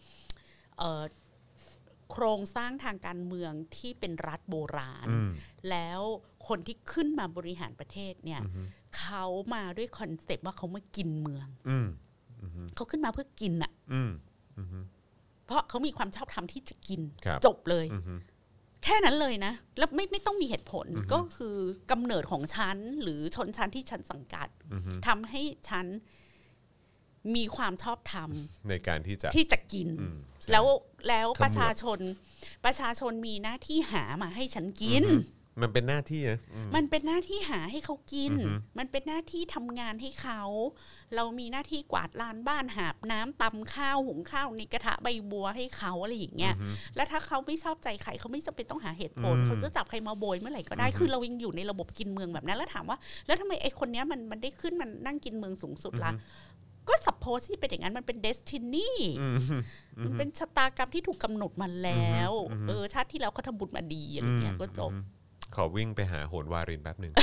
โครงสร้างทางการเมืองที่เป็นรัฐโบราณแล้วคนที่ขึ้นมาบริหารประเทศเนี่ยเขามาด้วยคอนเซปต์ว่าเขามากินเมืองเขาขึ้นมาเพื่อกินอ่ะเพราะเขามีความชอบธรรมที่จะกินจบเลยแค่นั้นเลยนะแล้วไม่ไม่ต้องมีเหตุผลก็คือกำเนิดของฉันหรือชนชั้นที่ฉันสังกัดทำให้ฉันมีความชอบธรรมในการที่จะที่จะกินแล้วแล้วประชาชนประชาชนมีหน้าที่หามาให้ฉันกินมันเป็นหน้าที่นะมันเป็นหน้าที่หาให้เขากินมันเป็นหน้าที่ทำงานให้เขาเรามีหน้าที่กวาดลานบ้านหาบน้ำตำข้าวหุงข้าวในกระทะใบบัวให้เขาอะไรอย่างเงี้ยแล้วถ้าเขาไม่ชอบใจใครเขาไม่จำเป็นต้องหาเหตุผลเขาจะจับใครมาโบยเมื่อไหร่ก็ได้คือเรายังอยู่ในระบบกินเมืองแบบนั้นแล้วถามว่าแล้วทำไมไอ้คนเนี้ยมันมันได้ขึ้นมันนั่งกินเมืองสูงสุดล่ะก็ซัพโพสที่เป็นอย่างนั้นมันเป็นเดสตินีมันเป็นชะตากรรมที่ถูกกำหนดมาแล้วเออชาติที่แล้วเขาทำบุญมาดีอะไรเงี้ยก็จบขอวิ่งไปหาโหนวารินแป๊บหนึ่ง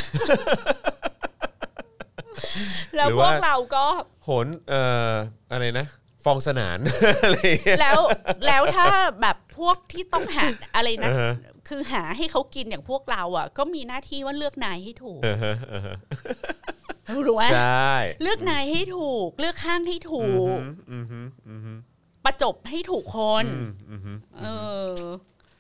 แล้วพวกเราก็โหนเอ่ออะไรนะฟองสนานแล้วแล้วถ้าแบบพวกที่ต้องหาอะไรนะ คือหาให้เขากินอย่างพวกเราอ่ะก็มีหน้าที่ว่าเลือกนายให้ถูกรู้ไหมใช่เลือกนายให้ถูกเลือกข้างให้ถูกประจบให้ถูกคนเออ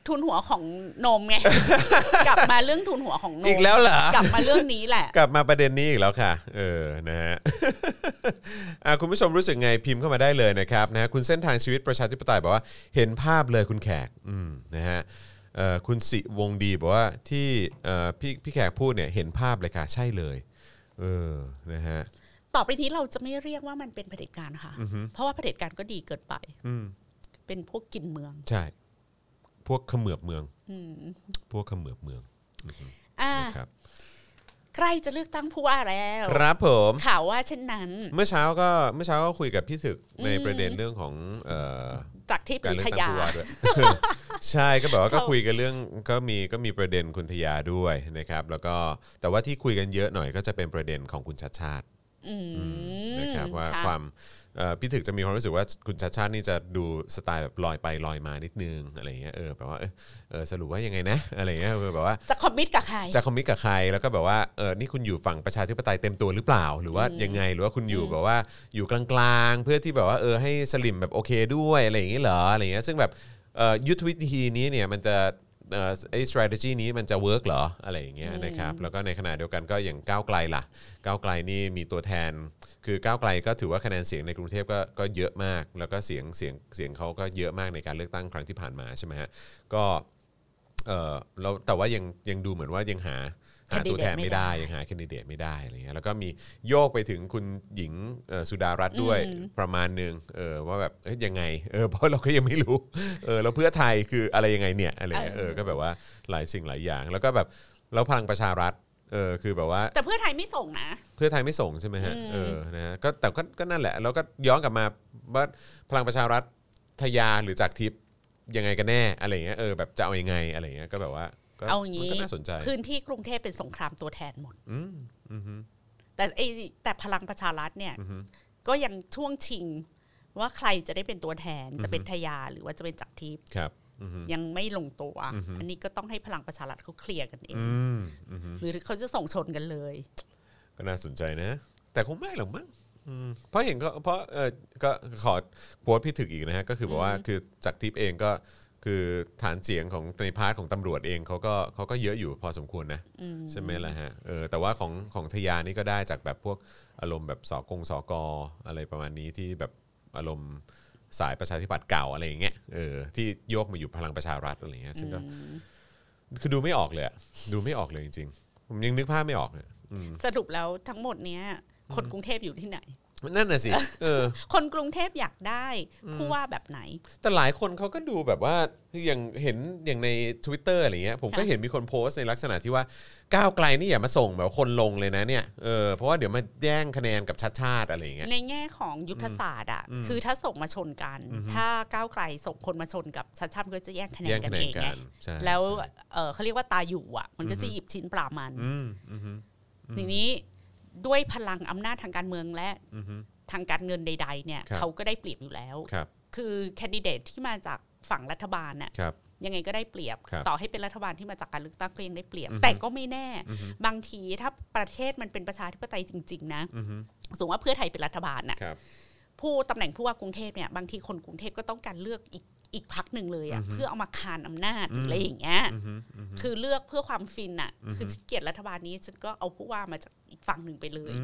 ทุนหัวของนมไง กลับมาเรื่องทุนหัวของนมอีกแล้วเหรอกลับมาเรื่องนี้แหละกลับมาประเด็นนี้อีกแล้วค่ะเออนะฮะ อ่ะคุณผู้ชมรู้สึกไงพิมพ์เข้ามาได้เลยนะครับนะคุณเส้นทางชีวิตประชาธิปไตยบอกว่าเห็นภาพเลยคุณแขกอืมนะฮะเอ่อคุณสิวงดีบอกว่าที่เอ่อพี่พี่แขกพูดเนี่ยเห็นภาพเลยค่ะใช่เลยเออนะฮะต่อไปนี้เราจะไม่เรียกว่ามันเป็นเผด็จการค่ะเพราะว่าเผด็จการก็ดีเกินไปเป็นพวกกินเมืองใช่พวกเขมือบเมืองพวกเขมือบเมืองอ่าใกล้จะเลือกตั้งผู้ว่าแล้วครับผมข่าวว่าเช่นนั้นเมื่อเช้าก็เมื่อเช้าก็คุยกับพี่ศึกในประเด็นเรื่องของเอ่อจากที่เป็นทยาด้วยใช่ก็แบบว่าก็คุยกันเรื่องก็มีก็มีประเด็นคุณทยาด้วยนะครับแล้วก็แต่ว่าที่คุยกันเยอะหน่อยก็จะเป็นประเด็นของคุณชัดชาตินะครับว่าความพี่ถึกจะมีความรู้สึกว่าคุณชัดชาตินี่จะดูสไตล์แบบลอยไปลอยมานิดนึงอะไรเงี้ยเออแบบว่าเออสรุปว่ายังไงนะอะไรเงี้ยแบบว่าจะคอมมิตกับใครจะคอมมิตกับใครแล้วก็แบบว่าเออนี่คุณอยู่ฝั่งประชาธิปไตยเต็มตัวหรือเปล่าหรือว่ายังไงหรือว่าคุณอยู่แบบว่าอยู่กลางๆเพื่อที่แบบว่าเออให้สลิมแบบโอเคด้วยอะไรอย่างเงี้ยเหรออะไรเงี้ยซึ่งแบบยุทธวิธีนี้เนี่ยมันจะเอ่อไอ้ strategy นี้มันจะเวิร์กเหรออะไรอย่างเงี้ยนะครับแล้วก็ในขณะเดียวกันก็อย่างก้าวไกลล่ะก้าวไกลนี่มีตัวแทนคือก้าวไกลก็ถือว่าคะแนนเสียงในกรุงเทพก็ก็เยอะมากแล้วก็เสียงเสียงเสียงเขาก็เยอะมากในการเลือกตั้งครั้งที่ผ่านมาใช่ไหมฮะก็เออแล้วแต่ว่ายังยังดูเหมือนว่ายังหาหาตัวแทนไม่ได้ยังหาแคนดิเดตไม่ได้อะไรเงี้ยแล้วก็มีโยกไปถึงคุณหญิงสุดารัตน์ด้วยประมาณนึงเออว่าแบบเอ้ยยังไงเออเพราะเราก็ยังไม่รู้เออแล้วเพื่อไทยคืออะไรยังไงเนี่ยอะไรเงี้ยเออก็แบบว่าหลายสิ่งหลายอย่างแล้วก็แบบแล้วพลังประชารัฐเออคือแบบว่าแต่เพื่อไทยไม่ส่งนะเพื่อไทยไม่ส่งใช่ไหมฮะเออนะก็แต่ก็ก็นั่นแหละแล้วก็ย้อนกลับมาว่าพลังประชารัฐทยาหรือจากทิพย์ยังไงกันแน่อะไรเงี้ยเออแบบจะเอายังไงอะไรเงี้ยก็แบบว่าเอาอย่างนี้พื้นที่กรุงเทพเป็นสงครามตัวแทนหมดแต่ไอแต่พลังประชารัฐเนี่ยก็ยังช่วงชิงว่าใครจะได้เป็นตัวแทนจะเป็นทยาหรือว่าจะเป็นจักรทิพย์ยังไม่ลงตัวอันนี้ก็ต้องให้พลังประชารัฐเขาเคลียร์กันเองหรือเขาจะส่งชนกันเลยก็น่าสนใจนะแต่คงไม่หรอกมั้งเพราะเห็นก็เพราะเออก็ขอโพสต์พี่ถึกอีกนะฮะก็คือบอกว่าคือจักรทิพย์เองก็คือฐานเสียงของในพาร์ทของตำรวจเองเขาก็เขาก็เยอะอยู่พอสมควรนะใช่ไหมล่ะฮะเออแต่ว่าของของทยานี่ก็ได้จากแบบพวกอารมณ์แบบสกงสกอะไรประมาณนี้ที่แบบอารมณ์สายประชาธิปัตย์เก่าอะไรอย่างเงี้ยเออที่โยกมาอยู่พลังประชารัฐอะไรเงี้ยซึ่งก็คือดูไม่ออกเลยดูไม่ออกเลยจริงๆผมยังนึกภาพไม่ออกเลยสรุปแล้วทั้งหมดเนี้ยคนกรุงเทพอยู่ที่ไหนนั่นน่ะสิเออคนกรุงเทพอยากได้ผู้ว่าแบบไหนแต่หลายคนเขาก็ดูแบบว่าอย่างเห็นอย่างใน Twitter อะไรเงี้ยผมก็เห็นมีคนโพสต์ในลักษณะที่ว่าก้าวไกลนี่อย่ามาส่งแบบคนลงเลยนะเนี่ยเออเพราะว่าเดี๋ยวมาแย่งคะแนนกับชัดชาติอะไรเงี้ยในแง่ของยุทธศาสตร์อ่ะคือถ้าส่งมาชนกันถ้าก้าวไกลส่งคนมาชนกับชัดชาติก็จะแย่งคะแนนกันเองไงแล้วเออเขาเรียกว่าตาอยู่อ่ะมันก็จะหยิบชิ้นปลามันทีนี้ด้วยพลังอำนาจทางการเมืองและทางการเงินใดๆเนี่ยเขาก็ได้เปรียบอยู่แล้วคือแคนดิเดตที่มาจากฝั่งรัฐบาลน่ะยังไงก็ได้เปรียบต่อให้เป็นรัฐบาลที่มาจากการเลือกตั้งก็ยังได้เปรียบแต่ก็ไม่แน่บางทีถ้าประเทศมันเป็นประชาธิปไตยจริงๆนะสมมติว่าเพื่อไทยเป็นรัฐบาลน่ะผู้ตำแหน่งผู้ว่ากรุงเทพเนี่ยบางทีคนกรุงเทพก็ต้องการเลือกอีกอีกพรรคหนึ่งเลยอ่ะเพื่อเอามาคานอำนาจอะไรอย่างเงี้ยคือเลือกเพื่อความฟินอ่ะคือเกลียดรัฐบาลนี้ฉันก็เอาผู้ว่ามาจากอีกฝั่งหนึ่งไปเลย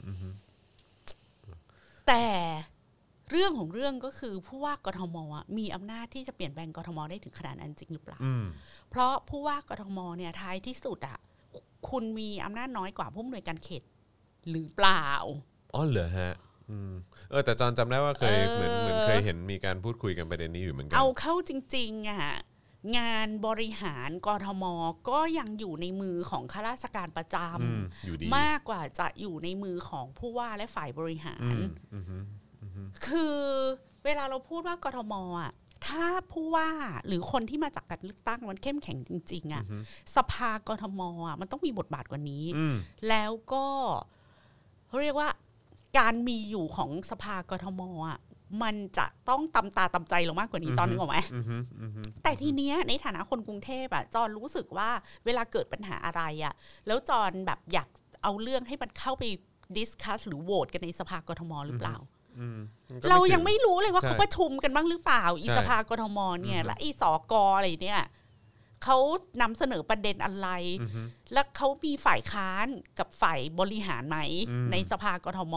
แต่เรื่องของเรื่องก็คือผู้ว่ากทมมีอำนาจที่จะเปลี่ยนแปลงกทมได้ถึงขนาดนั้นจริงหรือเปล่าเพราะผู้ว่ากทมเนี่ยท้ายที่สุดอ่ะคุณมีอำนาจน้อยกว่าผู้อำนวยการเขตหรือเปล่าอ๋อเหรอฮะเออแต่จอนจำได้ว่าเคยเหมือนเหมือนเคยเห็นมีการพูดคุยกันประเด็นนี้อยู่เหมือนกันเอาเข้าจริงๆอ่ะงานบริหารกทมก็ยังอยู่ในมือของข้าราชการประจำมากกว่าจะอยู่ในมือของผู้ว่าและฝ่ายบริหารคือเวลาเราพูดว่ากทมอ่ะถ้าผู้ว่าหรือคนที่มาจากการเลือกตั้งมันเข้มแข็งจริงๆอ่ะสภากทมอ่ะมันต้องมีบทบาทกว่านี้แล้วก็เขาเรียกว่าการมีอยู่ของสภากทมอ่ะมันจะต้องตำตาตำใจเรามากกว่านี้จอนนึกออกไหมแต่ทีเนี้ยในฐานะคนกรุงเทพอ่ะจอนรู้สึกว่าเวลาเกิดปัญหาอะไรอ่ะแล้วจอนแบบอยากเอาเรื่องให้มันเข้าไปดิสคัสหรือโหวตกันในสภากทมหรือเปล่าเรายังไม่รู้เลยว่าเขาประชุมกันบ้างหรือเปล่าอีสภากทมเนี่ยและอีสกอะไรเนี่ยเขานำเสนอประเด็นอะไรและเขามีฝ่ายค้านกับฝ่ายบริหารไหมในสภากทม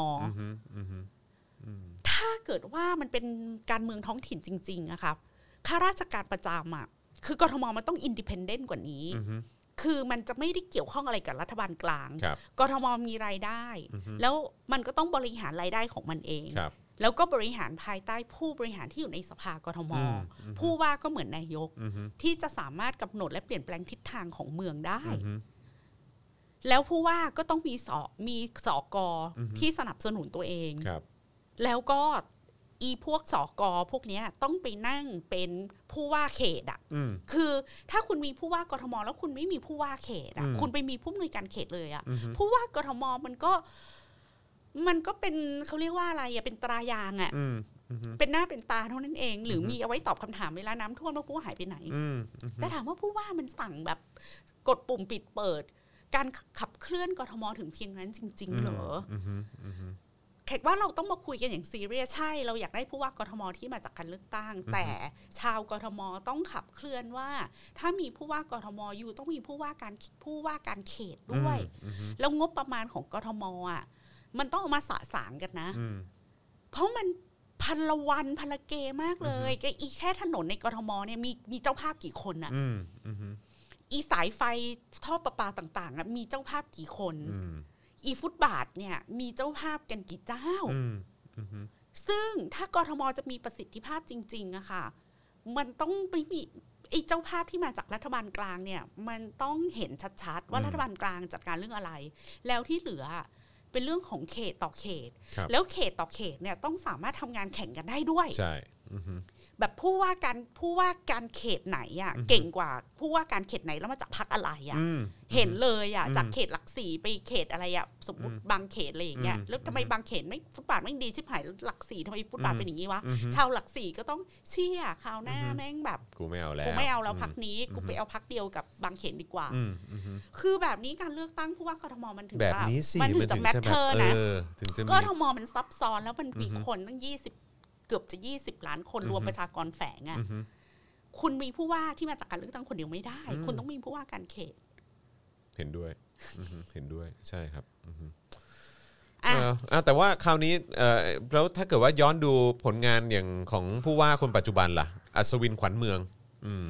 ถ้าเกิดว่ามันเป็นการเมืองท้องถิ่นจริงๆอะครับข้าราชการประจำอะคือกทมมันต้องอินดิเพนเดนต์กว่านี้คือมันจะไม่ได้เกี่ยวข้องอะไรกับรัฐบาลกลางกทมมีรายได้แล้วมันก็ต้องบริหารรายได้ของมันเองแล้วก็บริหารภายใต้ผู้บริหารที่อยู่ในสภากทมผู้ว่าก็เหมือนนายกที่จะสามารถกำหนดและเปลี่ยนแปลงทิศทางของเมืองได้แล้วผู้ว่าก็ต้องมีสมีสกที่สนับสนุนตัวเองแล้วก็อีพวกสกพวกนี้ต้องไปนั่งเป็นผู้ว่าเขตอ่ะคือถ้าคุณมีผู้ว่ากทมแล้วคุณไม่มีผู้ว่าเขตอ่ะคุณไปมีผู้อำนวยการเขตเลยอ่ะผู้ว่ากทมมันก็มันก็เป็นเขาเรียกว่าอะไรอ่ะเป็นตรายางอ่ะเป็นหน้าเป็นตาเท่านั้นเองหรือมีเอาไว้ตอบคำถามเวลาน้ำท่วมว่าผู้ว่าหายไปไหนแต่ถามว่าผู้ว่ามันสั่งแบบกดปุ่มปิดเปิดการขับเคลื่อนกทมถึงเพียงนั้นจริงๆเหรอแขกว่าเราต้องมาคุยกันอย่างซีเรียสใช่เราอยากได้ผู้ว่ากทมที่มาจากการเลือกตั้งแต่ชาวกทมต้องขับเคลื่อนว่าถ้ามีผู้ว่ากทมอยู่ต้องมีผู้ว่าการผู้ว่าการเขตด้วยแล้วงบประมาณของกทมอ่ะมันต้องเอามาสะสางกันนะเพราะมันพันละวันพันละเกมากเลยก็อีแค่ถนนในกทมเนี่ยมีมีเจ้าภาพกี่คนอ่ะอีสายไฟท่อประปาต่างๆอ่ะมีเจ้าภาพกี่คนอีฟุตบาทเนี่ยมีเจ้าภาพกันกี่เจ้าซึ่งถ้ากทมจะมีประสิทธิภาพจริงๆอะค่ะมันต้องไม่มีไอ้เจ้าภาพที่มาจากรัฐบาลกลางเนี่ยมันต้องเห็นชัดๆว่ารัฐบาลกลางจัดการเรื่องอะไรแล้วที่เหลือเป็นเรื่องของเขตต่อเขตแล้วเขตต่อเขตเนี่ยต้องสามารถทำงานแข่งกันได้ด้วยใช่แบบผู้ว่าการผู้ว่าการเขตไหนอ่ะเก่งกว่าผู้ว่าการเขตไหนแล้วมาจากพรรคอะไรอ่ะเห็นเลยอ่ะจากเขตหลักสี่ไปเขตอะไรอ่ะสมมติบางเขตอะไรอย่างเงี้ยแล้วทำไมบางเขตไม่ฟุตบาทไม่ดีชิบหายหลักสี่ทำไมฟุตบาทเป็นอย่างงี้วะชาวหลักสี่ก็ต้องเชี่ยคราวหน้าแม่งแบบกูไม่เอาแล้วกูไม่เอาแล้วพรรคนี้กูไปเอาพรรคเดียวกับบางเขตดีกว่าคือแบบนี้การเลือกตั้งผู้ว่ากทมมันถึงจะมันถึงจะแมทเทอร์นะกทมมันซับซ้อนแล้วมันมีคนตั้งยี่สิบเกือบจะยี่สิบล้านคนรวมประชากรแฝงอ่ะคุณมีผู้ว่าที่มาจากการเลือกตั้งคนเดียวไม่ได้คุณต้องมีผู้ว่าการเขตเห็นด้วยเห็นด้วยใช่ครับอ่าแต่ว่าคราวนี้แล้วถ้าเกิดว่าย้อนดูผลงานอย่างของผู้ว่าคนปัจจุบันล่ะอัศวินขวัญเมืองอืม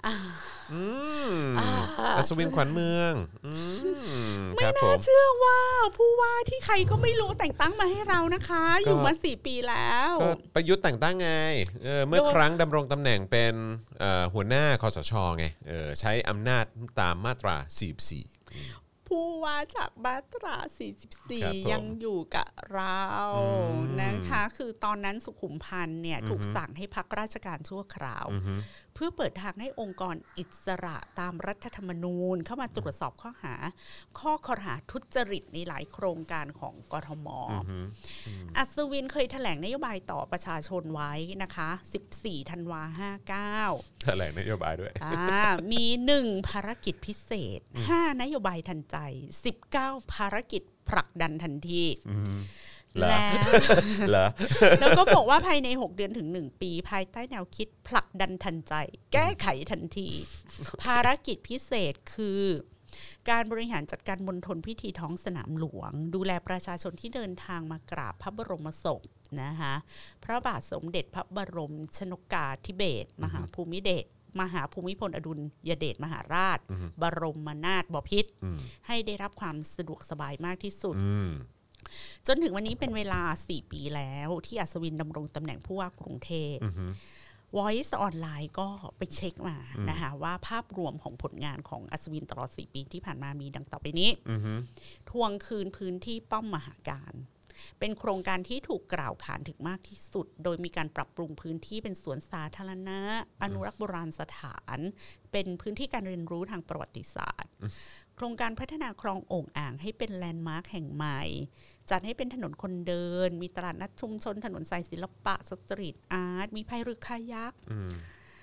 อัศวินขวัญเมืองไม่น่าเชื่อว่าผู้ว่าที่ใครก็ไม่รู้แต่งตั้งมาให้เรานะคะอยู่มาสี่ปีแล้วประยุทธ์แต่งตั้งไงเมื่อครั้งดำรงตำแหน่งเป็นหัวหน้าคสชไงใช้อำนาจตามมาตราสี่สิบสี่ผู้ว่าจากมาตราสี่สิบสี่ยังอยู่กับเรานะคะคือตอนนั้นสุขุมพันธ์เนี่ยถูกสั่งให้พักราชการชั่วคราวเพื่อเปิดทางให้องค์กรอิสระตามรัฐธรรมนูญเข้ามาตรวจสอบข้อหาข้อคอรหาทุจริตในหลายโครงการของกทม.อัศวินเคยแถลงนโยบายต่อประชาชนไว้นะคะสิบสี่ธันวาห้าสิบเก้าแถลงนโยบายด้วยมีหนึ่งภารกิจพิเศษห้านโยบายทันใจสิบเก้าภารกิจผลักดันทันทีแล้วแล้วก็บอกว่าภายในหกเดือนถึงหนึ่งปีภายใต้แนวคิดผลักดันทันใจแก้ไขทันทีภารกิจพิเศษคือการบริหารจัดการมณฑลพิธีท้องสนามหลวงดูแลประชาชนที่เดินทางมากราบพระบรมศพนะคะพระบาทสมเด็จพระบรมชนกาธิเบศรมหาภูมิเดชมหาภูมิพลอดุลยเดชมหาราชบรมนาถบพิตรให้ได้รับความสะดวกสบายมากที่สุดจนถึงวันนี้เป็นเวลาสี่ปีแล้วที่อัศวินดำรงตำแหน่งผู้ว่ากรุงเทพ Voice ออนไลน์ก็ไปเช็คมานะคะว่าภาพรวมของผลงานของอัศวินตลอดสี่ปีที่ผ่านมามีดังต่อไปนี้ทวงคืนพื้นที่ป้อมมหาการเป็นโครงการที่ถูกกล่าวขานถึงมากที่สุดโดยมีการปรับปรุงพื้นที่เป็นสวนสาธารณะอนุรักษ์โบราณสถานเป็นพื้นที่การเรียนรู้ทางประวัติศาสตร์โครงการพัฒนาคลองโอ่งอ่างให้เป็นแลนด์มาร์คแห่งใหม่จัดให้เป็นถนนคนเดินมีตลาดนัดชุมชนถนนสายศิลปะสตรีทอาร์ตมีพายเรือคายัก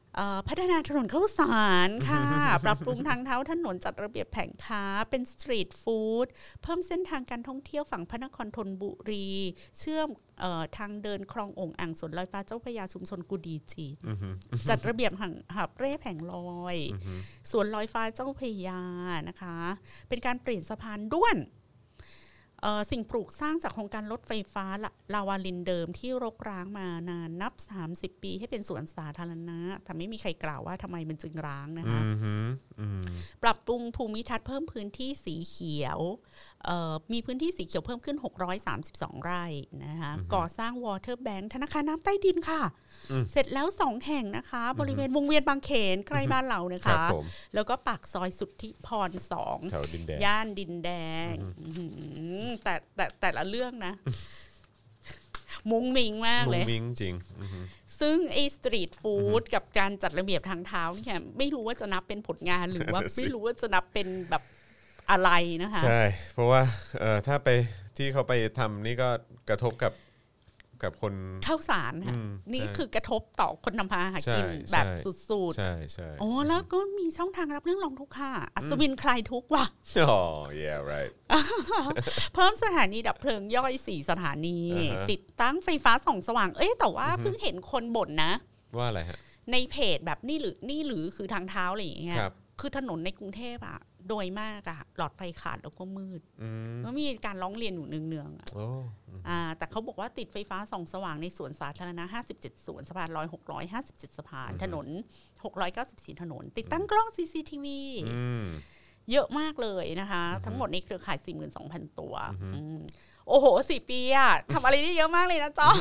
พัฒนาถนนข้าวสารค่ะ ปรับปรุงทางเท้าถนนจัดระเบียบแผงค้าเป็นสตรีทฟู้ดเพิ่มเส้นทางการท่องเที่ยวฝั่งพระนครธนบุรีเชื่อมเอ่อทางเดินคลององอ่างสวนลอยฟ้าเจ้าพระยาชุมชนกุดีจีน จัดระเบียบหับเร่แผงลอยสวนลอยฟ้าเจ้าพระยานะคะเป็นการเปลี่ยนสะพานด้วนสิ่งปลูกสร้างจากโครงการรถไฟฟ้าลาวาลินเดิมที่รกร้างมานานนับสามสิบปีให้เป็นสวนสาธารณะแต่ไม่มีใครกล่าวว่าทำไมมันจึงร้างนะคะปรับปรุงภูมิทัศน์เพิ่มพื้นที่สีเขียวมีพื้นที่สีเขียวเพิ่มขึ้นหกร้อยสามสิบสองไร่นะคะก่อสร้างวอเตอร์แบงค์ธนาคารน้ำใต้ดินค่ะเสร็จแล้วสองแห่งนะคะบริเวณวงเวียนบางเขนใกล้บ้านเรานะคะแล้วก็ปากซอยสุทธิพรสองย่านดินแดงแต่แต่แต่ละเรื่องนะ มุ้งมิงมากเลยมุ้งมิงจริงซึ่งไอ้สตรีทฟู้ดกับการจัดระเบียบทางเท้าเนี่ยไม่รู้ว่าจะนับเป็นผลงานหรือว่าไม่รู้ว่าจะนับเป็นแบบอะไรนะคะใช่เพราะว่าเอ่อถ้าไปที่เขาไปทำนี่ก็กระทบกับกับคนข้าวสารค่ะนี่คือกระทบต่อคนนำพาหากินแบบสุดๆใช่ใช่โอ้แล้วก็มีช่องทางรับเรื่องร้องทุกข์ค่ะอัศวินคลายทุกข์ว่ะอ๋อ yeah right เพิ่มสถานีดับเพลิงย่อยสี่สถานีติดตั้งไฟฟ้าส่องสว่างเอ้ยแต่ว่าเพิ่งเห็นคนบ่นนะว่าอะไรฮะในเพจแบบนี่หรือนี่หรือคือทางเท้าอะไรอย่างเงี้ยคือถนนในกรุงเทพอะโดยมากอะหลอดไฟขาดแล้วก็มืดก็มีการร้องเรียนอยู่เนืองๆอะอ่าแต่เขาบอกว่าติดไฟฟ้าส่องสว่างในสวนสาธารณะห้าสิบเจ็ดสวนสะพานลอยหกร้อยห้าสิบเจ็ดสะพานถนนหกร้อยเก้าสิบสี่ถนนติดตั้งกล้อง ซี ซี ที วี เยอะมากเลยนะคะทั้งหมดในเครือข่าย สี่หมื่นสองพัน ตัวโอ้โหสี่ปีอะทำอะไรได้เยอะมากเลยนะจอ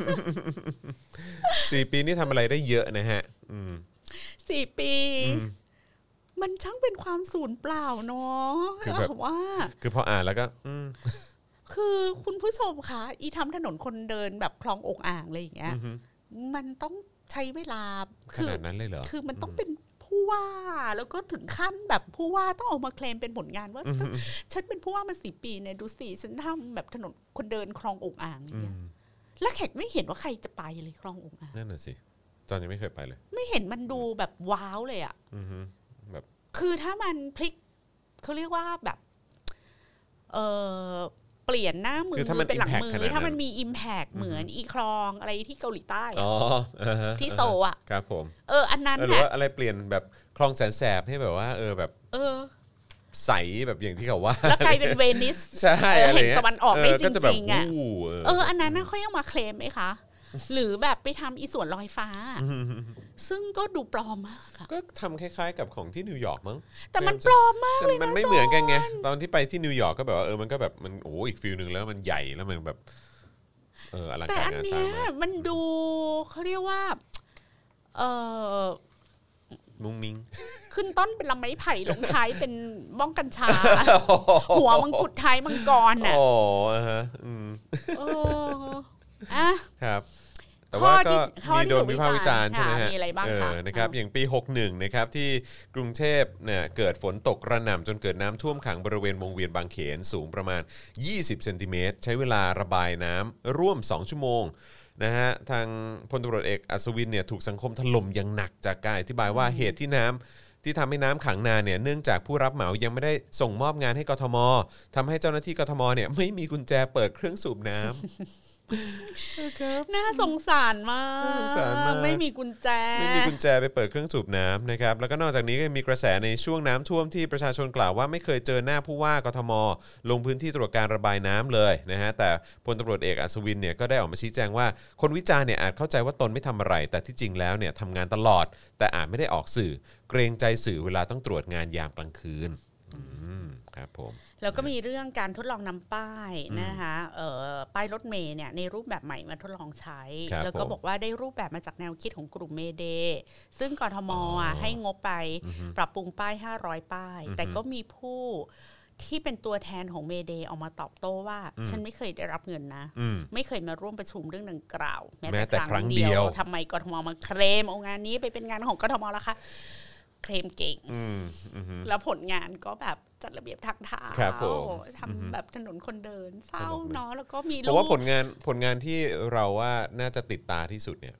สี่ปีนี่ทำอะไรได้เยอะนะฮะสี่ปีมันช่างเป็นความสูญเปล่าเนาะคือแบบว่าคือพออ่านแล้วก็คือคุณผู้ชมคะอีทำถนนคนเดินแบบคลองอกอ่างอะไรอย่างเงี้ยมันต้องใช้เวลาขนาดนั้นเลยเหรอคือมันต้องเป็นผู้ว่าแล้วก็ถึงขั้นแบบผู้ว่าต้องออกมาเคลมเป็นผลงานว่าฉันเป็นผู้ว่ามาสี่ปีเนี่ยดูสิฉันทำแบบถนนคนเดินคลองอกอ่างอย่างเงี้ยแล้วแขกไม่เห็นว่าใครจะไปเลยคลองอกอ่างนั่นน่ะสิจอนยังไม่เคยไปเลยไม่เห็นมันดูแบบว้าวเลยอ่ะแบบคือถ้ามันพลิกเขาเรียกว่าแบบเออเปลี่ยนหน้ามือเป็นหลังมือถ้ามันมี impact เหมือนอีคลองอะไรที่เกาหลีใต้อ๋อที่โซอ่ะครับผมเอออันนั้นหรือว่าอะไรเปลี่ยนแบบคลองแสนแสบให้แบบว่าเออแบบเออใสแบบอย่างที่เขาว่าแล้วกลายเป็นเวนิสใช่เห็นตะวันออกได้จริงๆอ่ะเอออันนั้นน่ะเขายังมาเคลมไหมคะหรือแบบไปทำอีส่วนลอยฟ้าซึ่งก็ดูปลอมมากก็ทำคล้ายๆกับของที่นิวยอร์กมั้งแต่มันปลอมมากเลยนะมันไม่เหมือนกันไงตอนที่ไปที่นิวยอร์กก็แบบว่าเออมันก็แบบมันโอ้อีกฟิลนึงแล้วมันใหญ่แล้วมันแบบเอออลังการงานสร้างมากมันดูเขาเรียกว่าเออมุ้งมิ้งขึ้นต้นเป็นลำไม้ไผ่ลงท้ายเป็นบ้องกัญชาหัวมังกรท้ายมังกรน่ะโอ้ฮะอืมเอออ่ะครับแต่ว่าก็มีโดนวิพากษ์วิจารณ์ใช่ไหมฮะมีอะไรบ้างคะนะครับอย่างปีหกสิบเอ็ดนะครับที่กรุงเทพเนี่ยเกิดฝนตกกระหน่ำจนเกิดน้ำท่วมขังบริเวณวงเวียนบางเขนสูงประมาณยี่สิบเซนติเมตรใช้เวลาระบายน้ำร่วมสองชั่วโมงนะฮะทางพลตำรวจเอกอัศวินเนี่ยถูกสังคมถล่มอย่างหนักจากการอธิบายว่าเหตุที่น้ำที่ทำให้น้ำขังนานเนี่ยเนื่องจากผู้รับเหมายังไม่ได้ส่งมอบงานให้กทมทำให้เจ้าหน้าที่กทมเนี่ยไม่มีกุญแจเปิดเครื่องสูบน้ำน่าสงสารมากไม่มีกุญแจไม่มีกุญแจไปเปิดเครื่องสูบน้ำนะครับแล้วก็นอกจากนี้ก็มีกระแสในช่วงน้ำท่วมที่ประชาชนกล่าวว่าไม่เคยเจอหน้าผู้ว่ากทมลงพื้นที่ตรวจการระบายน้ำเลยนะฮะแต่พลตำรวจเอกอัศวินเนี่ยก็ได้ออกมาชี้แจงว่าคนวิจารณ์เนี่ยอาจเข้าใจว่าตนไม่ทำอะไรแต่ที่จริงแล้วเนี่ยทำงานตลอดแต่อาจไม่ได้ออกสื่อเกรงใจสื่อเวลาต้องตรวจงานยามกลางคืนครับผมแล้วก็มีเรื่องการทดลองนำป้ายนะคะป้ายรถเมล์เนี่ยในรูปแบบใหม่มาทดลองใช้แล้วก็บอกว่าได้รูปแบบมาจากแนวคิดของกลุ่มเมเดซึ่งกทมอ่ะให้งบไปปรับปรุงป้ายห้าร้อยป้ายแต่ก็มีผู้ที่เป็นตัวแทนของเมเดออกมาตอบโต้ว่าฉันไม่เคยได้รับเงินนะไม่เคยมาร่วมประชุมเรื่องดังกล่าวแม้แต่ครั้งเดียวทำไมกทมมาเคลมเอางานนี้ไปเป็นงานของกทมล่ะคะเคลมเก่งแล้วผลงานก็แบบจัดระเบียบทางเท้าทำแบบถนนคนเดินเศร้าเนาะแล้วก็มีเพราะว่าผลงานผลงานที่เราว่าน่าจะติดตาที่สุดเนี่ย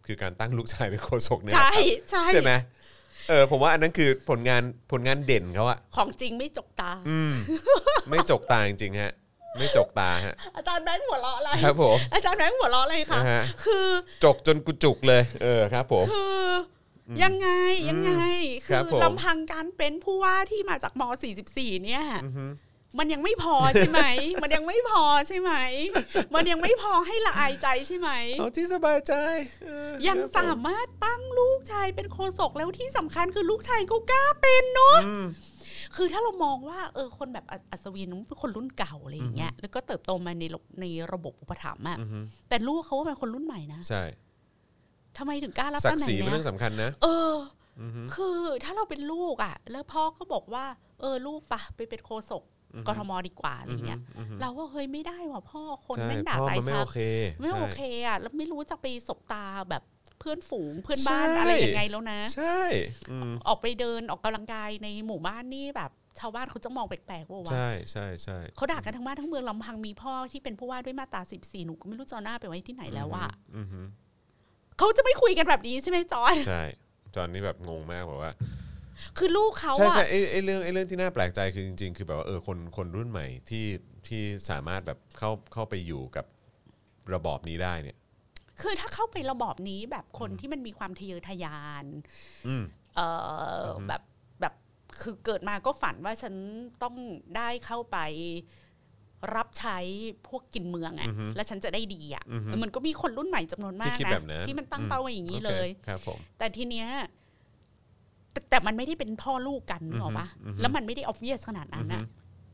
คือการตั้งลูกชายเป็นโฆษกเนี่ยใช่ใช่ใช่ไหมเออผมว่าอันนั้นคือผลงานผลงานเด่นเขาอะของจริงไม่จกตาอืมไม่จกตาจริงๆฮะไม่จกตาฮะอาจารย์แบงค์หัวเราะอะไรครับผมอาจารย์แบงค์หัวเราะอะไรคะนะฮะคือจกจนกูจุกเลยเออครับผมคือยังไงยังไงครัคืบอผมลำพังการเป็นผู้ว่าที่มาจากม สี่สิบสี่เนี่ยอือฮึมันยังไม่พอใช่ไหม มันยังไม่พอใช่ไหม มันยังไม่พอให้ละอายใจใช่ไหมเอาที่สบายใจเออยังครับผมสามารถตั้งลูกชายเป็นโฆษกแล้วที่สำคัญคือลูกชายก็กล้าเป็นเนาะอืมคือถ้าเรามองว่าเออคนแบบอัศวินเป็นคนรุ่นเก่าอะไรอย่างเงี้ยแล้วก็เติบโตมาในระในระบบอุปถัมภ์อะอือฮึแต่ลูกเขาเป็นคนรุ่นใหม่นะใช่ทำไมถึงกล้ารับศักตำแหดิ์น่งศรีเป็นเนี้เรื่อย งสำคัญนะเอออือฮึคือถ้าเราเป็นลูกอ่ะ แล้วพ่อก็บอกว่า เออลูกปะไปเป็นโฆษกกทมดีกว่าอะไรเงี้ยอือฮึเราว่าเฮ้ยไม่ได้ว่ะพ่อคนใช่แม่งด่าพ่อตายมันไม่ชัโอก เคไม่โอใช่เคอ่ะแล้วไม่รู้จะไปสบตาแบบเพื่อนฝูงเพื่อนบ้านใช่อะไรยังไงแล้วนะใช่อืมออกไปเดินออกกำลังกายในหมู่บ้านนี่แบบชาวบ้านเขาจะมองแปลกๆว่าวะใช่ใช่ใช่เขาด่ากันทั้งบ้านทั้งเมืองลำพังมีพ่อที่เป็นผู้ว่าด้วยมาตราสิบสี่หนูก็ไม่รู้จะเอาหน้าไปไว้ที่ไหนแล้วว่าอือฮึเขาจะไม่คุยกันแบบนี้ใช่ไหมจอนใช่ตอนนี้แบบงงมากแบบว่าคือลูกเขาใช่อะใช่ไอ้ไอ้เรื่องไอ้เรื่องที่น่าแปลกใจคือจริงๆคือแบบว่าเออคนคนรุ่นใหม่ที่ที่สามารถแบบเข้าเข้าไปอยู่กับระบอบนี้ได้เนี่ยคือถ้าเข้าไประบอบนี้แบบคนที่มันมีความทะเยอทะยานอืมเออแบบแบบคือเกิดมาก็ฝันว่าฉันต้องได้เข้าไปรับใช้พวกกินเมืองอะอือฮึแล้วฉันจะได้ดีอะอือฮึมันก็มีคนรุ่นใหม่จำนวนมากที่คิดนะแบบนั้นที่มันตั้งเป้าไว้อย่างนี้โอคเลยครับผมแต่ทีเนี้ยแต่แต่มันไม่ได้เป็นพ่อลูกกันนึกออกปะอือฮึแล้วมันไม่ได้ออฟเวียสขนาดนั้นอือฮึอะ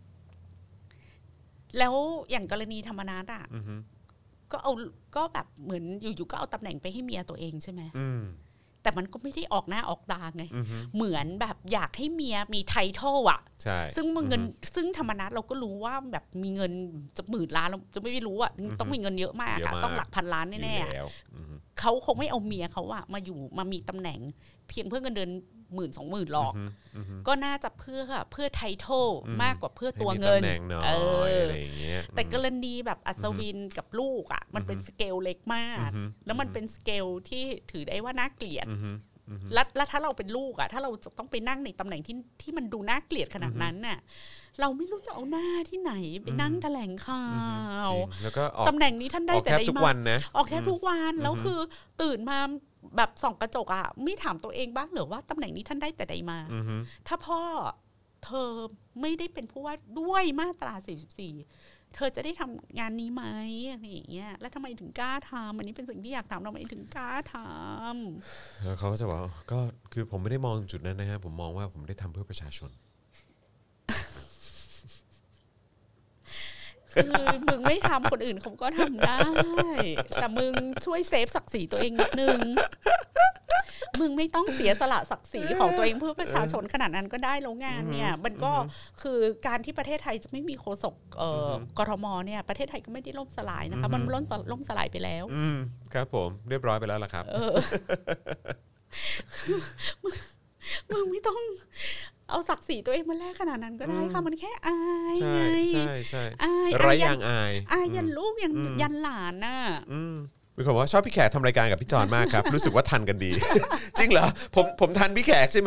แล้วอย่างกรณีธรรมนัสอะอือฮึก็เอาก็แบบเหมือนอยู่ๆก็เอาตำแหน่งไปให้เมียตัวเองใช่ไหมอืมแต่มันก็ไม่ได้ออกหน้าออกตาไงอือฮึเหมือนแบบอยากให้เมียมีไททอลอะใช่ซึ่งเงินซึ่งธรรมนัสเราก็รู้ว่าแบบมีเงินจะหมื่นล้านเราจะไม่รู้อะต้องมีเงินเยอะมากอะต้องหลักพันล้านอยู่แน่ๆอะแล้วอือฮึเขาคงไม่เอาเมียเขาอะมาอยู่มามีตำแหน่ง เพียงเพื่อเงินเดือนหมื่นสองหมื่นหรอกอือฮึอือฮึก็น่าจะเพื่อเพื่อไททอลอืมมากกว่าเพื่อตัวให้มีเงินตำแหน่งหน่อยเอออะไรอย่างเงี้ยแต่กรณีแบบอัศวินกับลูกอ่ะมันเป็นสเกลเล็กมากอือฮึแล้วมันเป็นสเกลที่ถือได้ว่าน่าเกลียดอือฮึอือฮึแล้วแล้วถ้าเราเป็นลูกอ่ะถ้าเราจะต้องไปนั่งในตำแหน่งที่ที่มันดูน่าเกลียดขนาดนั้นน่ะเราไม่รู้จะเอาหน้าที่ไหนไปนั่งแถลงข่าวจริงแล้วก็ออกตำแหน่งนี้ท่านได้ออกแต่แทบใดทุกมาวันนะออกแทบทุกวันแล้วคือตื่นมาแบบส่องกระจกอ่ะไม่ถามตัวเองบ้างเหรอว่าตำแหน่งนี้ท่านได้แต่ใดมาอือฮึถ้าพ่อเธอไม่ได้เป็นผู้ว่าด้วยมาตราสี่สิบสี่เธอจะได้ทำงานนี้ไหมอะไรอย่างเงี้ยแล้วทำไมถึงกล้าทำอันนี้เป็นสิ่งที่อยากทำทำไมถึงกล้าทำแล้วเขาก็จะบอกว่าก็คือผมไม่ได้มองจุดนั้นนะครับผมมองว่าผมได้ทำเพื่อประชาชนคือมึงไม่ทำคนอื่นเขาก็ทำได้ แต่มึงช่วยเซฟศักดิ์ศรีตัวเองนิดนึง มึงไม่ต้องเสียสละศักดิ์ศรีของตัวเองเพื่อประชาชนขนาดนั้นก็ได้แล้วงานเนี่ย มันก็คือการที่ประเทศไทยจะไม่มีโฆษกเอ่อกทมเนี่ยประเทศไทยก็ไม่ได้ล่มสลายนะคะมันล่มล่มสลายไปแล้วอืมครับผมเรียบร้อยไปแล้วล่ะครับเออ มึงมึงไม่ต้องเอาศักดิ์ศรีตัวเองมาแลกขนาดนั้นก็ได้ค่ะมันแค่อายใช่ไงใช่ใช่อายไรอายอย่างอายอายยันลูกยันยันหลานน่ะอืมมีคนบอกว่าชอบพี่แขกทำรายการกับพี่จอนมากครับ รู้สึกว่าทันกันดี จริงเหรอผมผมทันพี่แขกใช่ไหม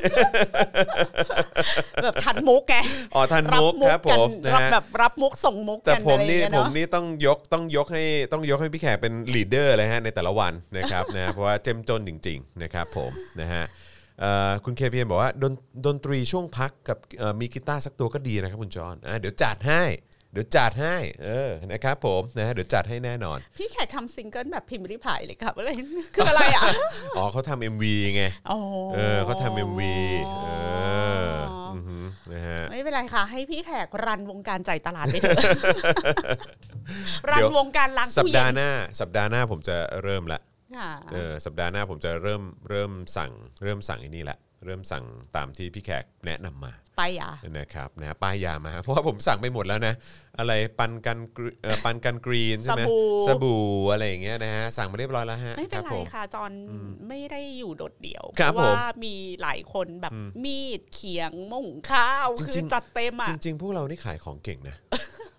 แบบทันมุกแกอ๋อทันมุกครับผมนะรับฮะแบบรับมุกส่งมุกแต่กันผมอะไรนี่อย่างผเงี้ยมเนาะนี่ต้องยกต้องยกให้ต้องยกให้พี่แขกเป็นลีดเดอร์เลยฮะในแต่ละวันนะครับ นะเพราะว่าเจ้มจนจริงๆนะครับผมนะฮะเอ่อคุณเคพีบอกว่าดนดนตรีช่วงพักกับเอ่อมีกีตาร์สักตัวก็ดีนะครับคุณจอนอ่ะเดี๋ยวจัดให้เดี๋ยวจัดให้เออนะครับผมนะฮะเดี๋ยวจัดให้แน่นอนพี่แขกทำซิงเกิลแบบพิมพ์ริพายเลยครับอะไรคืออะไรอ่ะอ๋อเขาทำ เอ็ม วี ไงอ๋อเออเขาทำ เอ็ม วี เอออือหือนะฮะไม่เป็นไรค่ะให้พี่แขกรันวงการจ่ายตลาดไปเถอะ รันวงการล้างสัปตู้เย็ดาห์หน้าสัปดาห์หน้าผมจะเริ่มละค่ะเออสัปดาห์หน้าผมจะเริ่มเริ่มสั่งเริ่มสั่งไอ้นี่แหละเริ่มสั่งตามที่พี่แขกแนะนำมาไปอ่ะนะครับนะป้ายยามาเพราะว่าผมสั่งไปหมดแล้วนะอะไรปันกันกรีเอ่อปันกันกรีนใช่ไหมสบู่สบู่อะไรอย่างเงี้ยนะฮะสั่งมาเรียบร้อยแล้วฮะไม่เป็นคไรบผมค่ะจอนไม่ได้อยู่โดดเดี่ยวครับเพราะว่าผมมีหลายคนแบบมีดเขียงหม้อหุงข้าวจริงๆคือจัดเต็มอ่ะจริง ๆ พวกเรานี่ขายของเก่งนะ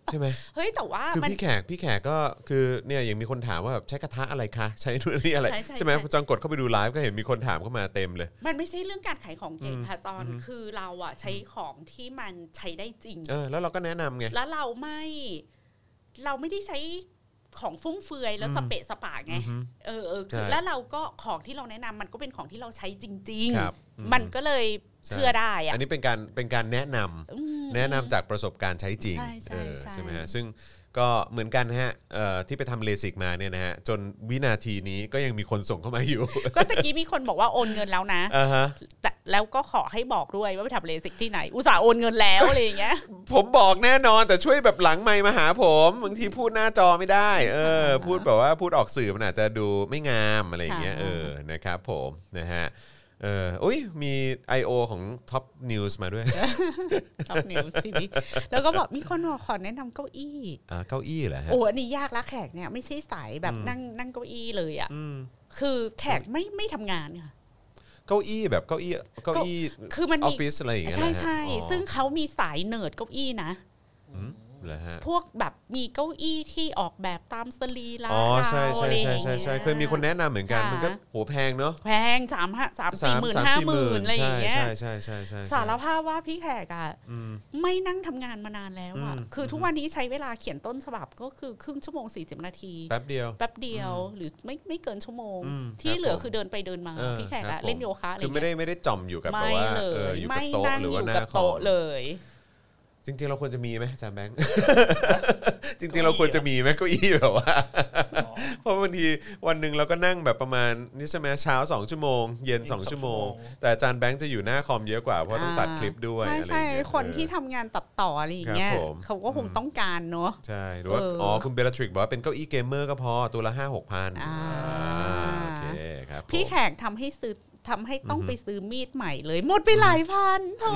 ใช่ไหมเฮ้ยแต่ว่าคือมันพี่แขกพี่แขกก็คือเนี่ยยังมีคนถามว่าแบบใช้กระทะอะไรคะใช้นู่นนี่อะไรใช่ใช่ใช่ไหมใช่จอนกดเข้าไปดูไลฟ์ก็เห็นมีคนถามเข้ามาเต็มเลยมันไม่ใช่เรื่องการขายของเก่งค่ะจอนคือเราอะใช้ของที่มันใช้ได้จริงเออแล้วเราก็แนะนำไงแล้วเราไม่เราไม่ได้ใช้ของฟุ่มเฟือยแล้วสเปะสปะไงเออเออคือใช่แล้วเราก็ของที่เราแนะนำมันก็เป็นของที่เราใช้จริงครับอืมๆ มันก็เลยเชื่อได้อะอันนี้เป็นการเป็นการแนะนำอืมแนะนำจากประสบการณ์ใช้จริงใช่ใช่เออใช่ใช่ไหมฮะซึ่งก็เหมือนกันฮะเอ่อที่ไปทำเลสิกมาเนี่ยนะฮะจนวินาทีนี้ก็ยังมีคนส่งเข้ามาอยู่ก็ตะกี้มีคนบอกว่าโอนเงินแล้วนะอ่าฮะแต่แล้วก็ขอให้บอกด้วยว่าไปทำเลสิกที่ไหน อุตส่าห์โอนเงินแล้วอะไรอย่างเงี้ยผมบอกแน่นอนแต่ช่วยแบบหลังไมค์มาหาผมบางทีพูดหน้าจอไม่ได้เออพูดแบบว่าพูดออกสื่อมันอาจจะดูไม่งามอะไรอย่างเงี้ยค่ะเออนะครับผมนะฮะเอออุ้ยมี ไอ โอ ของ Top News มาด้วยท็อปนิวส์ทีนี้แล้วก็บอกมีคนบอกขอแนะนำเก้าอี้อ่าเก้าอี้เหรอฮะโอ้อันนี้ยากละแขกเนี่ยไม่ใช่สายแบบนั่งนั่งเก้าอี้เลยอ่ะอืมคือแขกไม่ไม่ทำงานค่ะเก้าอี้แบบเก้าอี้เก้าอี้คือมันออมีฟฟิศอะไรอย่างเงี้ยใช่นะฮะใช่อ๋อซึ่งเขามีสายเนิร์ดเก้าอี้นะอืมเหรอฮะพวกแบบมีเก้าอี้ที่ออกแบบตามสรีระอ๋อใช่เราใช่อะไรอใช่ย่างใช่เงี้ยใช่เคยมีคนแนะนำเหมือนกันค่ะมันก็โหแพงเนาะแพงสามห้าสามสี่หมื่นห้าหมื่นอะไรอย่างเงี้ยใช่ใช่ใช่ใช่สารภาพว่าพี่แขกอ่ะอืมไม่นั่งทำงานมานานแล้วอ่ะอืมคือทุกวันนี้ใช้เวลาเขียนต้นฉบับก็คือครึ่งชั่วโมงสี่สิบนาทีแป๊บเดียวแป๊บเดียวหรือไม่ไม่เกินชั่วโมงอืมที่ครับเหลือผมคือเดินไปเดินมาเออพี่แขกครัอะบผมเล่นโยคะอะไรคือไม่ได้เงี้ยไม่ได้จอมอยู่กับแบบไม่ว่าเลเออย อยู่กับไม่โต๊ะนั่งหรืออว่ายู่หน้ากับคอโต๊ะมเลยจริงๆ เราควรจะมีไหมอาจารย์แบงค์ จริงๆ เราควรจะมีไหมเก้าอี้แบบว่า เพราะบางทีวันหนึ่งเราก็นั่งแบบประมาณนี่ใช่ไหมเช้าสองชั่วโมงเย็นสองชั่วโมง แต่อาจารย์แบงค์จะอยู่หน้าคอมเยอะกว่าเพราะต้องตัดคลิปด้วยใช่อะไรอใช่ย่างเงี้ยคนที่เออทำงานตัดต่ออะไรอย่างเงี้ยครับผมเขาก็คงต้องการเนาะใช่หรือว่าเอออ๋อ๋อคุณเบลทริกบอกว่าเป็นเก้าอี้เกมเมอร์ก็พอตัวละห้าหกพันอ่าโอเคครับผมพี่แขกทำให้ซื้อทำให้ต้องไปซื้อมีดใหม่เลย หมดไปหลายพันโธ่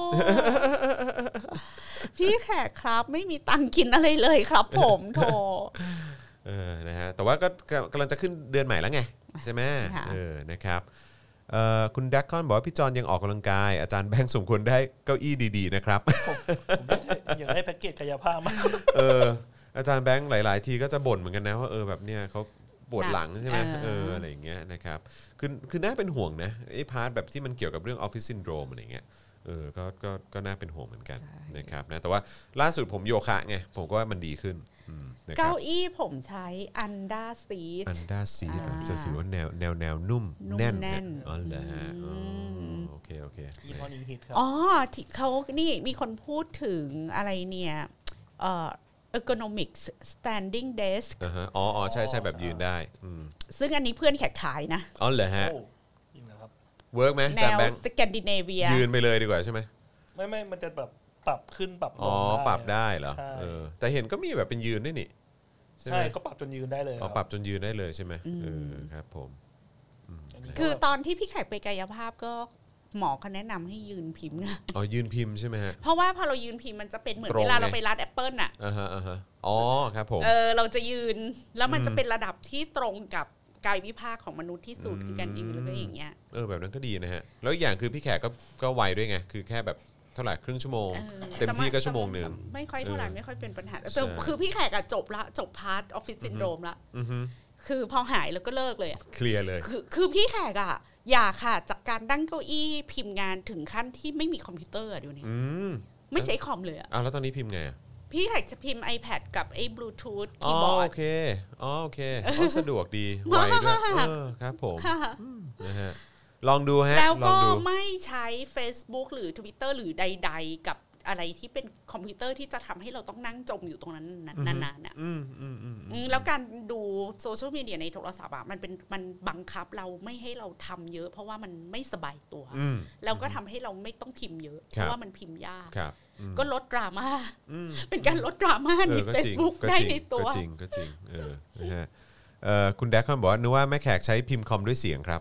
พี่แขกครับไม่มีตังค์กินอะไรเลยครับผมโธ่เออนะฮะแต่ว่าก็กำลังจะขึ้นเดือนใหม่แล้วไงใช่ไหมค่ะเออนะครับเอ่อคุณดักคอนบอกว่าพี่จอนยังออกกำลังกายอาจารย์แบงค์สมควรได้เก้าอี้ดีๆนะครับผมอยากได้แพ็กเกจกายภาพมากเอออาจารย์แบงค์หลาย ๆ ทีก็จะบ่นเหมือนกันนะว่าเออแบบเนี้ยเขาปวดหลังใช่ไหมเออเอออะไรอย่างเงี้ยนะครับคือคือน่าเป็นห่วงนะไอ้พาร์ทแบบที่มันเกี่ยวกับเรื่องออฟฟิศซินโดรมอะไรเงี้ยเออก็ก็ก็น่าเป็นห่วงเหมือนกันนะครับนะแต่ว่าล่าสุดผมโยคะไงผมก็ว่ามันดีขึ้นอืมนะครัเก้าบอี้ผมใช้อันดาซีทอันด้าซีอ่าจะถือว่าแนวแนวแนวนุ่มนุ่มแน่นแน่นอ๋อเหรอฮะอ๋ออมโอเคโอเคยี่ห้อนี้ฮิตครับอ๋อที่เขานี่มีคนพูดถึงอะไรเนี่ยเอ่อ ergonomics standing desk อ่าฮะอ๋ออ๋อใช่ใช่แบบยืนได้อืมซึ่งอันนี้เพื่อนแขกขายนะอ๋อเหรอฮะโอ้จริงนะครับเวิร์กไหมแนอาจารย์วแบงค์สแกนดิเนเวียยืนไปเลยดีกว่าใช่ไหมไม่ไม่มันจะแบบปรับขึ้นปรับลอ๋องได้ปรับได้เหรอใช่เออแต่เห็นก็มีแบบเป็นยืนด้วยนี่ใช่ไหใช่มก็ปรับจนยืนได้เลยอ๋อคปรัรับจนยืนได้เลยใช่ไหมอืมเออครับผมอืมนนี้ก็คือตอนที่พี่แขกไปกายภาพก็หมอเขาแนะนำให้ยืนพิมพ์ไงอ๋อยืนพิมพ์ใช่ไหมฮะเพราะว่าพอเรายืนพิมพ์มันจะเป็นเหมือนตรงเวลาไงเราไปร้านแอปเปิลน่ะอ่าฮะอ่าฮะอ๋อครับผมเออเราจะยืนแล้วมันอืมจะเป็นระดับที่ตรงกับกายวิภาคของมนุษย์ที่สุดอืมคือการยืนแล้วก็อย่างเงี้ยเออแบบนั้นก็ดีนะฮะแล้วอีกอย่างคือพี่แขกก็ก็ไวด้วยไงคือแค่แบบเท่าไหร่ครึ่งชั่วโมงออเต็มที่ก็แต่ชั่วโมงหนึ่งแต่ไม่ค่อยเท่าไหร่เออไม่ค่อยเป็นปัญหาใช่แต่คือพี่แขกอะจบละจบพาร์ทออฟฟิศซินโดรมละอือฮึคือพอหายแล้วก็เลิกเลยอะเคลียร์เลยคือคือพี่แขกอะอย่าค่ะจากการนั่งเก้าอี้พิมพ์งานถึงขั้นที่ไม่มีคอมพิวเตอร์อะเดี๋ยวนี้อืมไม่ใช้คอมเลยอะอ้าวแล้วตอนนี้พิมพ์ไงอะพี่แขกจะพิมพ์ iPad กับไอ้บลูทูธอ๋คีอย์บอร์โอดเคอ๋อโอเคอ๋อสะดวกดีไวด้วยเออครับผมค่ะนะฮะลองดูฮะแล้วลอก็งดูไม่ใช้ Facebook หรือ Twitter หรือใด ๆ กับอะไรที่เป็นคอมพิวเตอร์ที่จะทำให้เราต้องนั่งจมอยู่ตรงนั้นนานๆน่ะอืมอืมอืมอือืมมแล้วการดูโซเชียลมีเดียในโทรศัพท์อะมันเป็นมันบังคับเราไม่ให้เราทำเยอะ เพราะว่ามันไม่สบายตัวอืมแล้วก็ทำให้เราไม่ต้องพิมพ์เยอะ เพครับราะว่ามันพิมพ์ยากครับอืมก็ลดดราม่าอืมเป็นการลดดราม่าเอในอก็จริง Facebook ก็ได้จริงในตัวก็จริงก็จริงเออนะฮะเอ่อคุณแดกคอนบอกว่านึกว่าแม่แขกใช้พิมพ์คอมด้วยเสียงครับ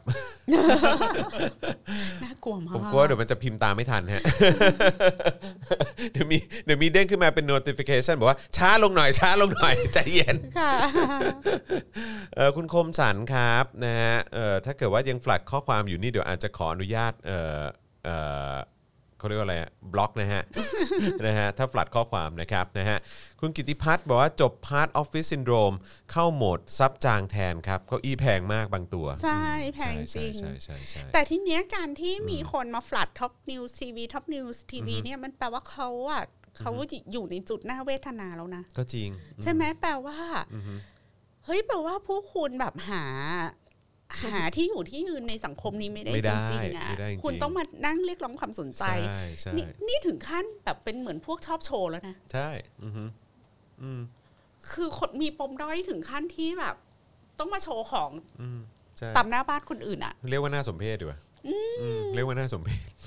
น่ากลัวมากผมกลัวเดี๋ยวมันจะพิมพ์ตามไม่ทันฮะ เดี๋ยวมีเดี๋ยวมีเด้งขึ้นมาเป็น notification บอกว่าช้าลงหน่อยช้าลงหน่อย ใจเย็นค่ะเออคุณคมสันครับนะฮะเออถ้าเกิดว่ายังแฟลกข้อความอยู่นี่เดี๋ยวอาจจะขออนุญาตเออเออเขาเรียกว่าอะไรอะบล็อกนะฮะ นะฮะถ้าฟลัดข้อความนะครับนะฮะคุณกิติพัฒน์บอกว่าจบพาร์ทออฟฟิศซินโดรมเข้าโหมดซับจางแทนครับเก้าอี้แพงมากบางตัวใช่แพงจริงใช่ใช่ใช่แต่ทีเนี้ยการที่มีคนมาฟลัดท็อปนิวส์ทีวีท็อปนิวส์ทีวีเนี่ยมันแปลว่าเขาอะเขาอยู่ในจุดน่าเวทนาแล้วนะก็จริงใช่ไหมแปลว่าเฮ้ยแปลว่าพวกคุณแบบหาหาที่อยู่ที่ยืนในสังคมนี้ไม่ได้จริงๆนะคุณต้องมานั่งเรียกร้องความสนใจนี่นี่ถึงขั้นแบบเป็นเหมือนพวกชอบโชว์แล้วนะใช่อือฮึอืมคือคนมีปมด้อยถึงขั้นที่แบบต้องมาโชว์ของตามหน้าบ้านคนอื่นอ่ะเรียกว่าน่าสมเพชดีกว่าเรียกว่าน่าสมเพช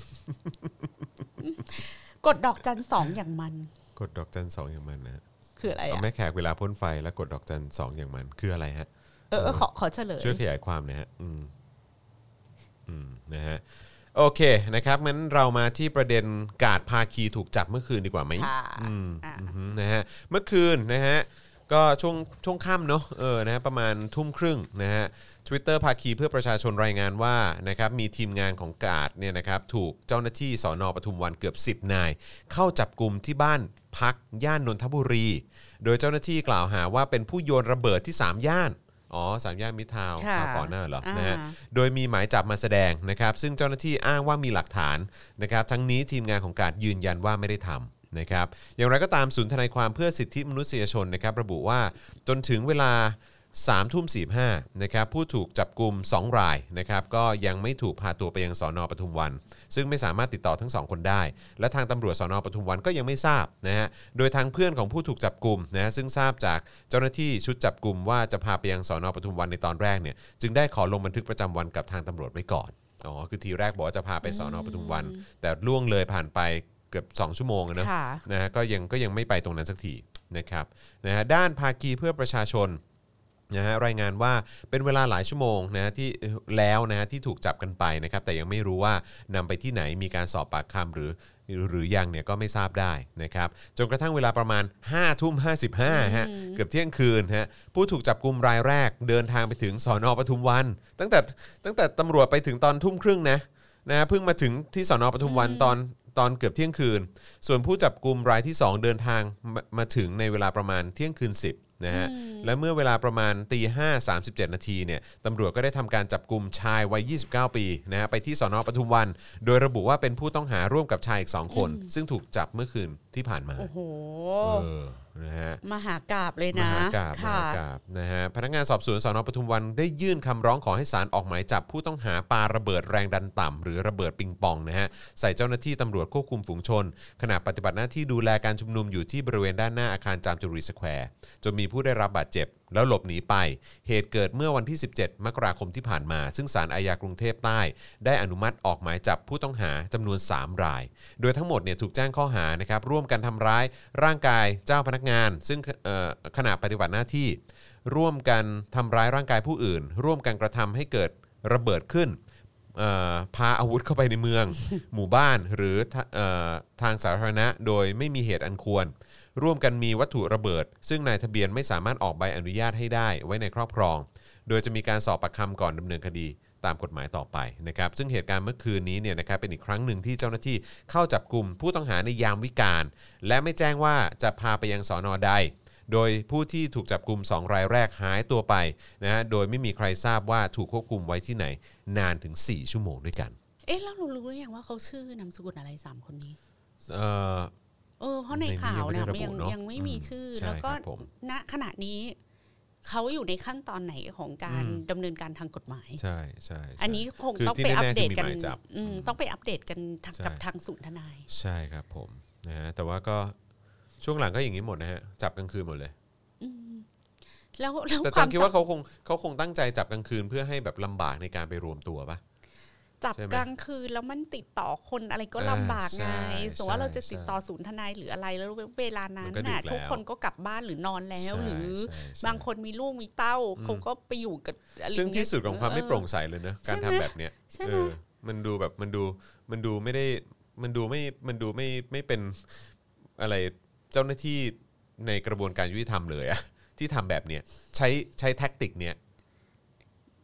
กดดอกจันสองอย่างมันกดดอกจันสองอย่างมันนะคืออะไรอ่ะแม่แขกเวลาพ่นไฟแล้วกดดอกจันสองอย่างมันคืออะไรฮะเออขอขอเฉลยช่วยขยายความหน่อยฮะอืมอืมนะฮะโอเคนะครับงั้นเรามาที่ประเด็นกาดภาคีถูกจับเมื่อคืนดีกว่าไหมอืมนะฮะเมื่อคืนนะฮะก็ช่วงช่วงค่ำเนาะเออนะฮะประมาณทุ่มครึ่งนะฮะ Twitter ภาคีเพื่อประชาชนรายงานว่านะครับมีทีมงานของกาดเนี่ยนะครับถูกเจ้าหน้าที่สน.ปทุมวันเกือบสิบนายเข้าจับกุมที่บ้านพักย่านนนทบุรีโดยเจ้าหน้าที่กล่าวหาว่าเป็นผู้โยนระเบิดที่สามย่านอ๋อสามย่านมิตรทาวน์ก่อนหน้าเหรอนะฮะโดยมีหมายจับมาแสดงนะครับซึ่งเจ้าหน้าที่อ้างว่ามีหลักฐานนะครับทั้งนี้ทีมงานของกาดยืนยันว่าไม่ได้ทำนะครับอย่างไรก็ตามศูนย์ทนายความเพื่อสิทธิมนุษยชนนะครับระบุว่าจนถึงเวลาสามทุ่มสี่สิบห้านะครับผู้ถูกจับกุมสองรายนะครับก็ยังไม่ถูกพาตัวไปยังสน.ปทุมวันซึ่งไม่สามารถติดต่อทั้งสองคนได้และทางตำรวจสน.ปทุมวันก็ยังไม่ทราบนะฮะโดยทางเพื่อนของผู้ถูกจับกุมนะซึ่งทราบจากเจ้าหน้าที่ชุดจับกุมว่าจะพาไปยังสน.ปทุมวันในตอนแรกเนี่ยจึงได้ขอลงบันทึกประจำวันกับทางตำรวจไว้ก่อนอ๋อคือทีแรกบอกว่าจะพาไปสน.ปทุมวันแต่ล่วงเลยผ่านไปเกือบสองชั่วโมงนะนะฮะก็ยังก็ยังไม่ไปตรงนั้นสักทีนะครับนะฮะด้านภาคีเพื่อประชาชนนะฮะรายงานว่าเป็นเวลาหลายชั่วโมงนะที่แล้วนะฮะที่ถูกจับกันไปนะครับแต่ยังไม่รู้ว่านำไปที่ไหนมีการสอบปากคำหรือหรือยังเนี่ยก็ไม่ทราบได้นะครับจนกระทั่งเวลาประมาณห้าทุ่มห้าสิบห้าฮะเกือบเที่ยงคืนฮะผู้ถูกจับกุมรายแรกเดินทางไปถึงสน.ปทุมวันตั้งแต่ตั้งแต่ตำรวจไปถึงตอนทุ่มครึ่งนะนะเพิ่งมาถึงที่สน.ปทุมวันตอนตอนเกือบเที่ยงคืนส่วนผู้จับกุมรายที่สองเดินทางมามาถึงในเวลาประมาณเที่ยงคืนสิบนะฮะและเมื่อเวลาประมาณตีห้าสามสิบเจ็ดนาทีเนี่ยตำรวจก็ได้ทำการจับกุมชายวัยยี่สิบเก้าปีนะฮะไปที่สน.ปทุมวันโดยระบุว่าเป็นผู้ต้องหาร่วมกับชายอีกสองคนซึ่งถูกจับเมื่อคืนที่ผ่านมาโอ้โหเออนะฮะมหากาพย์เลยนะมหากาพย์มหากาพย์นะฮะพนักงานสอบสวนสน.ปทุมวันได้ยื่นคำร้องขอให้ศาลออกหมายจับผู้ต้องหาปาระเบิดแรงดันต่ำหรือระเบิดปิงปองนะฮะใส่เจ้าหน้าที่ตำรวจควบคุมฝูงชนขณะปฏิบัติหน้าที่ดูแลการชุมนุมอยู่ที่บริเวณด้านหน้าอาคารจามจุรีสแควร์จนมีผู้ได้รับบาดเจ็บแล้วหลบหนีไปเหตุเกิดเมื่อวันที่สิบเจ็ดมกราคมที่ผ่านมาซึ่งศาลอาญากรุงเทพใต้ได้อนุมัติออกหมายจับผู้ต้องหาจำนวนสามรายโดยทั้งหมดเนี่ยถูกแจ้งข้อหานะครับร่วมกันทำร้ายร่างกายเจ้าพนักงานซึ่งขณะปฏิบัติหน้าที่ร่วมกันทำร้ายร่างกายผู้อื่นร่วมกันกระทำให้เกิดระเบิดขึ้นพาอาวุธเข้าไปในเมือง หมู่บ้านหรือทางสาธารณะโดยไม่มีเหตุอันควรร่วมกันมีวัตถุระเบิดซึ่งนายทะเบียนไม่สามารถออกใบอนุญาตให้ได้ไว้ในครอบครองโดยจะมีการสอบปากคำก่อนดำเนินคดีตามกฎหมายต่อไปนะครับซึ่งเหตุการณ์เมื่อคืนนี้เนี่ยนะครับเป็นอีกครั้งหนึ่งที่เจ้าหน้าที่เข้าจับกุมผู้ต้องหาในยามวิกาลและไม่แจ้งว่าจะพาไปยังสน.ใดโดยผู้ที่ถูกจับกุมสองรายแรกหายตัวไปนะฮะโดยไม่มีใครทราบว่าถูกควบคุมไว้ที่ไหนนานถึงสี่ชั่วโมงด้วยกันเอ๊ะแล้วเรารู้หรือยังว่าเขาชื่อนามสกุลอะไรสามคนนี้เอ่อเออเพราะในข่าวเนี่ยยังยังไม่มีชื่อแล้วก็ณขณะนี้เขาอยู่ในขั้นตอนไหนของการดำเนินการทางกฎหมายใช่ใช่อันนี้คงต้องไปอัปเดตกันต้องไปอัปเดตกันกับทางศูนย์ทนายใช่ครับผมนะฮะแต่ว่าก็ช่วงหลังก็อย่างนี้หมดนะฮะจับกลางคืนหมดเลยแล้วแต่จังคิดว่าเขาคงเขาคงตั้งใจจับกลางคืนเพื่อให้แบบลำบากในการไปรวมตัวป่ะจับกลางคืนแล้วมันติดต่อคนอะไรก็ลำบากไงสมมติว่าเราจะติดต่อศูนย์ทนายหรืออะไรแล้วเวลานั้นน่ะทุกคนก็กลับบ้านหรือนอนแล้วหรือบางคนมีลูกมีเต้าเขาก็ไปอยู่กับซึ่งที่สุดของความไม่โปร่งใสเลยนะการทำแบบเนี้ยเออมันดูแบบมันดูมันดูไม่ได้มันดูไม่มันดูไม่ไม่เป็นอะไรเจ้าหน้าที่ในกระบวนการยุติธรรมเลยอะที่ทำแบบเนี้ยใช้ใช้แท็กติกเนี้ย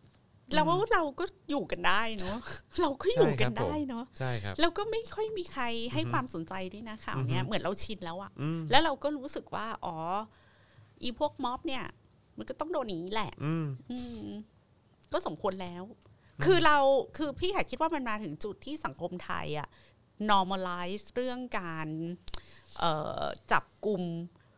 แล้วเราก็อยู่กันได้เนาะเราก็อยู่กันได้เนาะใช่ครับแล้วก็ไม่ค่อยมีใครให้ความสนใจด้วยนะข่าวเนี้ยเหมือนเราชินแล้วอะแล้วเราก็รู้สึกว่าอ๋ออีพวกม็อบเนี่ยมันก็ต้องโดนอย่างนี้แหละก็สมควรแล้วคือเราคือพี่คิดว่ามันมาถึงจุดที่สังคมไทยอะ normalize เรื่องการจับกลุ่ม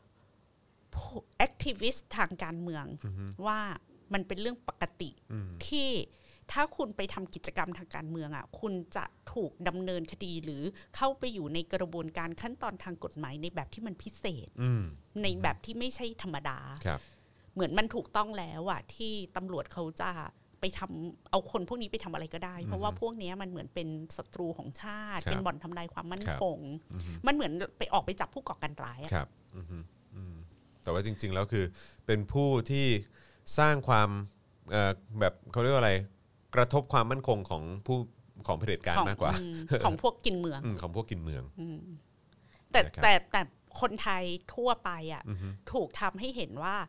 activist ทางการเมืองว่ามันเป็นเรื่องปกติที่ถ้าคุณไปทำกิจกรรมทางการเมืองอ่ะคุณจะถูกดำเนินคดีหรือเข้าไปอยู่ในกระบวนการขั้นตอนทางกฎหมายในแบบที่มันพิเศษในแบบที่ไม่ใช่ธรรมดาเหมือนมันถูกต้องแล้วอ่ะที่ตำรวจเขาจะไปทำเอาคนพวกนี้ไปทำอะไรก็ได้เพราะว่าพวกนี้มันเหมือนเป็นศัตรูของชาติเป็นบ่อนทำลายความมั่นคงมันเหมือนไปออกไปจับผู้ก่อการร้ายอ่ะแต่ว่าจริงๆแล้วคือเป็นผู้ที่สร้างความแบบเขาเรียกว่าอะไรกระทบความมั่นคงของผู้ของเผด็จการมากกว่าของพวกกินเมืองของพวกกินเมืองแต่แต่แต่คนไทยทั่วไปอ่ะถูกทำให้เห็นว่า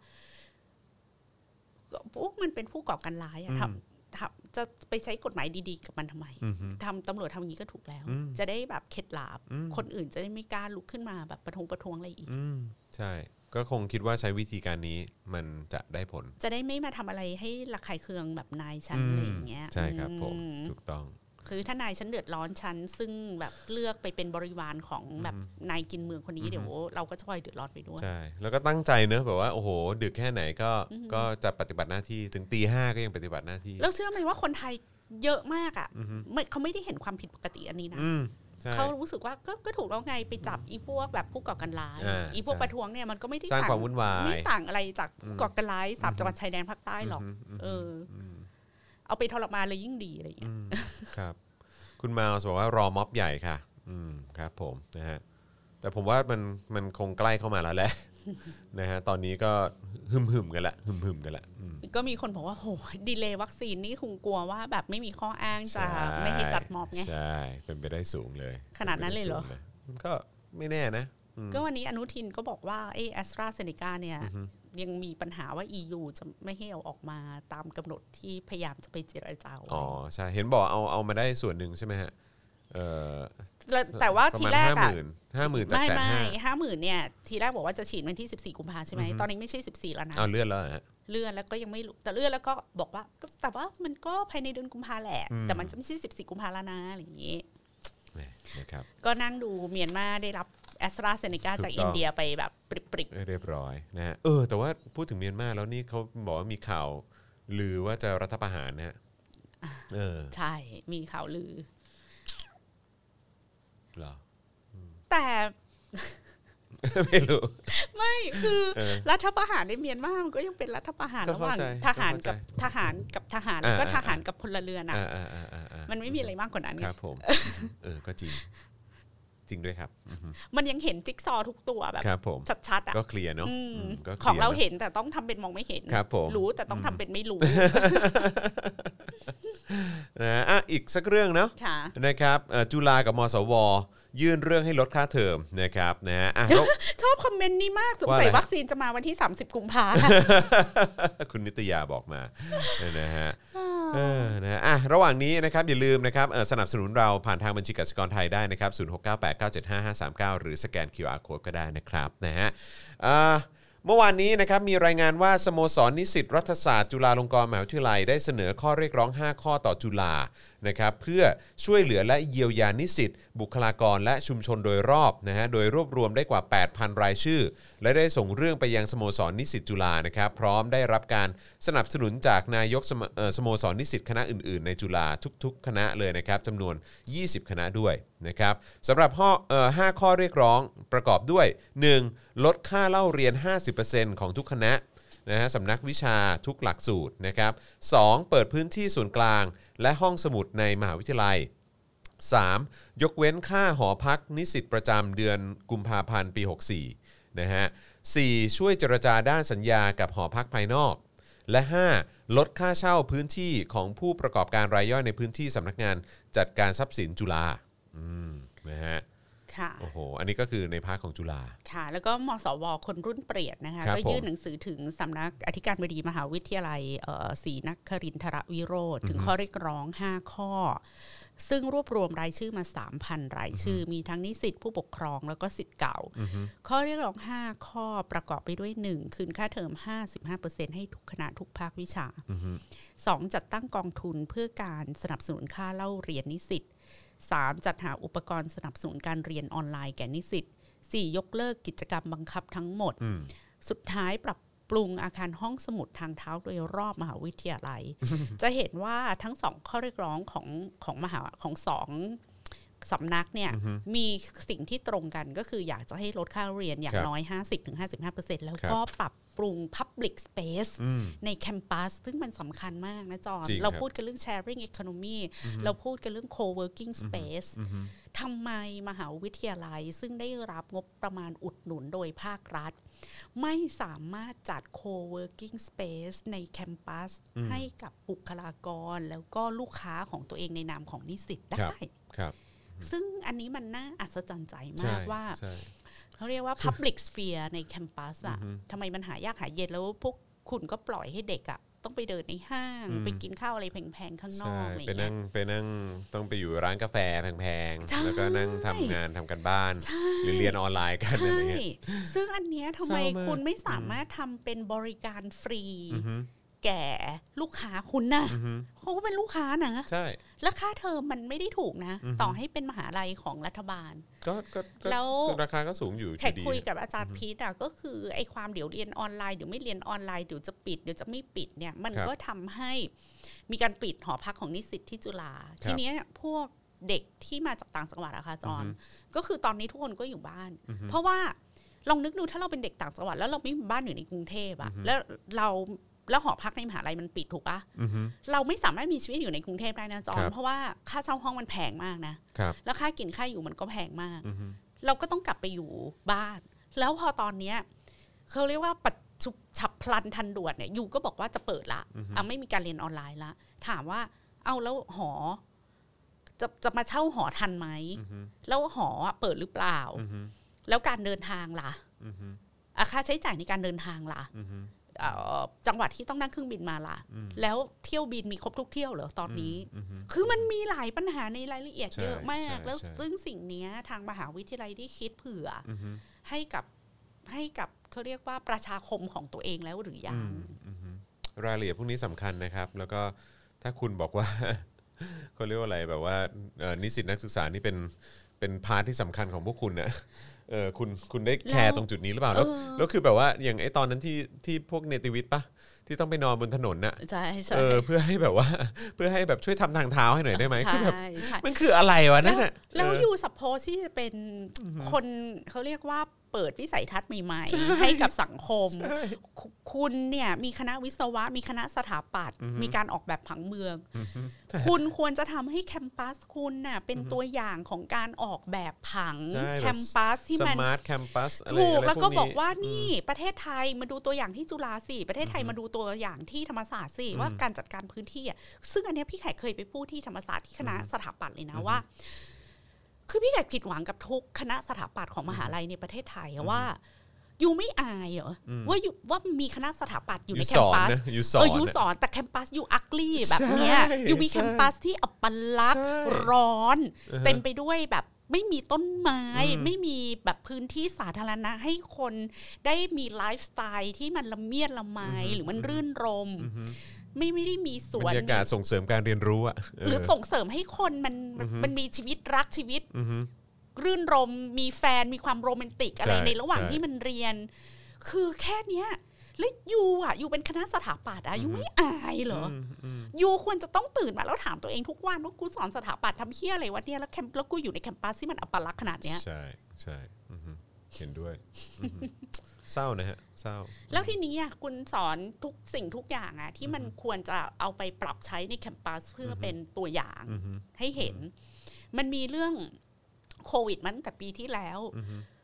พวกมันเป็นผู้ก่อการร้ายอ่ะทำจะไปใช้กฎหมายดีๆกับมันทำไมทำตำรวจทำอย่างนี้ก็ถูกแล้วจะได้แบบเข็ดหลาบคนอื่นจะได้ไม่กล้าลุกขึ้นมาแบบประท้วงประท้วงอะไรอีกใช่ก็คงคิดว่าใช้วิธีการนี้มันจะได้ผลจะได้ไม่มาทำอะไรให้ระคายเคืองแบบนายฉันอะไรอย่างเงี้ยใช่ครับผมถูกต้องคือถ้านายฉันเดือดร้อนฉันซึ่งแบบเลือกไปเป็นบริวารของแบบนายกินเมืองคนนี้เดี๋ยวเราก็จะคอยเดือดร้อนไปด้วยใช่แล้วก็ตั้งใจเนอะแบบว่าโอ้โหดึกแค่ไหนก็ก็จะปฏิบัติหน้าที่ถึงตีห้าก็ยังปฏิบัติหน้าที่แล้วเชื่อไหมว่าคนไทยเยอะมากอ่ะเขาไม่ได้เห็นความผิดปกติอันนี้นะเขารู้สึกว่าก็ก็ถูกแล้วไงไปจับอีพวกแบบผู้ก่อการร้ายอีพวกประท้วงเนี่ยมันก็ไม่ได้สร้างความวุ่นวายไม่ต่างอะไรจากผู้ก่อการร้ายสามจังหวัดชายแดนภาคใต้หรอกเออเอาไปทรมานเลยยิ่งดีอะไรอย่างเงี้ยครับคุณมาส์บอกว่ารอม็อบใหญ่ค่ะอืมครับผมนะฮะแต่ผมว่ามันมันคงใกล้เข้ามาแล้วแหละนะฮะตอนนี้ก็หึมหึมกันละหึมหึมกันละก็มีคนบอกว่าโหดีเลย์วัคซีนนี่คงกลัวว่าแบบไม่มีข้ออ้างจะไม่ให้จัดม็อบไงใช่เป็นไปได้สูงเลยขนาดนั้นเลยเหรอก็ไม่แน่นะก็วันนี้อนุทินก็บอกว่าไอ้แอสตราเซเนกาเนี่ยยังมีปัญหาว่า อี ยู จะไม่ให้เอาออกมาตามกำหนดที่พยายามจะไปเจรจาอ๋อใช่เห็นบอกเอาเอามาได้ส่วนหนึ่งใช่ไหมฮะเออแต่ว่าทีแรกอะห้าหมื่นจากแสนห้าไม่ห้าหมื่นเนี่ยทีแรกบอกว่าจะฉีดวันที่สิบสี่กุมภาพันธ์ใช่ไหมตอนนี้ไม่ใช่สิบสี่แล้วนะเอาเลื่อนแล้วฮะเลื่อนแล้วก็ยังไม่แต่เลื่อนแล้วก็บอกว่าแต่ว่ามันก็ภายในเดือนกุมภาแหละแต่มันจะไม่ใช่สิบสี่กุมภาแล้วนะอะไรอย่างงี้นะครับก็นั่งดูเมียนมาได้รับแอสตราเซเนกาจากอินเดียไปแบบปริบๆเรียบร้อยนะฮะเออแต่ว่าพูดถึงเมียนมาแล้วนี่เขาบอกว่ามีข่าวลือว่าจะรัฐประหารนะฮะเออใช่มีข่าวลือเหรอแต่ไม่รู้ไม่คือรัฐประหารในเมียนมามันก็ยังเป็นรัฐประหารระหว่างทหารกับทหารกับทหารก็ทหารกับพลเรือนอ่ะมันไม่มีอะไรมากกว่านั้นครับผมเออก็จริงจริงด้วยครับมันยังเห็นจิ๊กซอทุกตัวแบบชัดๆอ่ะก็เคลียร์เนาะของเราเห็นแต่ต้องทำเป็นมองไม่เห็นรู้แต่ต้องทำเป็นไม่รู้นะอ่ะอีกสักเรื่องเนาะนะครับจุฬากับมสวยื่นเรื่องให้ลดค่าเทอมนะครับนะฮะชอบคอมเมนต์นี้มากสงสัยวัคซีนจะมาวันที่สามสิบกุมภาพันธ์คุณนิตยาบอกมานะฮะเออนะอ่ะระหว่างนี้นะครับอย่าลืมนะครับสนับสนุนเราผ่านทางบัญชีกสิกรไทยได้นะครับศูนย์ หก เก้า แปด เก้า เจ็ด ห้า ห้า สาม เก้าหรือสแกน คิว อาร์ Code ก็ได้นะครับนะฮะอ่าเมื่อวานนี้นะครับมีรายงานว่าสโมสรนิสิตรัฐศาสตร์จุฬาลงกรณ์มหาวิทยาลัยได้เสนอข้อเรียกร้องห้าข้อต่อจุฬานะครับเพื่อช่วยเหลือและเยียวยานิสิตบุคลากรและชุมชนโดยรอบนะฮะโดยรวบรวมได้กว่า แปดพัน รายชื่อและได้ส่งเรื่องไปยังสโมสรนิสิตจุฬานะครับพร้อมได้รับการสนับสนุนจากนายกสโมสรนิสิตคณะอื่นๆในจุฬาทุกๆคณะเลยนะครับจำนวนยี่สิบคณะด้วยนะครับสำหรับข้อเอ่อห้าข้อเรียกร้องประกอบด้วย หนึ่ง ลดค่าเล่าเรียน ห้าสิบเปอร์เซ็นต์ ของทุกคณะนะฮะสำนักวิชาทุกหลักสูตรนะครับสองเปิดพื้นที่ส่วนกลางและห้องสมุดในมหาวิทยาลัย สาม ยกเว้นค่าหอพักนิสิตประจำเดือนกุมภาพันธ์ปีหกสี่นะฮะ สี่ ช่วยเจรจาด้านสัญญากับหอพักภายนอกและ ห้า ลดค่าเช่าพื้นที่ของผู้ประกอบการรายย่อยในพื้นที่สำนักงานจัดการทรัพย์สินจุฬาอืมนะฮะค่ะโอ้โหอันนี้ก็คือในภาคของจุฬาค่ะแล้วก็มสวคนรุ่นเปลี่ยนนะคะก็ยื่นหนังสือถึงสำนักอธิการบดีมหาวิทยาลัยศรีนครินทรวิโรธถึงข้อเรียกร้องห้าข้อซึ่งรวบรวมรายชื่อมา สามพัน รายชื่อมีทั้งนิสิตผู้ปกครองแล้วก็ศิษย์เก่าข้อเรียกร้องห้าข้อประกอบไปด้วยหนึ่งคืนค่าเทอม ห้าสิบห้าเปอร์เซ็นต์ ให้ทุกคณะทุกภาควิชาสองจัดตั้งกองทุนเพื่อการสนับสนุนค่าเล่าเรียนนิสิตสามจัดหาอุปกรณ์สนับสนุนการเรียนออนไลน์แก่นิสิตสี่ยกเลิกกิจกรรมบังคับทั้งหมดสุดท้ายปรับปรุงอาคารห้องสมุดทางเท้าโดยรอบมหาวิทยาลัย จะเห็นว่าทั้งสองข้อเรียกร้องของของมหาของสองสำนักเนี่ยมีสิ่งที่ตรงกันก็คืออยากจะให้ลดค่าเรียนอย่างน้อย ห้าสิบถึงห้าสิบห้าเปอร์เซ็นต์ แล้วก็ปรับปรุง Public Space ในแคมปัสซึ่งมันสำคัญมากนะจอนเราพูดกันเรื่อง Sharing Economy เราพูดกันเรื่อง Co-working Space ทำไมมหาวิทยาลัยซึ่งได้รับงบประมาณอุดหนุนโดยภาครัฐไม่สามารถจัด co-working space ในแคมปัสให้กับบุคลากรแล้วก็ลูกค้าของตัวเองในนามของนิสิตได้ซึ่งอันนี้มันน่าอัศจรรย์ใจมากว่าเขาเรียกว่า public sphere ในแคมปัสอะทำไมมันหายากหาเย็นแล้วพวกคุณก็ปล่อยให้เด็กอะต้องไปเดินในห้างไปกินข้าวอะไรแพงๆข้างนอกอะไรอย่างเงี้ยไปนั่งไปนั่งต้องไปอยู่ร้านกาแฟแพงๆแล้วก็นั่งทำงานทำกันบ้านหรือเรียนออนไลน์กันอะไรเงี้ยซึ่งอันเนี้ยทำไมคุณไม่สามารถทำเป็นบริการฟรีแก่ลูกค้าคุณนะเขาก็เป็นลูกค้านะใช่แล้วค่าเทอมมันไม่ได้ถูกนะต่อให้เป็นมหาลัยของรัฐบาลก็ก็แล้วราคาก็สูงอยู่แขกคุยกับอาจารย์พีทอ่ะก็คือไอ้ความเดี๋ยวเรียนออนไลน์เดี๋ยวไม่เรียนออนไลน์เดี๋ยวจะปิดเดี๋ยวจะไม่ปิดเนี่ยมันก็ทำให้มีการปิดหอพักของนิสิตที่จุฬาทีนี้พวกเด็กที่มาจากต่างจังหวัดอะค่ะจอนก็คือตอนนี้ทุกคนก็อยู่บ้านเพราะว่าลองนึกดูถ้าเราเป็นเด็กต่างจังหวัดแล้วเราไม่มีบ้านอยู่ในกรุงเทพอะแล้วเราแล้วหอพักในมหาลัยมันปิดถูกปะเราไม่สามารถมีชีวิตอยู่ในกรุงเทพได้นะจอนเพราะว่าค่าเช่าห้องมันแพงมากนะแล้วค่ากินค่าอยู่มันก็แพงมากเราก็ต้องกลับไปอยู่บ้านแล้วพอตอนเนี้ยเขาเรียกว่าปัจจุฉับพลันทันด่วนเนี่ยยูก็บอกว่าจะเปิดละอ่ะไม่มีการเรียนออนไลน์ละถามว่าเอาแล้วหอจะจะมาเช่าหอทันไหมแล้วหอเปิดหรือเปล่าแล้วการเดินทางล่ะอ่ะค่าใช้จ่ายในการเดินทางล่ะจังหวัดที่ต้องนั่งเครื่องบินมาล่ะแล้วเที่ยวบินมีครบทุกเที่ยวเหรอตอนนี้คือมันมีหลายปัญหาในรายละเอียดเยอะมากแล้วซึ่งสิ่งนี้ทางมหาวิทยาลัยได้คิดเผื่อให้กับให้กับเขาเรียกว่าประชาคมของตัวเองแล้วหรือยังรายละเอียดพวกนี้สำคัญนะครับแล้วก็ถ้าคุณบอกว่าเขาเรียกว่าอะไรแบบว่านิสิตนักศึกษานี่เป็นเป็นพาร์ทที่สำคัญของพวกคุณนะเออคุณคุณได้แคร์ตรงจุดนี้หรือเปล่าแล้วแล้วคือแบบว่าอย่างไอ้ตอนนั้นที่ที่พวกเนติวิทย์ปะที่ต้องไปนอนบนถนนน่ะใช่ใช่เออเพื่อให้แบบว่าเพื่อให้แบบช่วยทำทางเท้าให้หน่อยได้ไหมคือแบบมันคืออะไรวะนั่นน่ะแล้วอยู่ซัพโพสที่จะเป็นคนเขาเรียกว่าเปิดวิสัยทัศน์ใหม่ๆให้กับสังคมคุณเนี่ยมีคณะวิศวะมีคณะสถาปัตย์มีการออกแบบผังเมืองคุณควรจะทำให้แคมปัสคุณน่ะเป็นตัวอย่างของการออกแบบผังแคมปัสที่มันสมาร์ทแคมปัสอะไรถูกแล้วก็บอกว่านี่ประเทศไทยมาดูตัวอย่างที่จุฬาสิประเทศไทยมาดูตัวอย่างที่ธรรมศาสตร์สิว่าการจัดการพื้นที่อ่ะซึ่งอันนี้พี่ไข่เคยไปพูดที่ธรรมศาสตร์ที่คณะสถาปัตย์เลยนะว่าคือพี่แขกผิดหวังกับทุกคณะสถาปัตย์ของมหาลัยในประเทศไทยว่ายูไม่อายเหรอว่ายูว่ามีคณะสถาปัตย์อยู่ในแคมปัสเออยูสอนแต่แคมปัสยูอักลี่แบบเนี้ยยูมีแคมปัสที่อัปลักษณ์ร้อนเต็มไปด้วยแบบไม่มีต้นไม้ไม่มีแบบพื้นที่สาธารณะให้คนได้มีไลฟ์สไตล์ที่มันละเมียดละไมหรือมันรื่นรมไม่ไม่ได้มีสวนบรรยากาศส่งเสริมการเรียนรู้อ่ะหรือส่งเสริมให้คนมันมันมีชีวิตรักชีวิตรื่นรมมีแฟนมีความโรแมนติกอะไรในระหว่างที่มันเรียนคือแค่เนี้ยแล้วยูอ่ะยูเป็นคณะสถาปัตย์อ่ะยูไม่อายเหรอยูควรจะต้องตื่นมาแล้วถามตัวเองทุกวันว่ากูสอนสถาปัตย์ทำเหี้ยอะไรวะเนี่ยแล้วแคมป์แล้วกูอยู่ในแคมปัสที่มันอัปลักษณ์ขนาดเนี้ยใช่ใช่เห็นด้วยเศร้านะฮะเศร้าแล้วทีนี้อ่ะคุณสอนทุกสิ่งทุกอย่างอ่ะที่มันควรจะเอาไปปรับใช้ในแคมปัสเพื่อเป็นตัวอย่างให้เห็นมันมีเรื่องโควิดมาตั้งแต่ปีที่แล้ว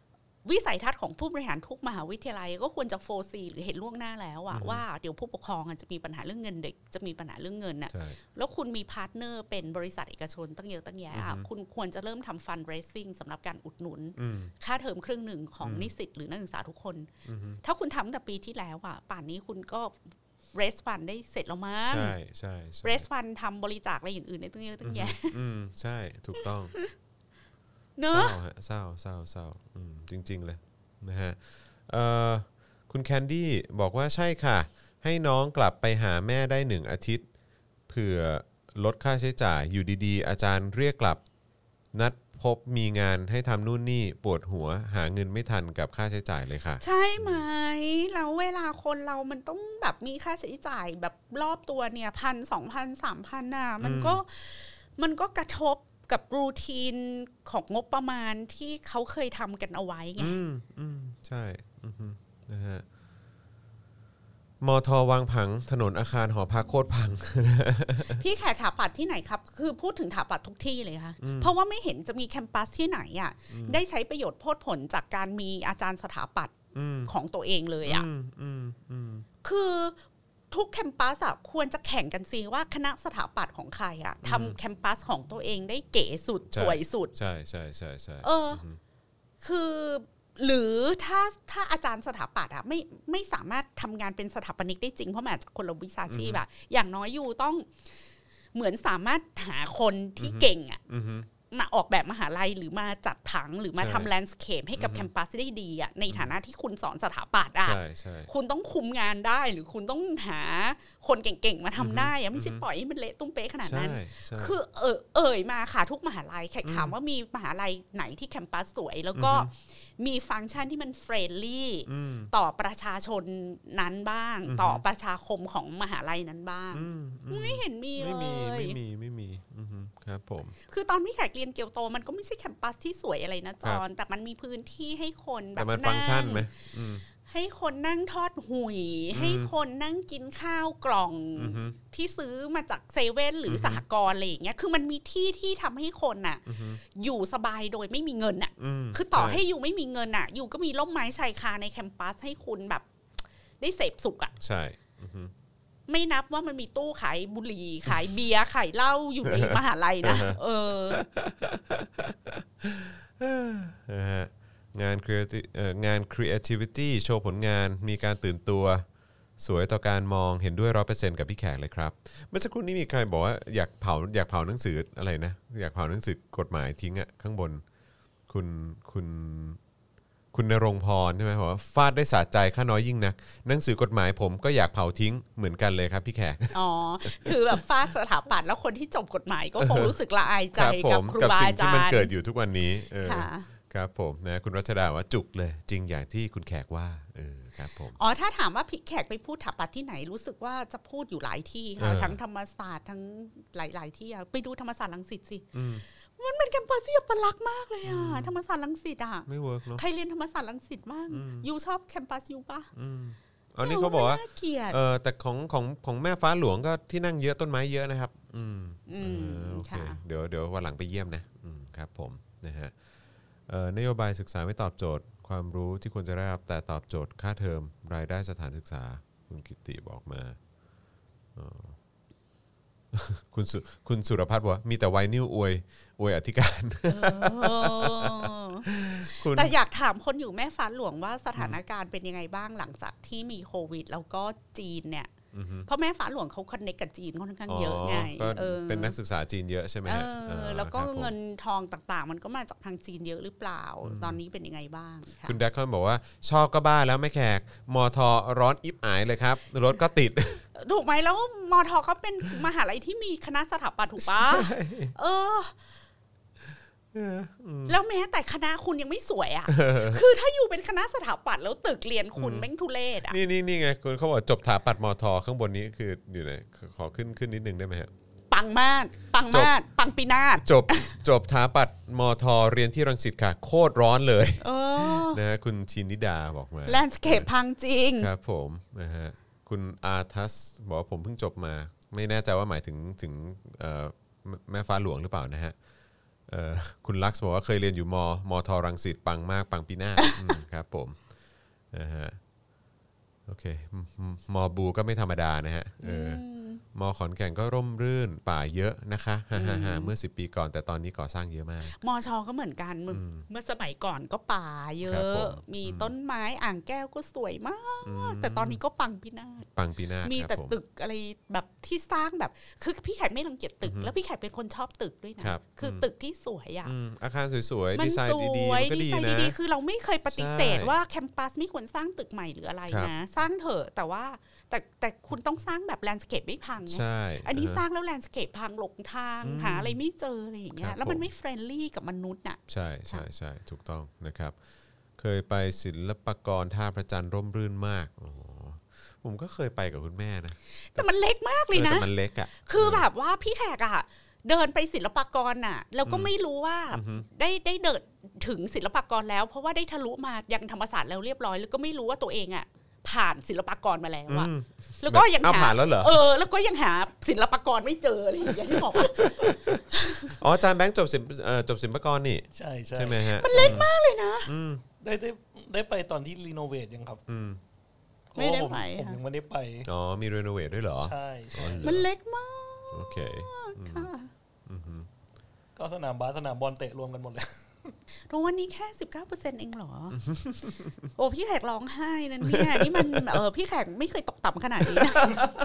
วิสัยทัศน์ของผู้บริหารทุกมหาวิทยาลัยก็ควรจะโฟร์ซีหรือเห็นล่วงหน้าแล้วอะว่าเดี๋ยวผู้ปกครองจะมีปัญหาเรื่องเงินเด็กจะมีปัญหาเรื่องเงินน่ะแล้วคุณมีพาร์ทเนอร์เป็นบริษัทเอกชนตั้งเยอะตั้งแยะคุณควรจะเริ่มทำฟันเรซซิ่งสำหรับการอุดหนุนค่าเทอมครึ่งหนึ่งของนิสิตหรือนักศึกษาทุกคนถ้าคุณทำตั้งแต่ปีที่แล้วอะป่านนี้คุณก็เรสฟันได้เสร็จแล้วมั้งใช่ใช่เรสฟันทำบริจาคอะไรอย่างอื่นได้ตั้งเยอะตั้งแยะอืมใช่ถูกต้องเนอะเศร้าเศร้าเศร้าอืมจริงๆเลยนะฮะเอ่อคุณแคนดี้บอกว่าใช่ค่ะให้น้องกลับไปหาแม่ได้หนึ่งอาทิตย์เผื่อลดค่าใช้จ่ายอยู่ดีๆอาจารย์เรียกกลับนัดพบมีงานให้ทำนู่นนี่ปวดหัวหาเงินไม่ทันกับค่าใช้จ่ายเลยค่ะใช่ไหมแล้วเวลาคนเรามันต้องแบบมีค่าใช้จ่ายแบบรอบตัวเนี่ยพันสองพันสามพันน่ะมันก็มันก็กระทบกับรูทีนของงบประมาณที่เขาเคยทำกันเอาไว้ไงอืมอืมใช่อือนะฮะมทวางผังถนนอาคารหอพักโคตรพังพี่แขกถาปัดที่ไหนครับคือพูดถึงถาปัดทุกที่เลยค่ะเพราะว่าไม่เห็นจะมีแคมปัสที่ไหนอ่ะได้ใช้ประโยชน์โพดผลจากการมีอาจารย์สถาปัตย์ของตัวเองเลยอ่ะคือทุกแคมปัสอ่ะควรจะแข่งกันซิว่าคณะสถาปัตย์ของใครอ่ะทำแคมปัสของตัวเองได้เก๋สุดสวยสุดใช่ใช่ใช่ใช่เออคือหรือถ้าถ้าอาจารย์สถาปัตย์อ่ะไม่ไม่สามารถทำงานเป็นสถาปนิกได้จริงเพราะมาจากคนละวิชาชีพอ่ะอย่างน้อยอยู่ต้องเหมือนสามารถหาคนที่เก่งอ่ะมาออกแบบมหาลัยหรือมาจัดผังหรือมาทำแลนด์สเคปให้กับแคมปัสได้ดีอ่ะในฐานะที่คุณสอนสถาปัตย์อ่ะคุณต้องคุมงานได้หรือคุณต้องหาคนเก่งๆมาทำได้อ่ะไม่ใช่ปล่อยให้มันเละตุ้มเป๊ะขนาดนั้นคือเออเอ่ยมาค่ะทุกมหาลัยแขกถามว่ามีมหาลัยไหนที่แคมปัสสวยแล้วก็มีฟังก์ชันที่มันเฟรนลี่ต่อประชาชนนั้นบ้างต่อประชาคมของมหาลัยนั้นบ้างไม่เห็นมีเลยไม่มีไม่มีครับผมคือตอนพี่แขกเรียนเกียวโตมันก็ไม่ใช่แคมปัสที่สวยอะไรนะจอนแต่มันมีพื้นที่ให้คนแบบนั่งฟังก์ชันไหมให้คนนั่งทอดหุยให้คนนั่งกินข้าวกล่องที่ซื้อมาจากเซเว่นหรือสหกรณ์อะไรอย่างเงี้ยคือมันมีที่ที่ทำให้คนน่ะอยู่สบายโดยไม่มีเงินน่ะคือต่อให้อยู่ไม่มีเงินน่ะอยู่ก็มีร่มไม้ชายคาในแคมปัสให้คุณแบบได้เสพสุขอ่ะใช่ไม่นับว่ามันมีตู้ขายบุหรี่ขายเบียร์ขายเหล้าอยู่ในมหาลัยนะเอองาน creative เอ่องาน creativity โชว์ผลงานมีการตื่นตัวสวยต่อการมองเห็นด้วย ร้อยเปอร์เซ็นต์ กับพี่แขกเลยครับเมื่อสักครู่นี้มีใครบอกว่าอยากเผาอยากเผาหนังสืออะไรนะอยากเผาหนังสือกฎหมายทิ้งอ่ะข้างบนคุณคุณคุณณรงค์พรใช่ไหมบอกว่าฟาดได้สะใจข้าน้อยยิ่งนักหนังสือกฎหมายผมก็อยากเผาทิ้งเหมือนกันเลยครับพี่แขกอ๋อคือแบบฟาดสถาปัตย์แล้วคนที่จบกฎหมายก็คงรู้สึกละอายใจกับครูบาอาจารย์กับสิ่งที่มันเกิดอยู่ทุกวันนี้เออครับผมนะคุณรัชดาว่าจุกเลยจริงอย่างที่คุณแขกว่าเออครับผมอ๋อถ้าถามว่าพี่แขกไปพูดถาปัตย์ที่ไหนรู้สึกว่าจะพูดอยู่หลายที่ค่ะทั้งธรรมศาสตร์ทั้งหลายๆที่ไปดูธรรมศาสตร์รังสิตสิมันเป็นแคมปัสที่อัปลักษณ์มากเลยอ่ะธรรมศาสตร์รังสิตอ่ะไม่เวิร์กเนาะใครเรียนธรรมศาสตร์รังสิตบ้างยูชอบแคมปัสยูป่ะอันนี้เขาบอกว่าเออแต่ของของของแม่ฟ้าหลวงก็ที่นั่งเยอะต้นไม้เยอะนะครับอืมโอเคเดี๋ยวเดี๋ยววันหลังไปเยี่ยมนะครับผมนะฮะนโยบายศึกษาไม่ตอบโจทย์ความรู้ที่ควรจะได้รับแต่ตอบโจทย์ค่าเทอมรายได้สถานศึกษาคุณกิติบอกมาคุณสุคุณสุรพัฒน์บอกว่ามีแต่ไวนิวอวยอวยอธิการแต่อยากถามคนอยู่แม่ฟ้าหลวงว่าสถานการณ์เป็นยังไงบ้างหลังจากที่มีโควิดแล้วก็จีนเนี่ยเพราะแม่ฟ้าหลวงเขาคอนเนคกับจีนค่อนข้างเยอะไงเป็นนักศึกษาจีนเยอะใช่ไหมฮะแล้วก็เงินทองต่างๆมันก็มาจากทางจีนเยอะหรือเปล่าตอนนี้เป็นยังไงบ้างคุณแดกคอนบอกว่าชอบก็บ้าแล้วไม่แขกมทร้อนอิบอายเลยครับรถก็ติดถูกไหมแล้วมทก็เป็นมหาลัยที่มีคณะสถาปัตย์ถูกปะเออแล้วแม้แต่คณะคุณยังไม่สวยอ่ะคือถ้าอยู่เป็นคณะสถาปัตย์แล้วตึกเรียนคุณแม่งทุเรศอ่ะนี่นี่นี่ไงคุณเขาบอกจบสถาปัตย์มทข้างบนนี้คืออยู่ไหนขอขึ้นขึ้นนิดนึงได้ไหมฮะปังมากปังมากปังปีนาศจบจบสถาปัตย์มทเรียนที่รังสิตค่ะโคตรร้อนเลยนะคุณชินิดาบอกมาแลนด์สเคปพังจริงครับผมนะฮะคุณอาร์ทัสบอกว่าผมเพิ่งจบมาไม่แน่ใจว่าหมายถึงถึงแม่ฟ้าหลวงหรือเปล่านะฮะเอ่อคุณลักษณ์บอกว่าเคยเรียนอยู่มมทรังสิตปังมากปังปีหน้าอืมครับผมนะฮะโอเคมมบูก็ไม่ธรรมดานะฮะเออมขอนแก่นก็ร่มรื่นป่าเยอะนะคะฮ่าๆๆเมื่อสิบปีก่อนแต่ตอนนี้ก่อสร้างเยอะมากมชก็เหมือนกันเมื่อสมัยก่อนก็ป่าเยอะมีต้นไม้อ่างแก้วก็สวยมากแต่ตอนนี้ก็ปังพินาศปังปีหน้ามีแต่ตึกอะไรแบบที่สร้างแบบคือพี่แขกไม่รังเกียจตึกแล้วพี่แขกเป็นคนชอบตึกด้วยนะคือตึกที่สวยอ่ะอาคารสวยๆดีไซน์ดีๆมันก็ดีนะคือเราไม่เคยปฏิเสธว่าแคมปัสไม่ควรสร้างตึกใหม่หรืออะไรนะสร้างเถอะแต่ว่าแต่แต่คุณต้องสร้างแบบแลนด์สเคปไม่พังไงอันนี้สร้างแล้วแลนด์สเคปพังหลงทางหาอะไรไม่เจออะไรอย่างเงี้ยแล้วมันไม่เฟรนลี่กับมนุษย์น่ะใช่ใช่ใช่ถูกต้องนะครับเคยไปศิลปากรท่าพระจันทร์ร่มรื่นมากอ๋อผมก็เคยไปกับคุณแม่นะแต่มันเล็กมากเลยนะแต่มันเล็กอ่ะคือแบบว่าพี่แขกอ่ะเดินไปศิลปากรน่ะแล้วก็ไม่รู้ว่าได้ได้เดินถึงศิลปากรแล้วเพราะว่าได้ทะลุมายังธรรมศาสตร์แล้วเรียบร้อยแล้วก็ไม่รู้ว่าตัวเองอ่ะผ่านศิลปากรมาแล้วอะแล้วก็ยังหาเออแล้วก็ยังหาศิลปากรไม่เจออะไรอย่างเงี้ยที่บอกว่าอ๋ออาจารย์แบงค์จบศิลป์จบศิลปากรนี่ใช่ใช่ใช่ไหมฮะมันเล็กมากเลยนะได้ได้ได้ไปตอนที่รีโนเวทยังครับไม่ได้ไปผมยังไม่ได้ไปอ๋อมีรีโนเวทด้วยเหรอใช่มันเล็กมากโอเคค่ะก็สนามบาสสนามบอลเตะรวมกันหมดเลยตรงวันนี้แค่ สิบเก้าเปอร์เซ็นต์ เองเหรอโอ้พี่แขกร้องไห้นั่นเนี่ยนี่มันเออพี่แขกไม่เคยตกต่ำขนาดนี้นะ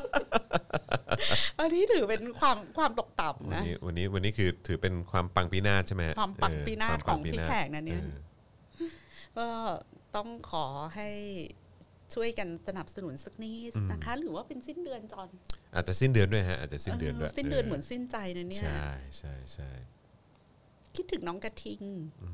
อันนี้ถือเป็นความความตกต่ำนะวันนี้วันนี้คือถือเป็นความปังปีนาศใช่ไหมความปังปีนาศของพี่แขกนั่นเนี่ยก็ต้องขอให้ช่วยกันสนับสนุนสักนิดนะคะหรือว่าเป็นสิ้นเดือนจอนอาจจะสิ้นเดือนด้วยฮะอาจจะสิ้นเดือนด้วยสิ้นเดือนเหมือนสิ้นใจนะเนี่ยใช่ใช่ใช่คิดถึงน้องกระทิง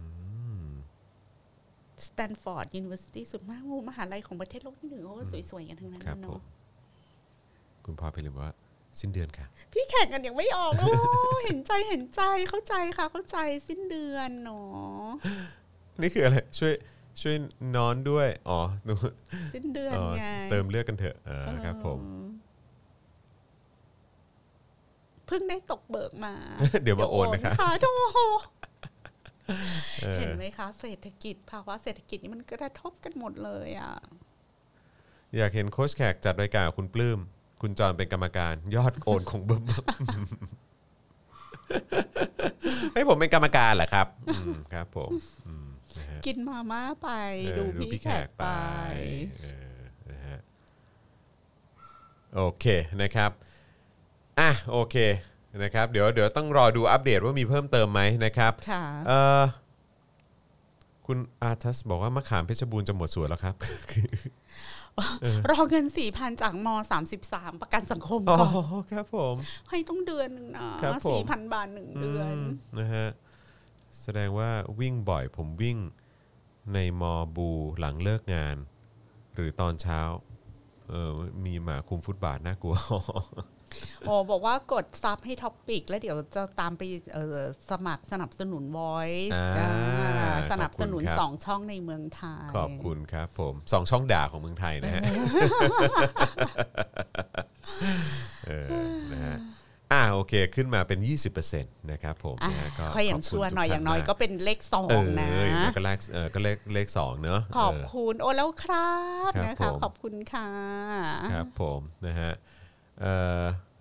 สแตนฟอร์ดยูนิเวอร์ซิตี้สุดมากมหาลัยของประเทศโลกที่หนึ่งโอ้สวยๆกันทั้งนั้นเนาะคุณพ่อพี่ลืมว่าสิ้นเดือนค่ะพี่แข่งกันยังไม่ออกโอ้เห็นใจเห็นใจเข้าใจค่ะเข้าใจสิ้นเดือนเนาะนี่คืออะไรช่วยช่วยนอนด้วยอ๋อสิ้นเดือนไงเติมเลือดกันเถอะครับผมเพิ่งได้ตกเบิกมาเดี๋ยวมาโอนนะคะค่ะโธ่เห็นไหมคะเศรษฐกิจภาวะเศรษฐกิจนี่มันกระทบกันหมดเลยอ่ะอยากเห็นโค้ชแขกจัดรายการคุณปลื้มคุณจอนเป็นกรรมการยอดโอนคงเบิ่มให้ผมเป็นกรรมการเหรอครับครับผมกินมาม่าไปดูพี่แขกไปโอเคนะครับอ่ะโอเคนะครับเดี๋ยวเดี๋ยวต้องรอดูอัปเดตว่ามีเพิ่มเติมไหมนะครับค่ะเอ่อคุณอาทัสบอกว่ามะขามเพชรบูรณ์จะหมดสวนแล้วครับรอเงิน สี่พัน จากมสามสิบสามประกันสังคมก่อนอ๋อครับผมให้ต้องเดือนนึงนะ สี่พัน บาทหนึ่งเดือนนะฮะแสดงว่าวิ่งบ่อยผมวิ่งในมอบูหลังเลิกงานหรือตอนเช้าเออมีหมาคุมฟุตบาทน่ากลัวโอ้บอกว่ากดซับให้ท็อปปิกแล้วเดี๋ยวจะตามไปสมัครสนับสนุน Voice สนับสนุนสองช่องในเมืองไทยขอบคุณครับผมสองช่องด่าของเมืองไทยนะฮะเออนะฮะอ่าโอเคขึ้นมาเป็น ยี่สิบเปอร์เซ็นต์ นะครับผมนะก็ค่อยอย่างชัวร์หน่อยอย่างน้อยก็เป็นเลขสองนะเออก็เลขเออก็เลขเลขสองเนอะขอบคุณโอ้แล้วครับนะคะขอบคุณค่ะครับผมนะฮะเอ่อ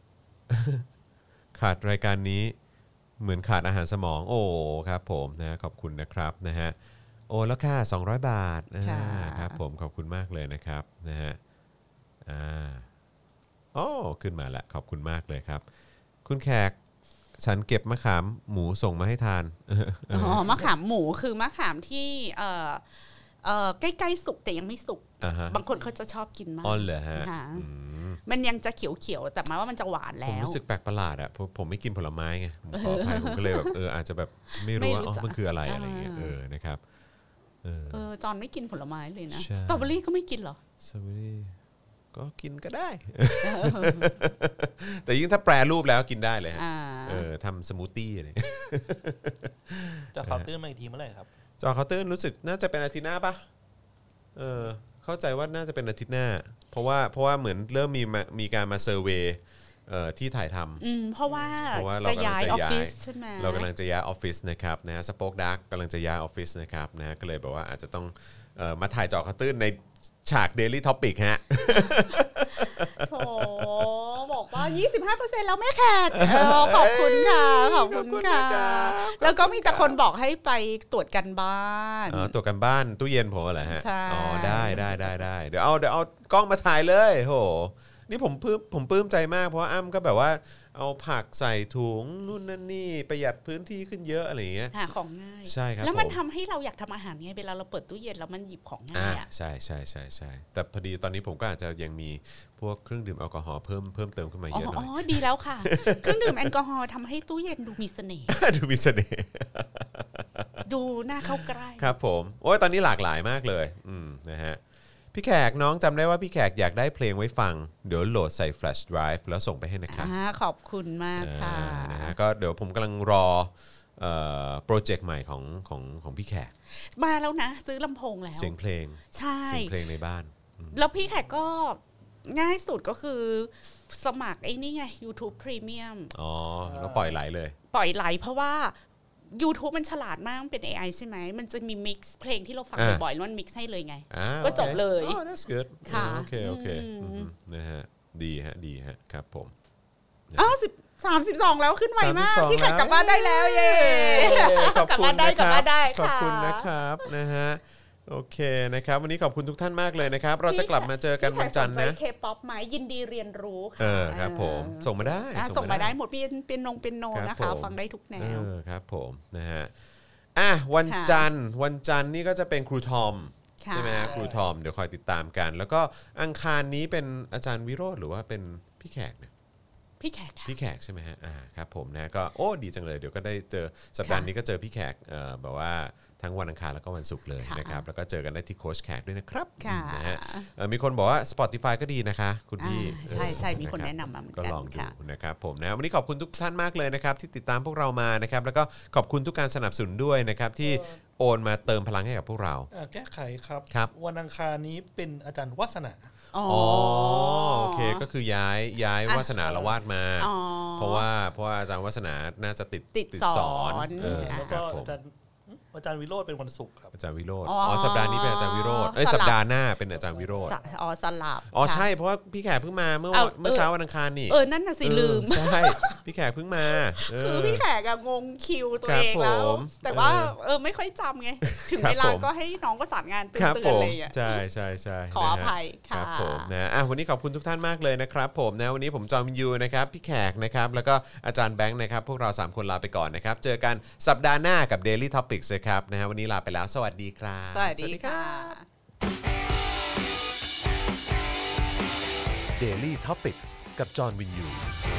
ขาดรายการนี้เหมือนขาดอาหารสมองโอ้ครับผมนะขอบคุณนะครับนะฮะโอ้แล้วค่ะสองร้อยบาทครับผมขอบคุณมากเลยนะครับนะฮะอ่าโอ้ขึ้นมาแล้วขอบคุณมากเลยครับคุณแขกฉันเก็บมะขามหมูส่งมาให้ทานอ๋อมะขามหมูคือมะขามที่เอ่อเอ่อใกล้ๆสุกแต่ยังไม่สุกบางคนเขาจะชอบกินมากอ๋อเหรอฮะมันยังจะเขียวๆแต่หมายว่ามันจะหวานแล้วผมรู้สึกแปลกประหลาดอ่ะผมผมไม่กินผลไม้ไงผมขออภัยผมก็เลยแบบเอออาจจะแบบไม่รู้ว่าอ๋อมันคืออะไรอะไรเงี้ยเออนะครับเออเออจอนไม่กินผลไม้เลยนะสตรอเบอรี่ก็ไม่กินเหรอสตรอเบอรี่ก็กินก็ได้แต่ยิ่งถ้าแปรรูปแล้วกินได้เลยฮะเออทำสมูทตี้อะไรจะข่าวตื้นมาอีกทีเมื่อไหร่ครับจอเคาน์เตอร์รู้สึกน่าจะเป็นอาทิตย์หน้าป่ะเออเข้าใจว่าน่าจะเป็นอาทิตย์หน้าเพราะว่าเพราะว่าเหมือนเริ่มมีมีการมาเซอร์เวย์เอ่อที่ถ่ายทำอืมเพราะว่าเพราะว่าเราจะกำลังย้ายจะออฟย้าฟิยศใช่ไหมเรากำลังจะย้ายออฟฟิศนะครับนะฮะสป็อคดักกำลังจะย้ายออฟฟิศนะครับนะก็เลยแบบว่าอาจจะต้องเอ่อมาถ่ายเจาะข่าวตื้นในฉาก Daily Topic ฮะโถบอกว่า ยี่สิบห้าเปอร์เซ็นต์ แล้วแม่แขกเออขอบคุณค่ะขอบคุณค่ะ แล้วก็มีแต่คนบอกให้ไปตรวจกันบ้านอ๋อตัวกันบ้านตู้เย็นผมเหรอฮะใช่อ๋อได้ได้ได้ได้เดี๋ยวเอาเดี๋ยวเอากล้องมาถ่ายเลยโหนี่ผมปลื้มผมปลื้มใจมากเพราะว่าอ้ำก็แบบว่าเอาผักใส่ถุงนู่นนั่นนี่ประหยัดพื้นที่ขึ้นเยอะอะไรอย่างเงี้ยหาของง่ายใช่ครับแล้วมันผมทำให้เราอยากทำอาหารไงเวลาเราเปิดตู้เย็นแล้วมันหยิบของง่าอ่ายอ่ะใช่ใช่ใช่ใช่แต่พอดีตอนนี้ผมก็อาจจะยังมีพวกเครื่องดื่มแอลกอฮอล์เพิ่มเพิ่มเติมขึ้นมาอ๋เยอะหน่ออยดีแล้วค่ะ เครื่องดื่มแอลกอฮอล์ทำให้ตู้เย็นดูมีเสน่ห์ดูมีเสน่ห์ดูน่าเข้าใกล้ครับผมโอ้ยตอนนี้หลากหลายมากเลยอืมนะฮะพี่แขกน้องจำได้ว่าพี่แขกอยากได้เพลงไว้ฟังเดี๋ยวโหลดใส่แฟลชไดรฟ์แล้วส่งไปให้นะครับอ่าขอบคุณมากค่ะอ่านะฮะก็เดี๋ยวผมกำลังรอเอ่อโปรเจกต์ใหม่ของของของพี่แขกมาแล้วนะ ซื้อลำโพงแล้วเสียงเพลงใช่เสียงเพลงในบ้านแล้วพี่แขกก็ง่ายสุดก็คือสมัครไอ้นี่ไง YouTube Premium อ๋อแล้วปล่อยไหลเลยปล่อยไหลเพราะว่า YouTube มันฉลาดมากมันเป็น เอ ไอ ใช่ไหมมันจะมีมิกซ์เพลงที่เราฟังอ่าบ่อยๆแล้วมันมิกซ์ให้เลยไงอ่าก็จบเลยโอค oh that's good ค่ะโอเคโอเคอืมอืมนะฮะดีฮะดีฮะครับผมอ้าวสิบสามสิบสองแล้วขึ้นไวมากสามสิบสองพี่แขกกลับบ้านได้แล้วเย้ขอบกลับคุณบ้านได้นะกคลับรับ้านได้ขอบค่ะคุณนะครับนะฮะโอเคนะครับวันนี้ขอบคุณทุกท่านมากเลยนะครับ เราจะกลับมาเจอกันวันจันทร์นะเคป๊อปไหมยินดีเรียนรู้ค่ะเออครับผมส่งมาได้อ่ะส่งมาได้หมดเป็นเป็นนงเป็นโนครับนะคะผมฟังได้ทุกแนเอวอครับผมนะฮะอ่ะวันค่ะจันทร์วันจันทร์นี่ก็จะเป็นครูทอมค่ะใช่ไหมฮะครูทอมเดี๋ยวคอยติดตามกัน แล้วก็อังคารนี้เป็นอาจารย์วิโรจน์หรือว่าเป็นพี่แขกเนี่ยพี่แขกค่ะพี่แขกใช่ไหมฮะอ่าครับผมนะก็โอ้ดีจังเลยเดี๋ยวก็ได้เจอสัปดาห์ค่ะนี้ก็เจอพี่แขกเอ่อแบบว่าทั้งวันอังคารแล้วก็วันศุกร์เลยค่ะนะครับแล้วก็เจอกันได้ที่โค้ชแขกด้วยนะครับค่ะนะฮะเอ่อมีคนบอกว่า Spotify ก็ดีนะคะคุณพี่อ่าใช่ใช่มีคนเออแนะนำมาเหมือนก็กันลองดูค่ะนะครับผมนะวันนี้ขอบคุณทุกท่านมากเลยนะครับที่ติดตามพวกเรามานะครับแล้วก็ขอบคุณทุกการสนับสนุนด้วยนะครับที่โอนมาเติมพลังให้กับพวกเราอ่าแก้ไขครับครับวันอังคารนี้เป็นอาจารย์วัฒนาอ๋ออ๋อโอเคก็คือย้ายย้ายอ่ะวาสนาละวาดมาอ๋อเพราะว่าเพราะว่าอาจารย์วัฒนาน่าจะติดติดสอนเออแล้วคก็รับผมอาจารย์อาจารย์วิโรจน์เป็นวันศุกร์ครับอาจารย์วิโรจน์อ๋อ๋ออ๋อสัปดาห์นี้เป็นอาจารย์วิโรจน์เอ้ยสลับสัปดาห์หน้าเป็นอาจารย์วิโรจน์สะอ๋อสลับอ๋อค่ะใช่เพราะว่าพี่แขกเพิ่งมาเมื่อเอาเมื่อเช้าวันอังคารนี่เออนั่นน่ะสิลืมเออใช่พี่แขกเพิ่งมาเออคือพี่แขกอะงงคิวตัวครับเองแล้วผมแต่ว่าเออเออไม่ค่อยจำไง ถึงครับเวลาผมก็ให้น้องประสานงานเตืครับอนผๆมอะไรอ่ะใช่ใช่ใช่ขออนะฮะภัยคค่ะรับผมนะอ่ะวันนี้ขอบคุณทุกท่านมากเลยนะครับผมนะวันนี้ผมจอมยูนะครับพี่แขกนะครับแล้วก็อาจารย์แบงค์นะครับพวกเราสามคนลาไปก่อนนะครับเจอกันสัปดาห์หน้ากับ Daily Topics นะครับนะฮะวันนี้ลาไปแล้วสวัสดีครับสวัสดีค่ะ Daily Topics กับจอห์นวินยู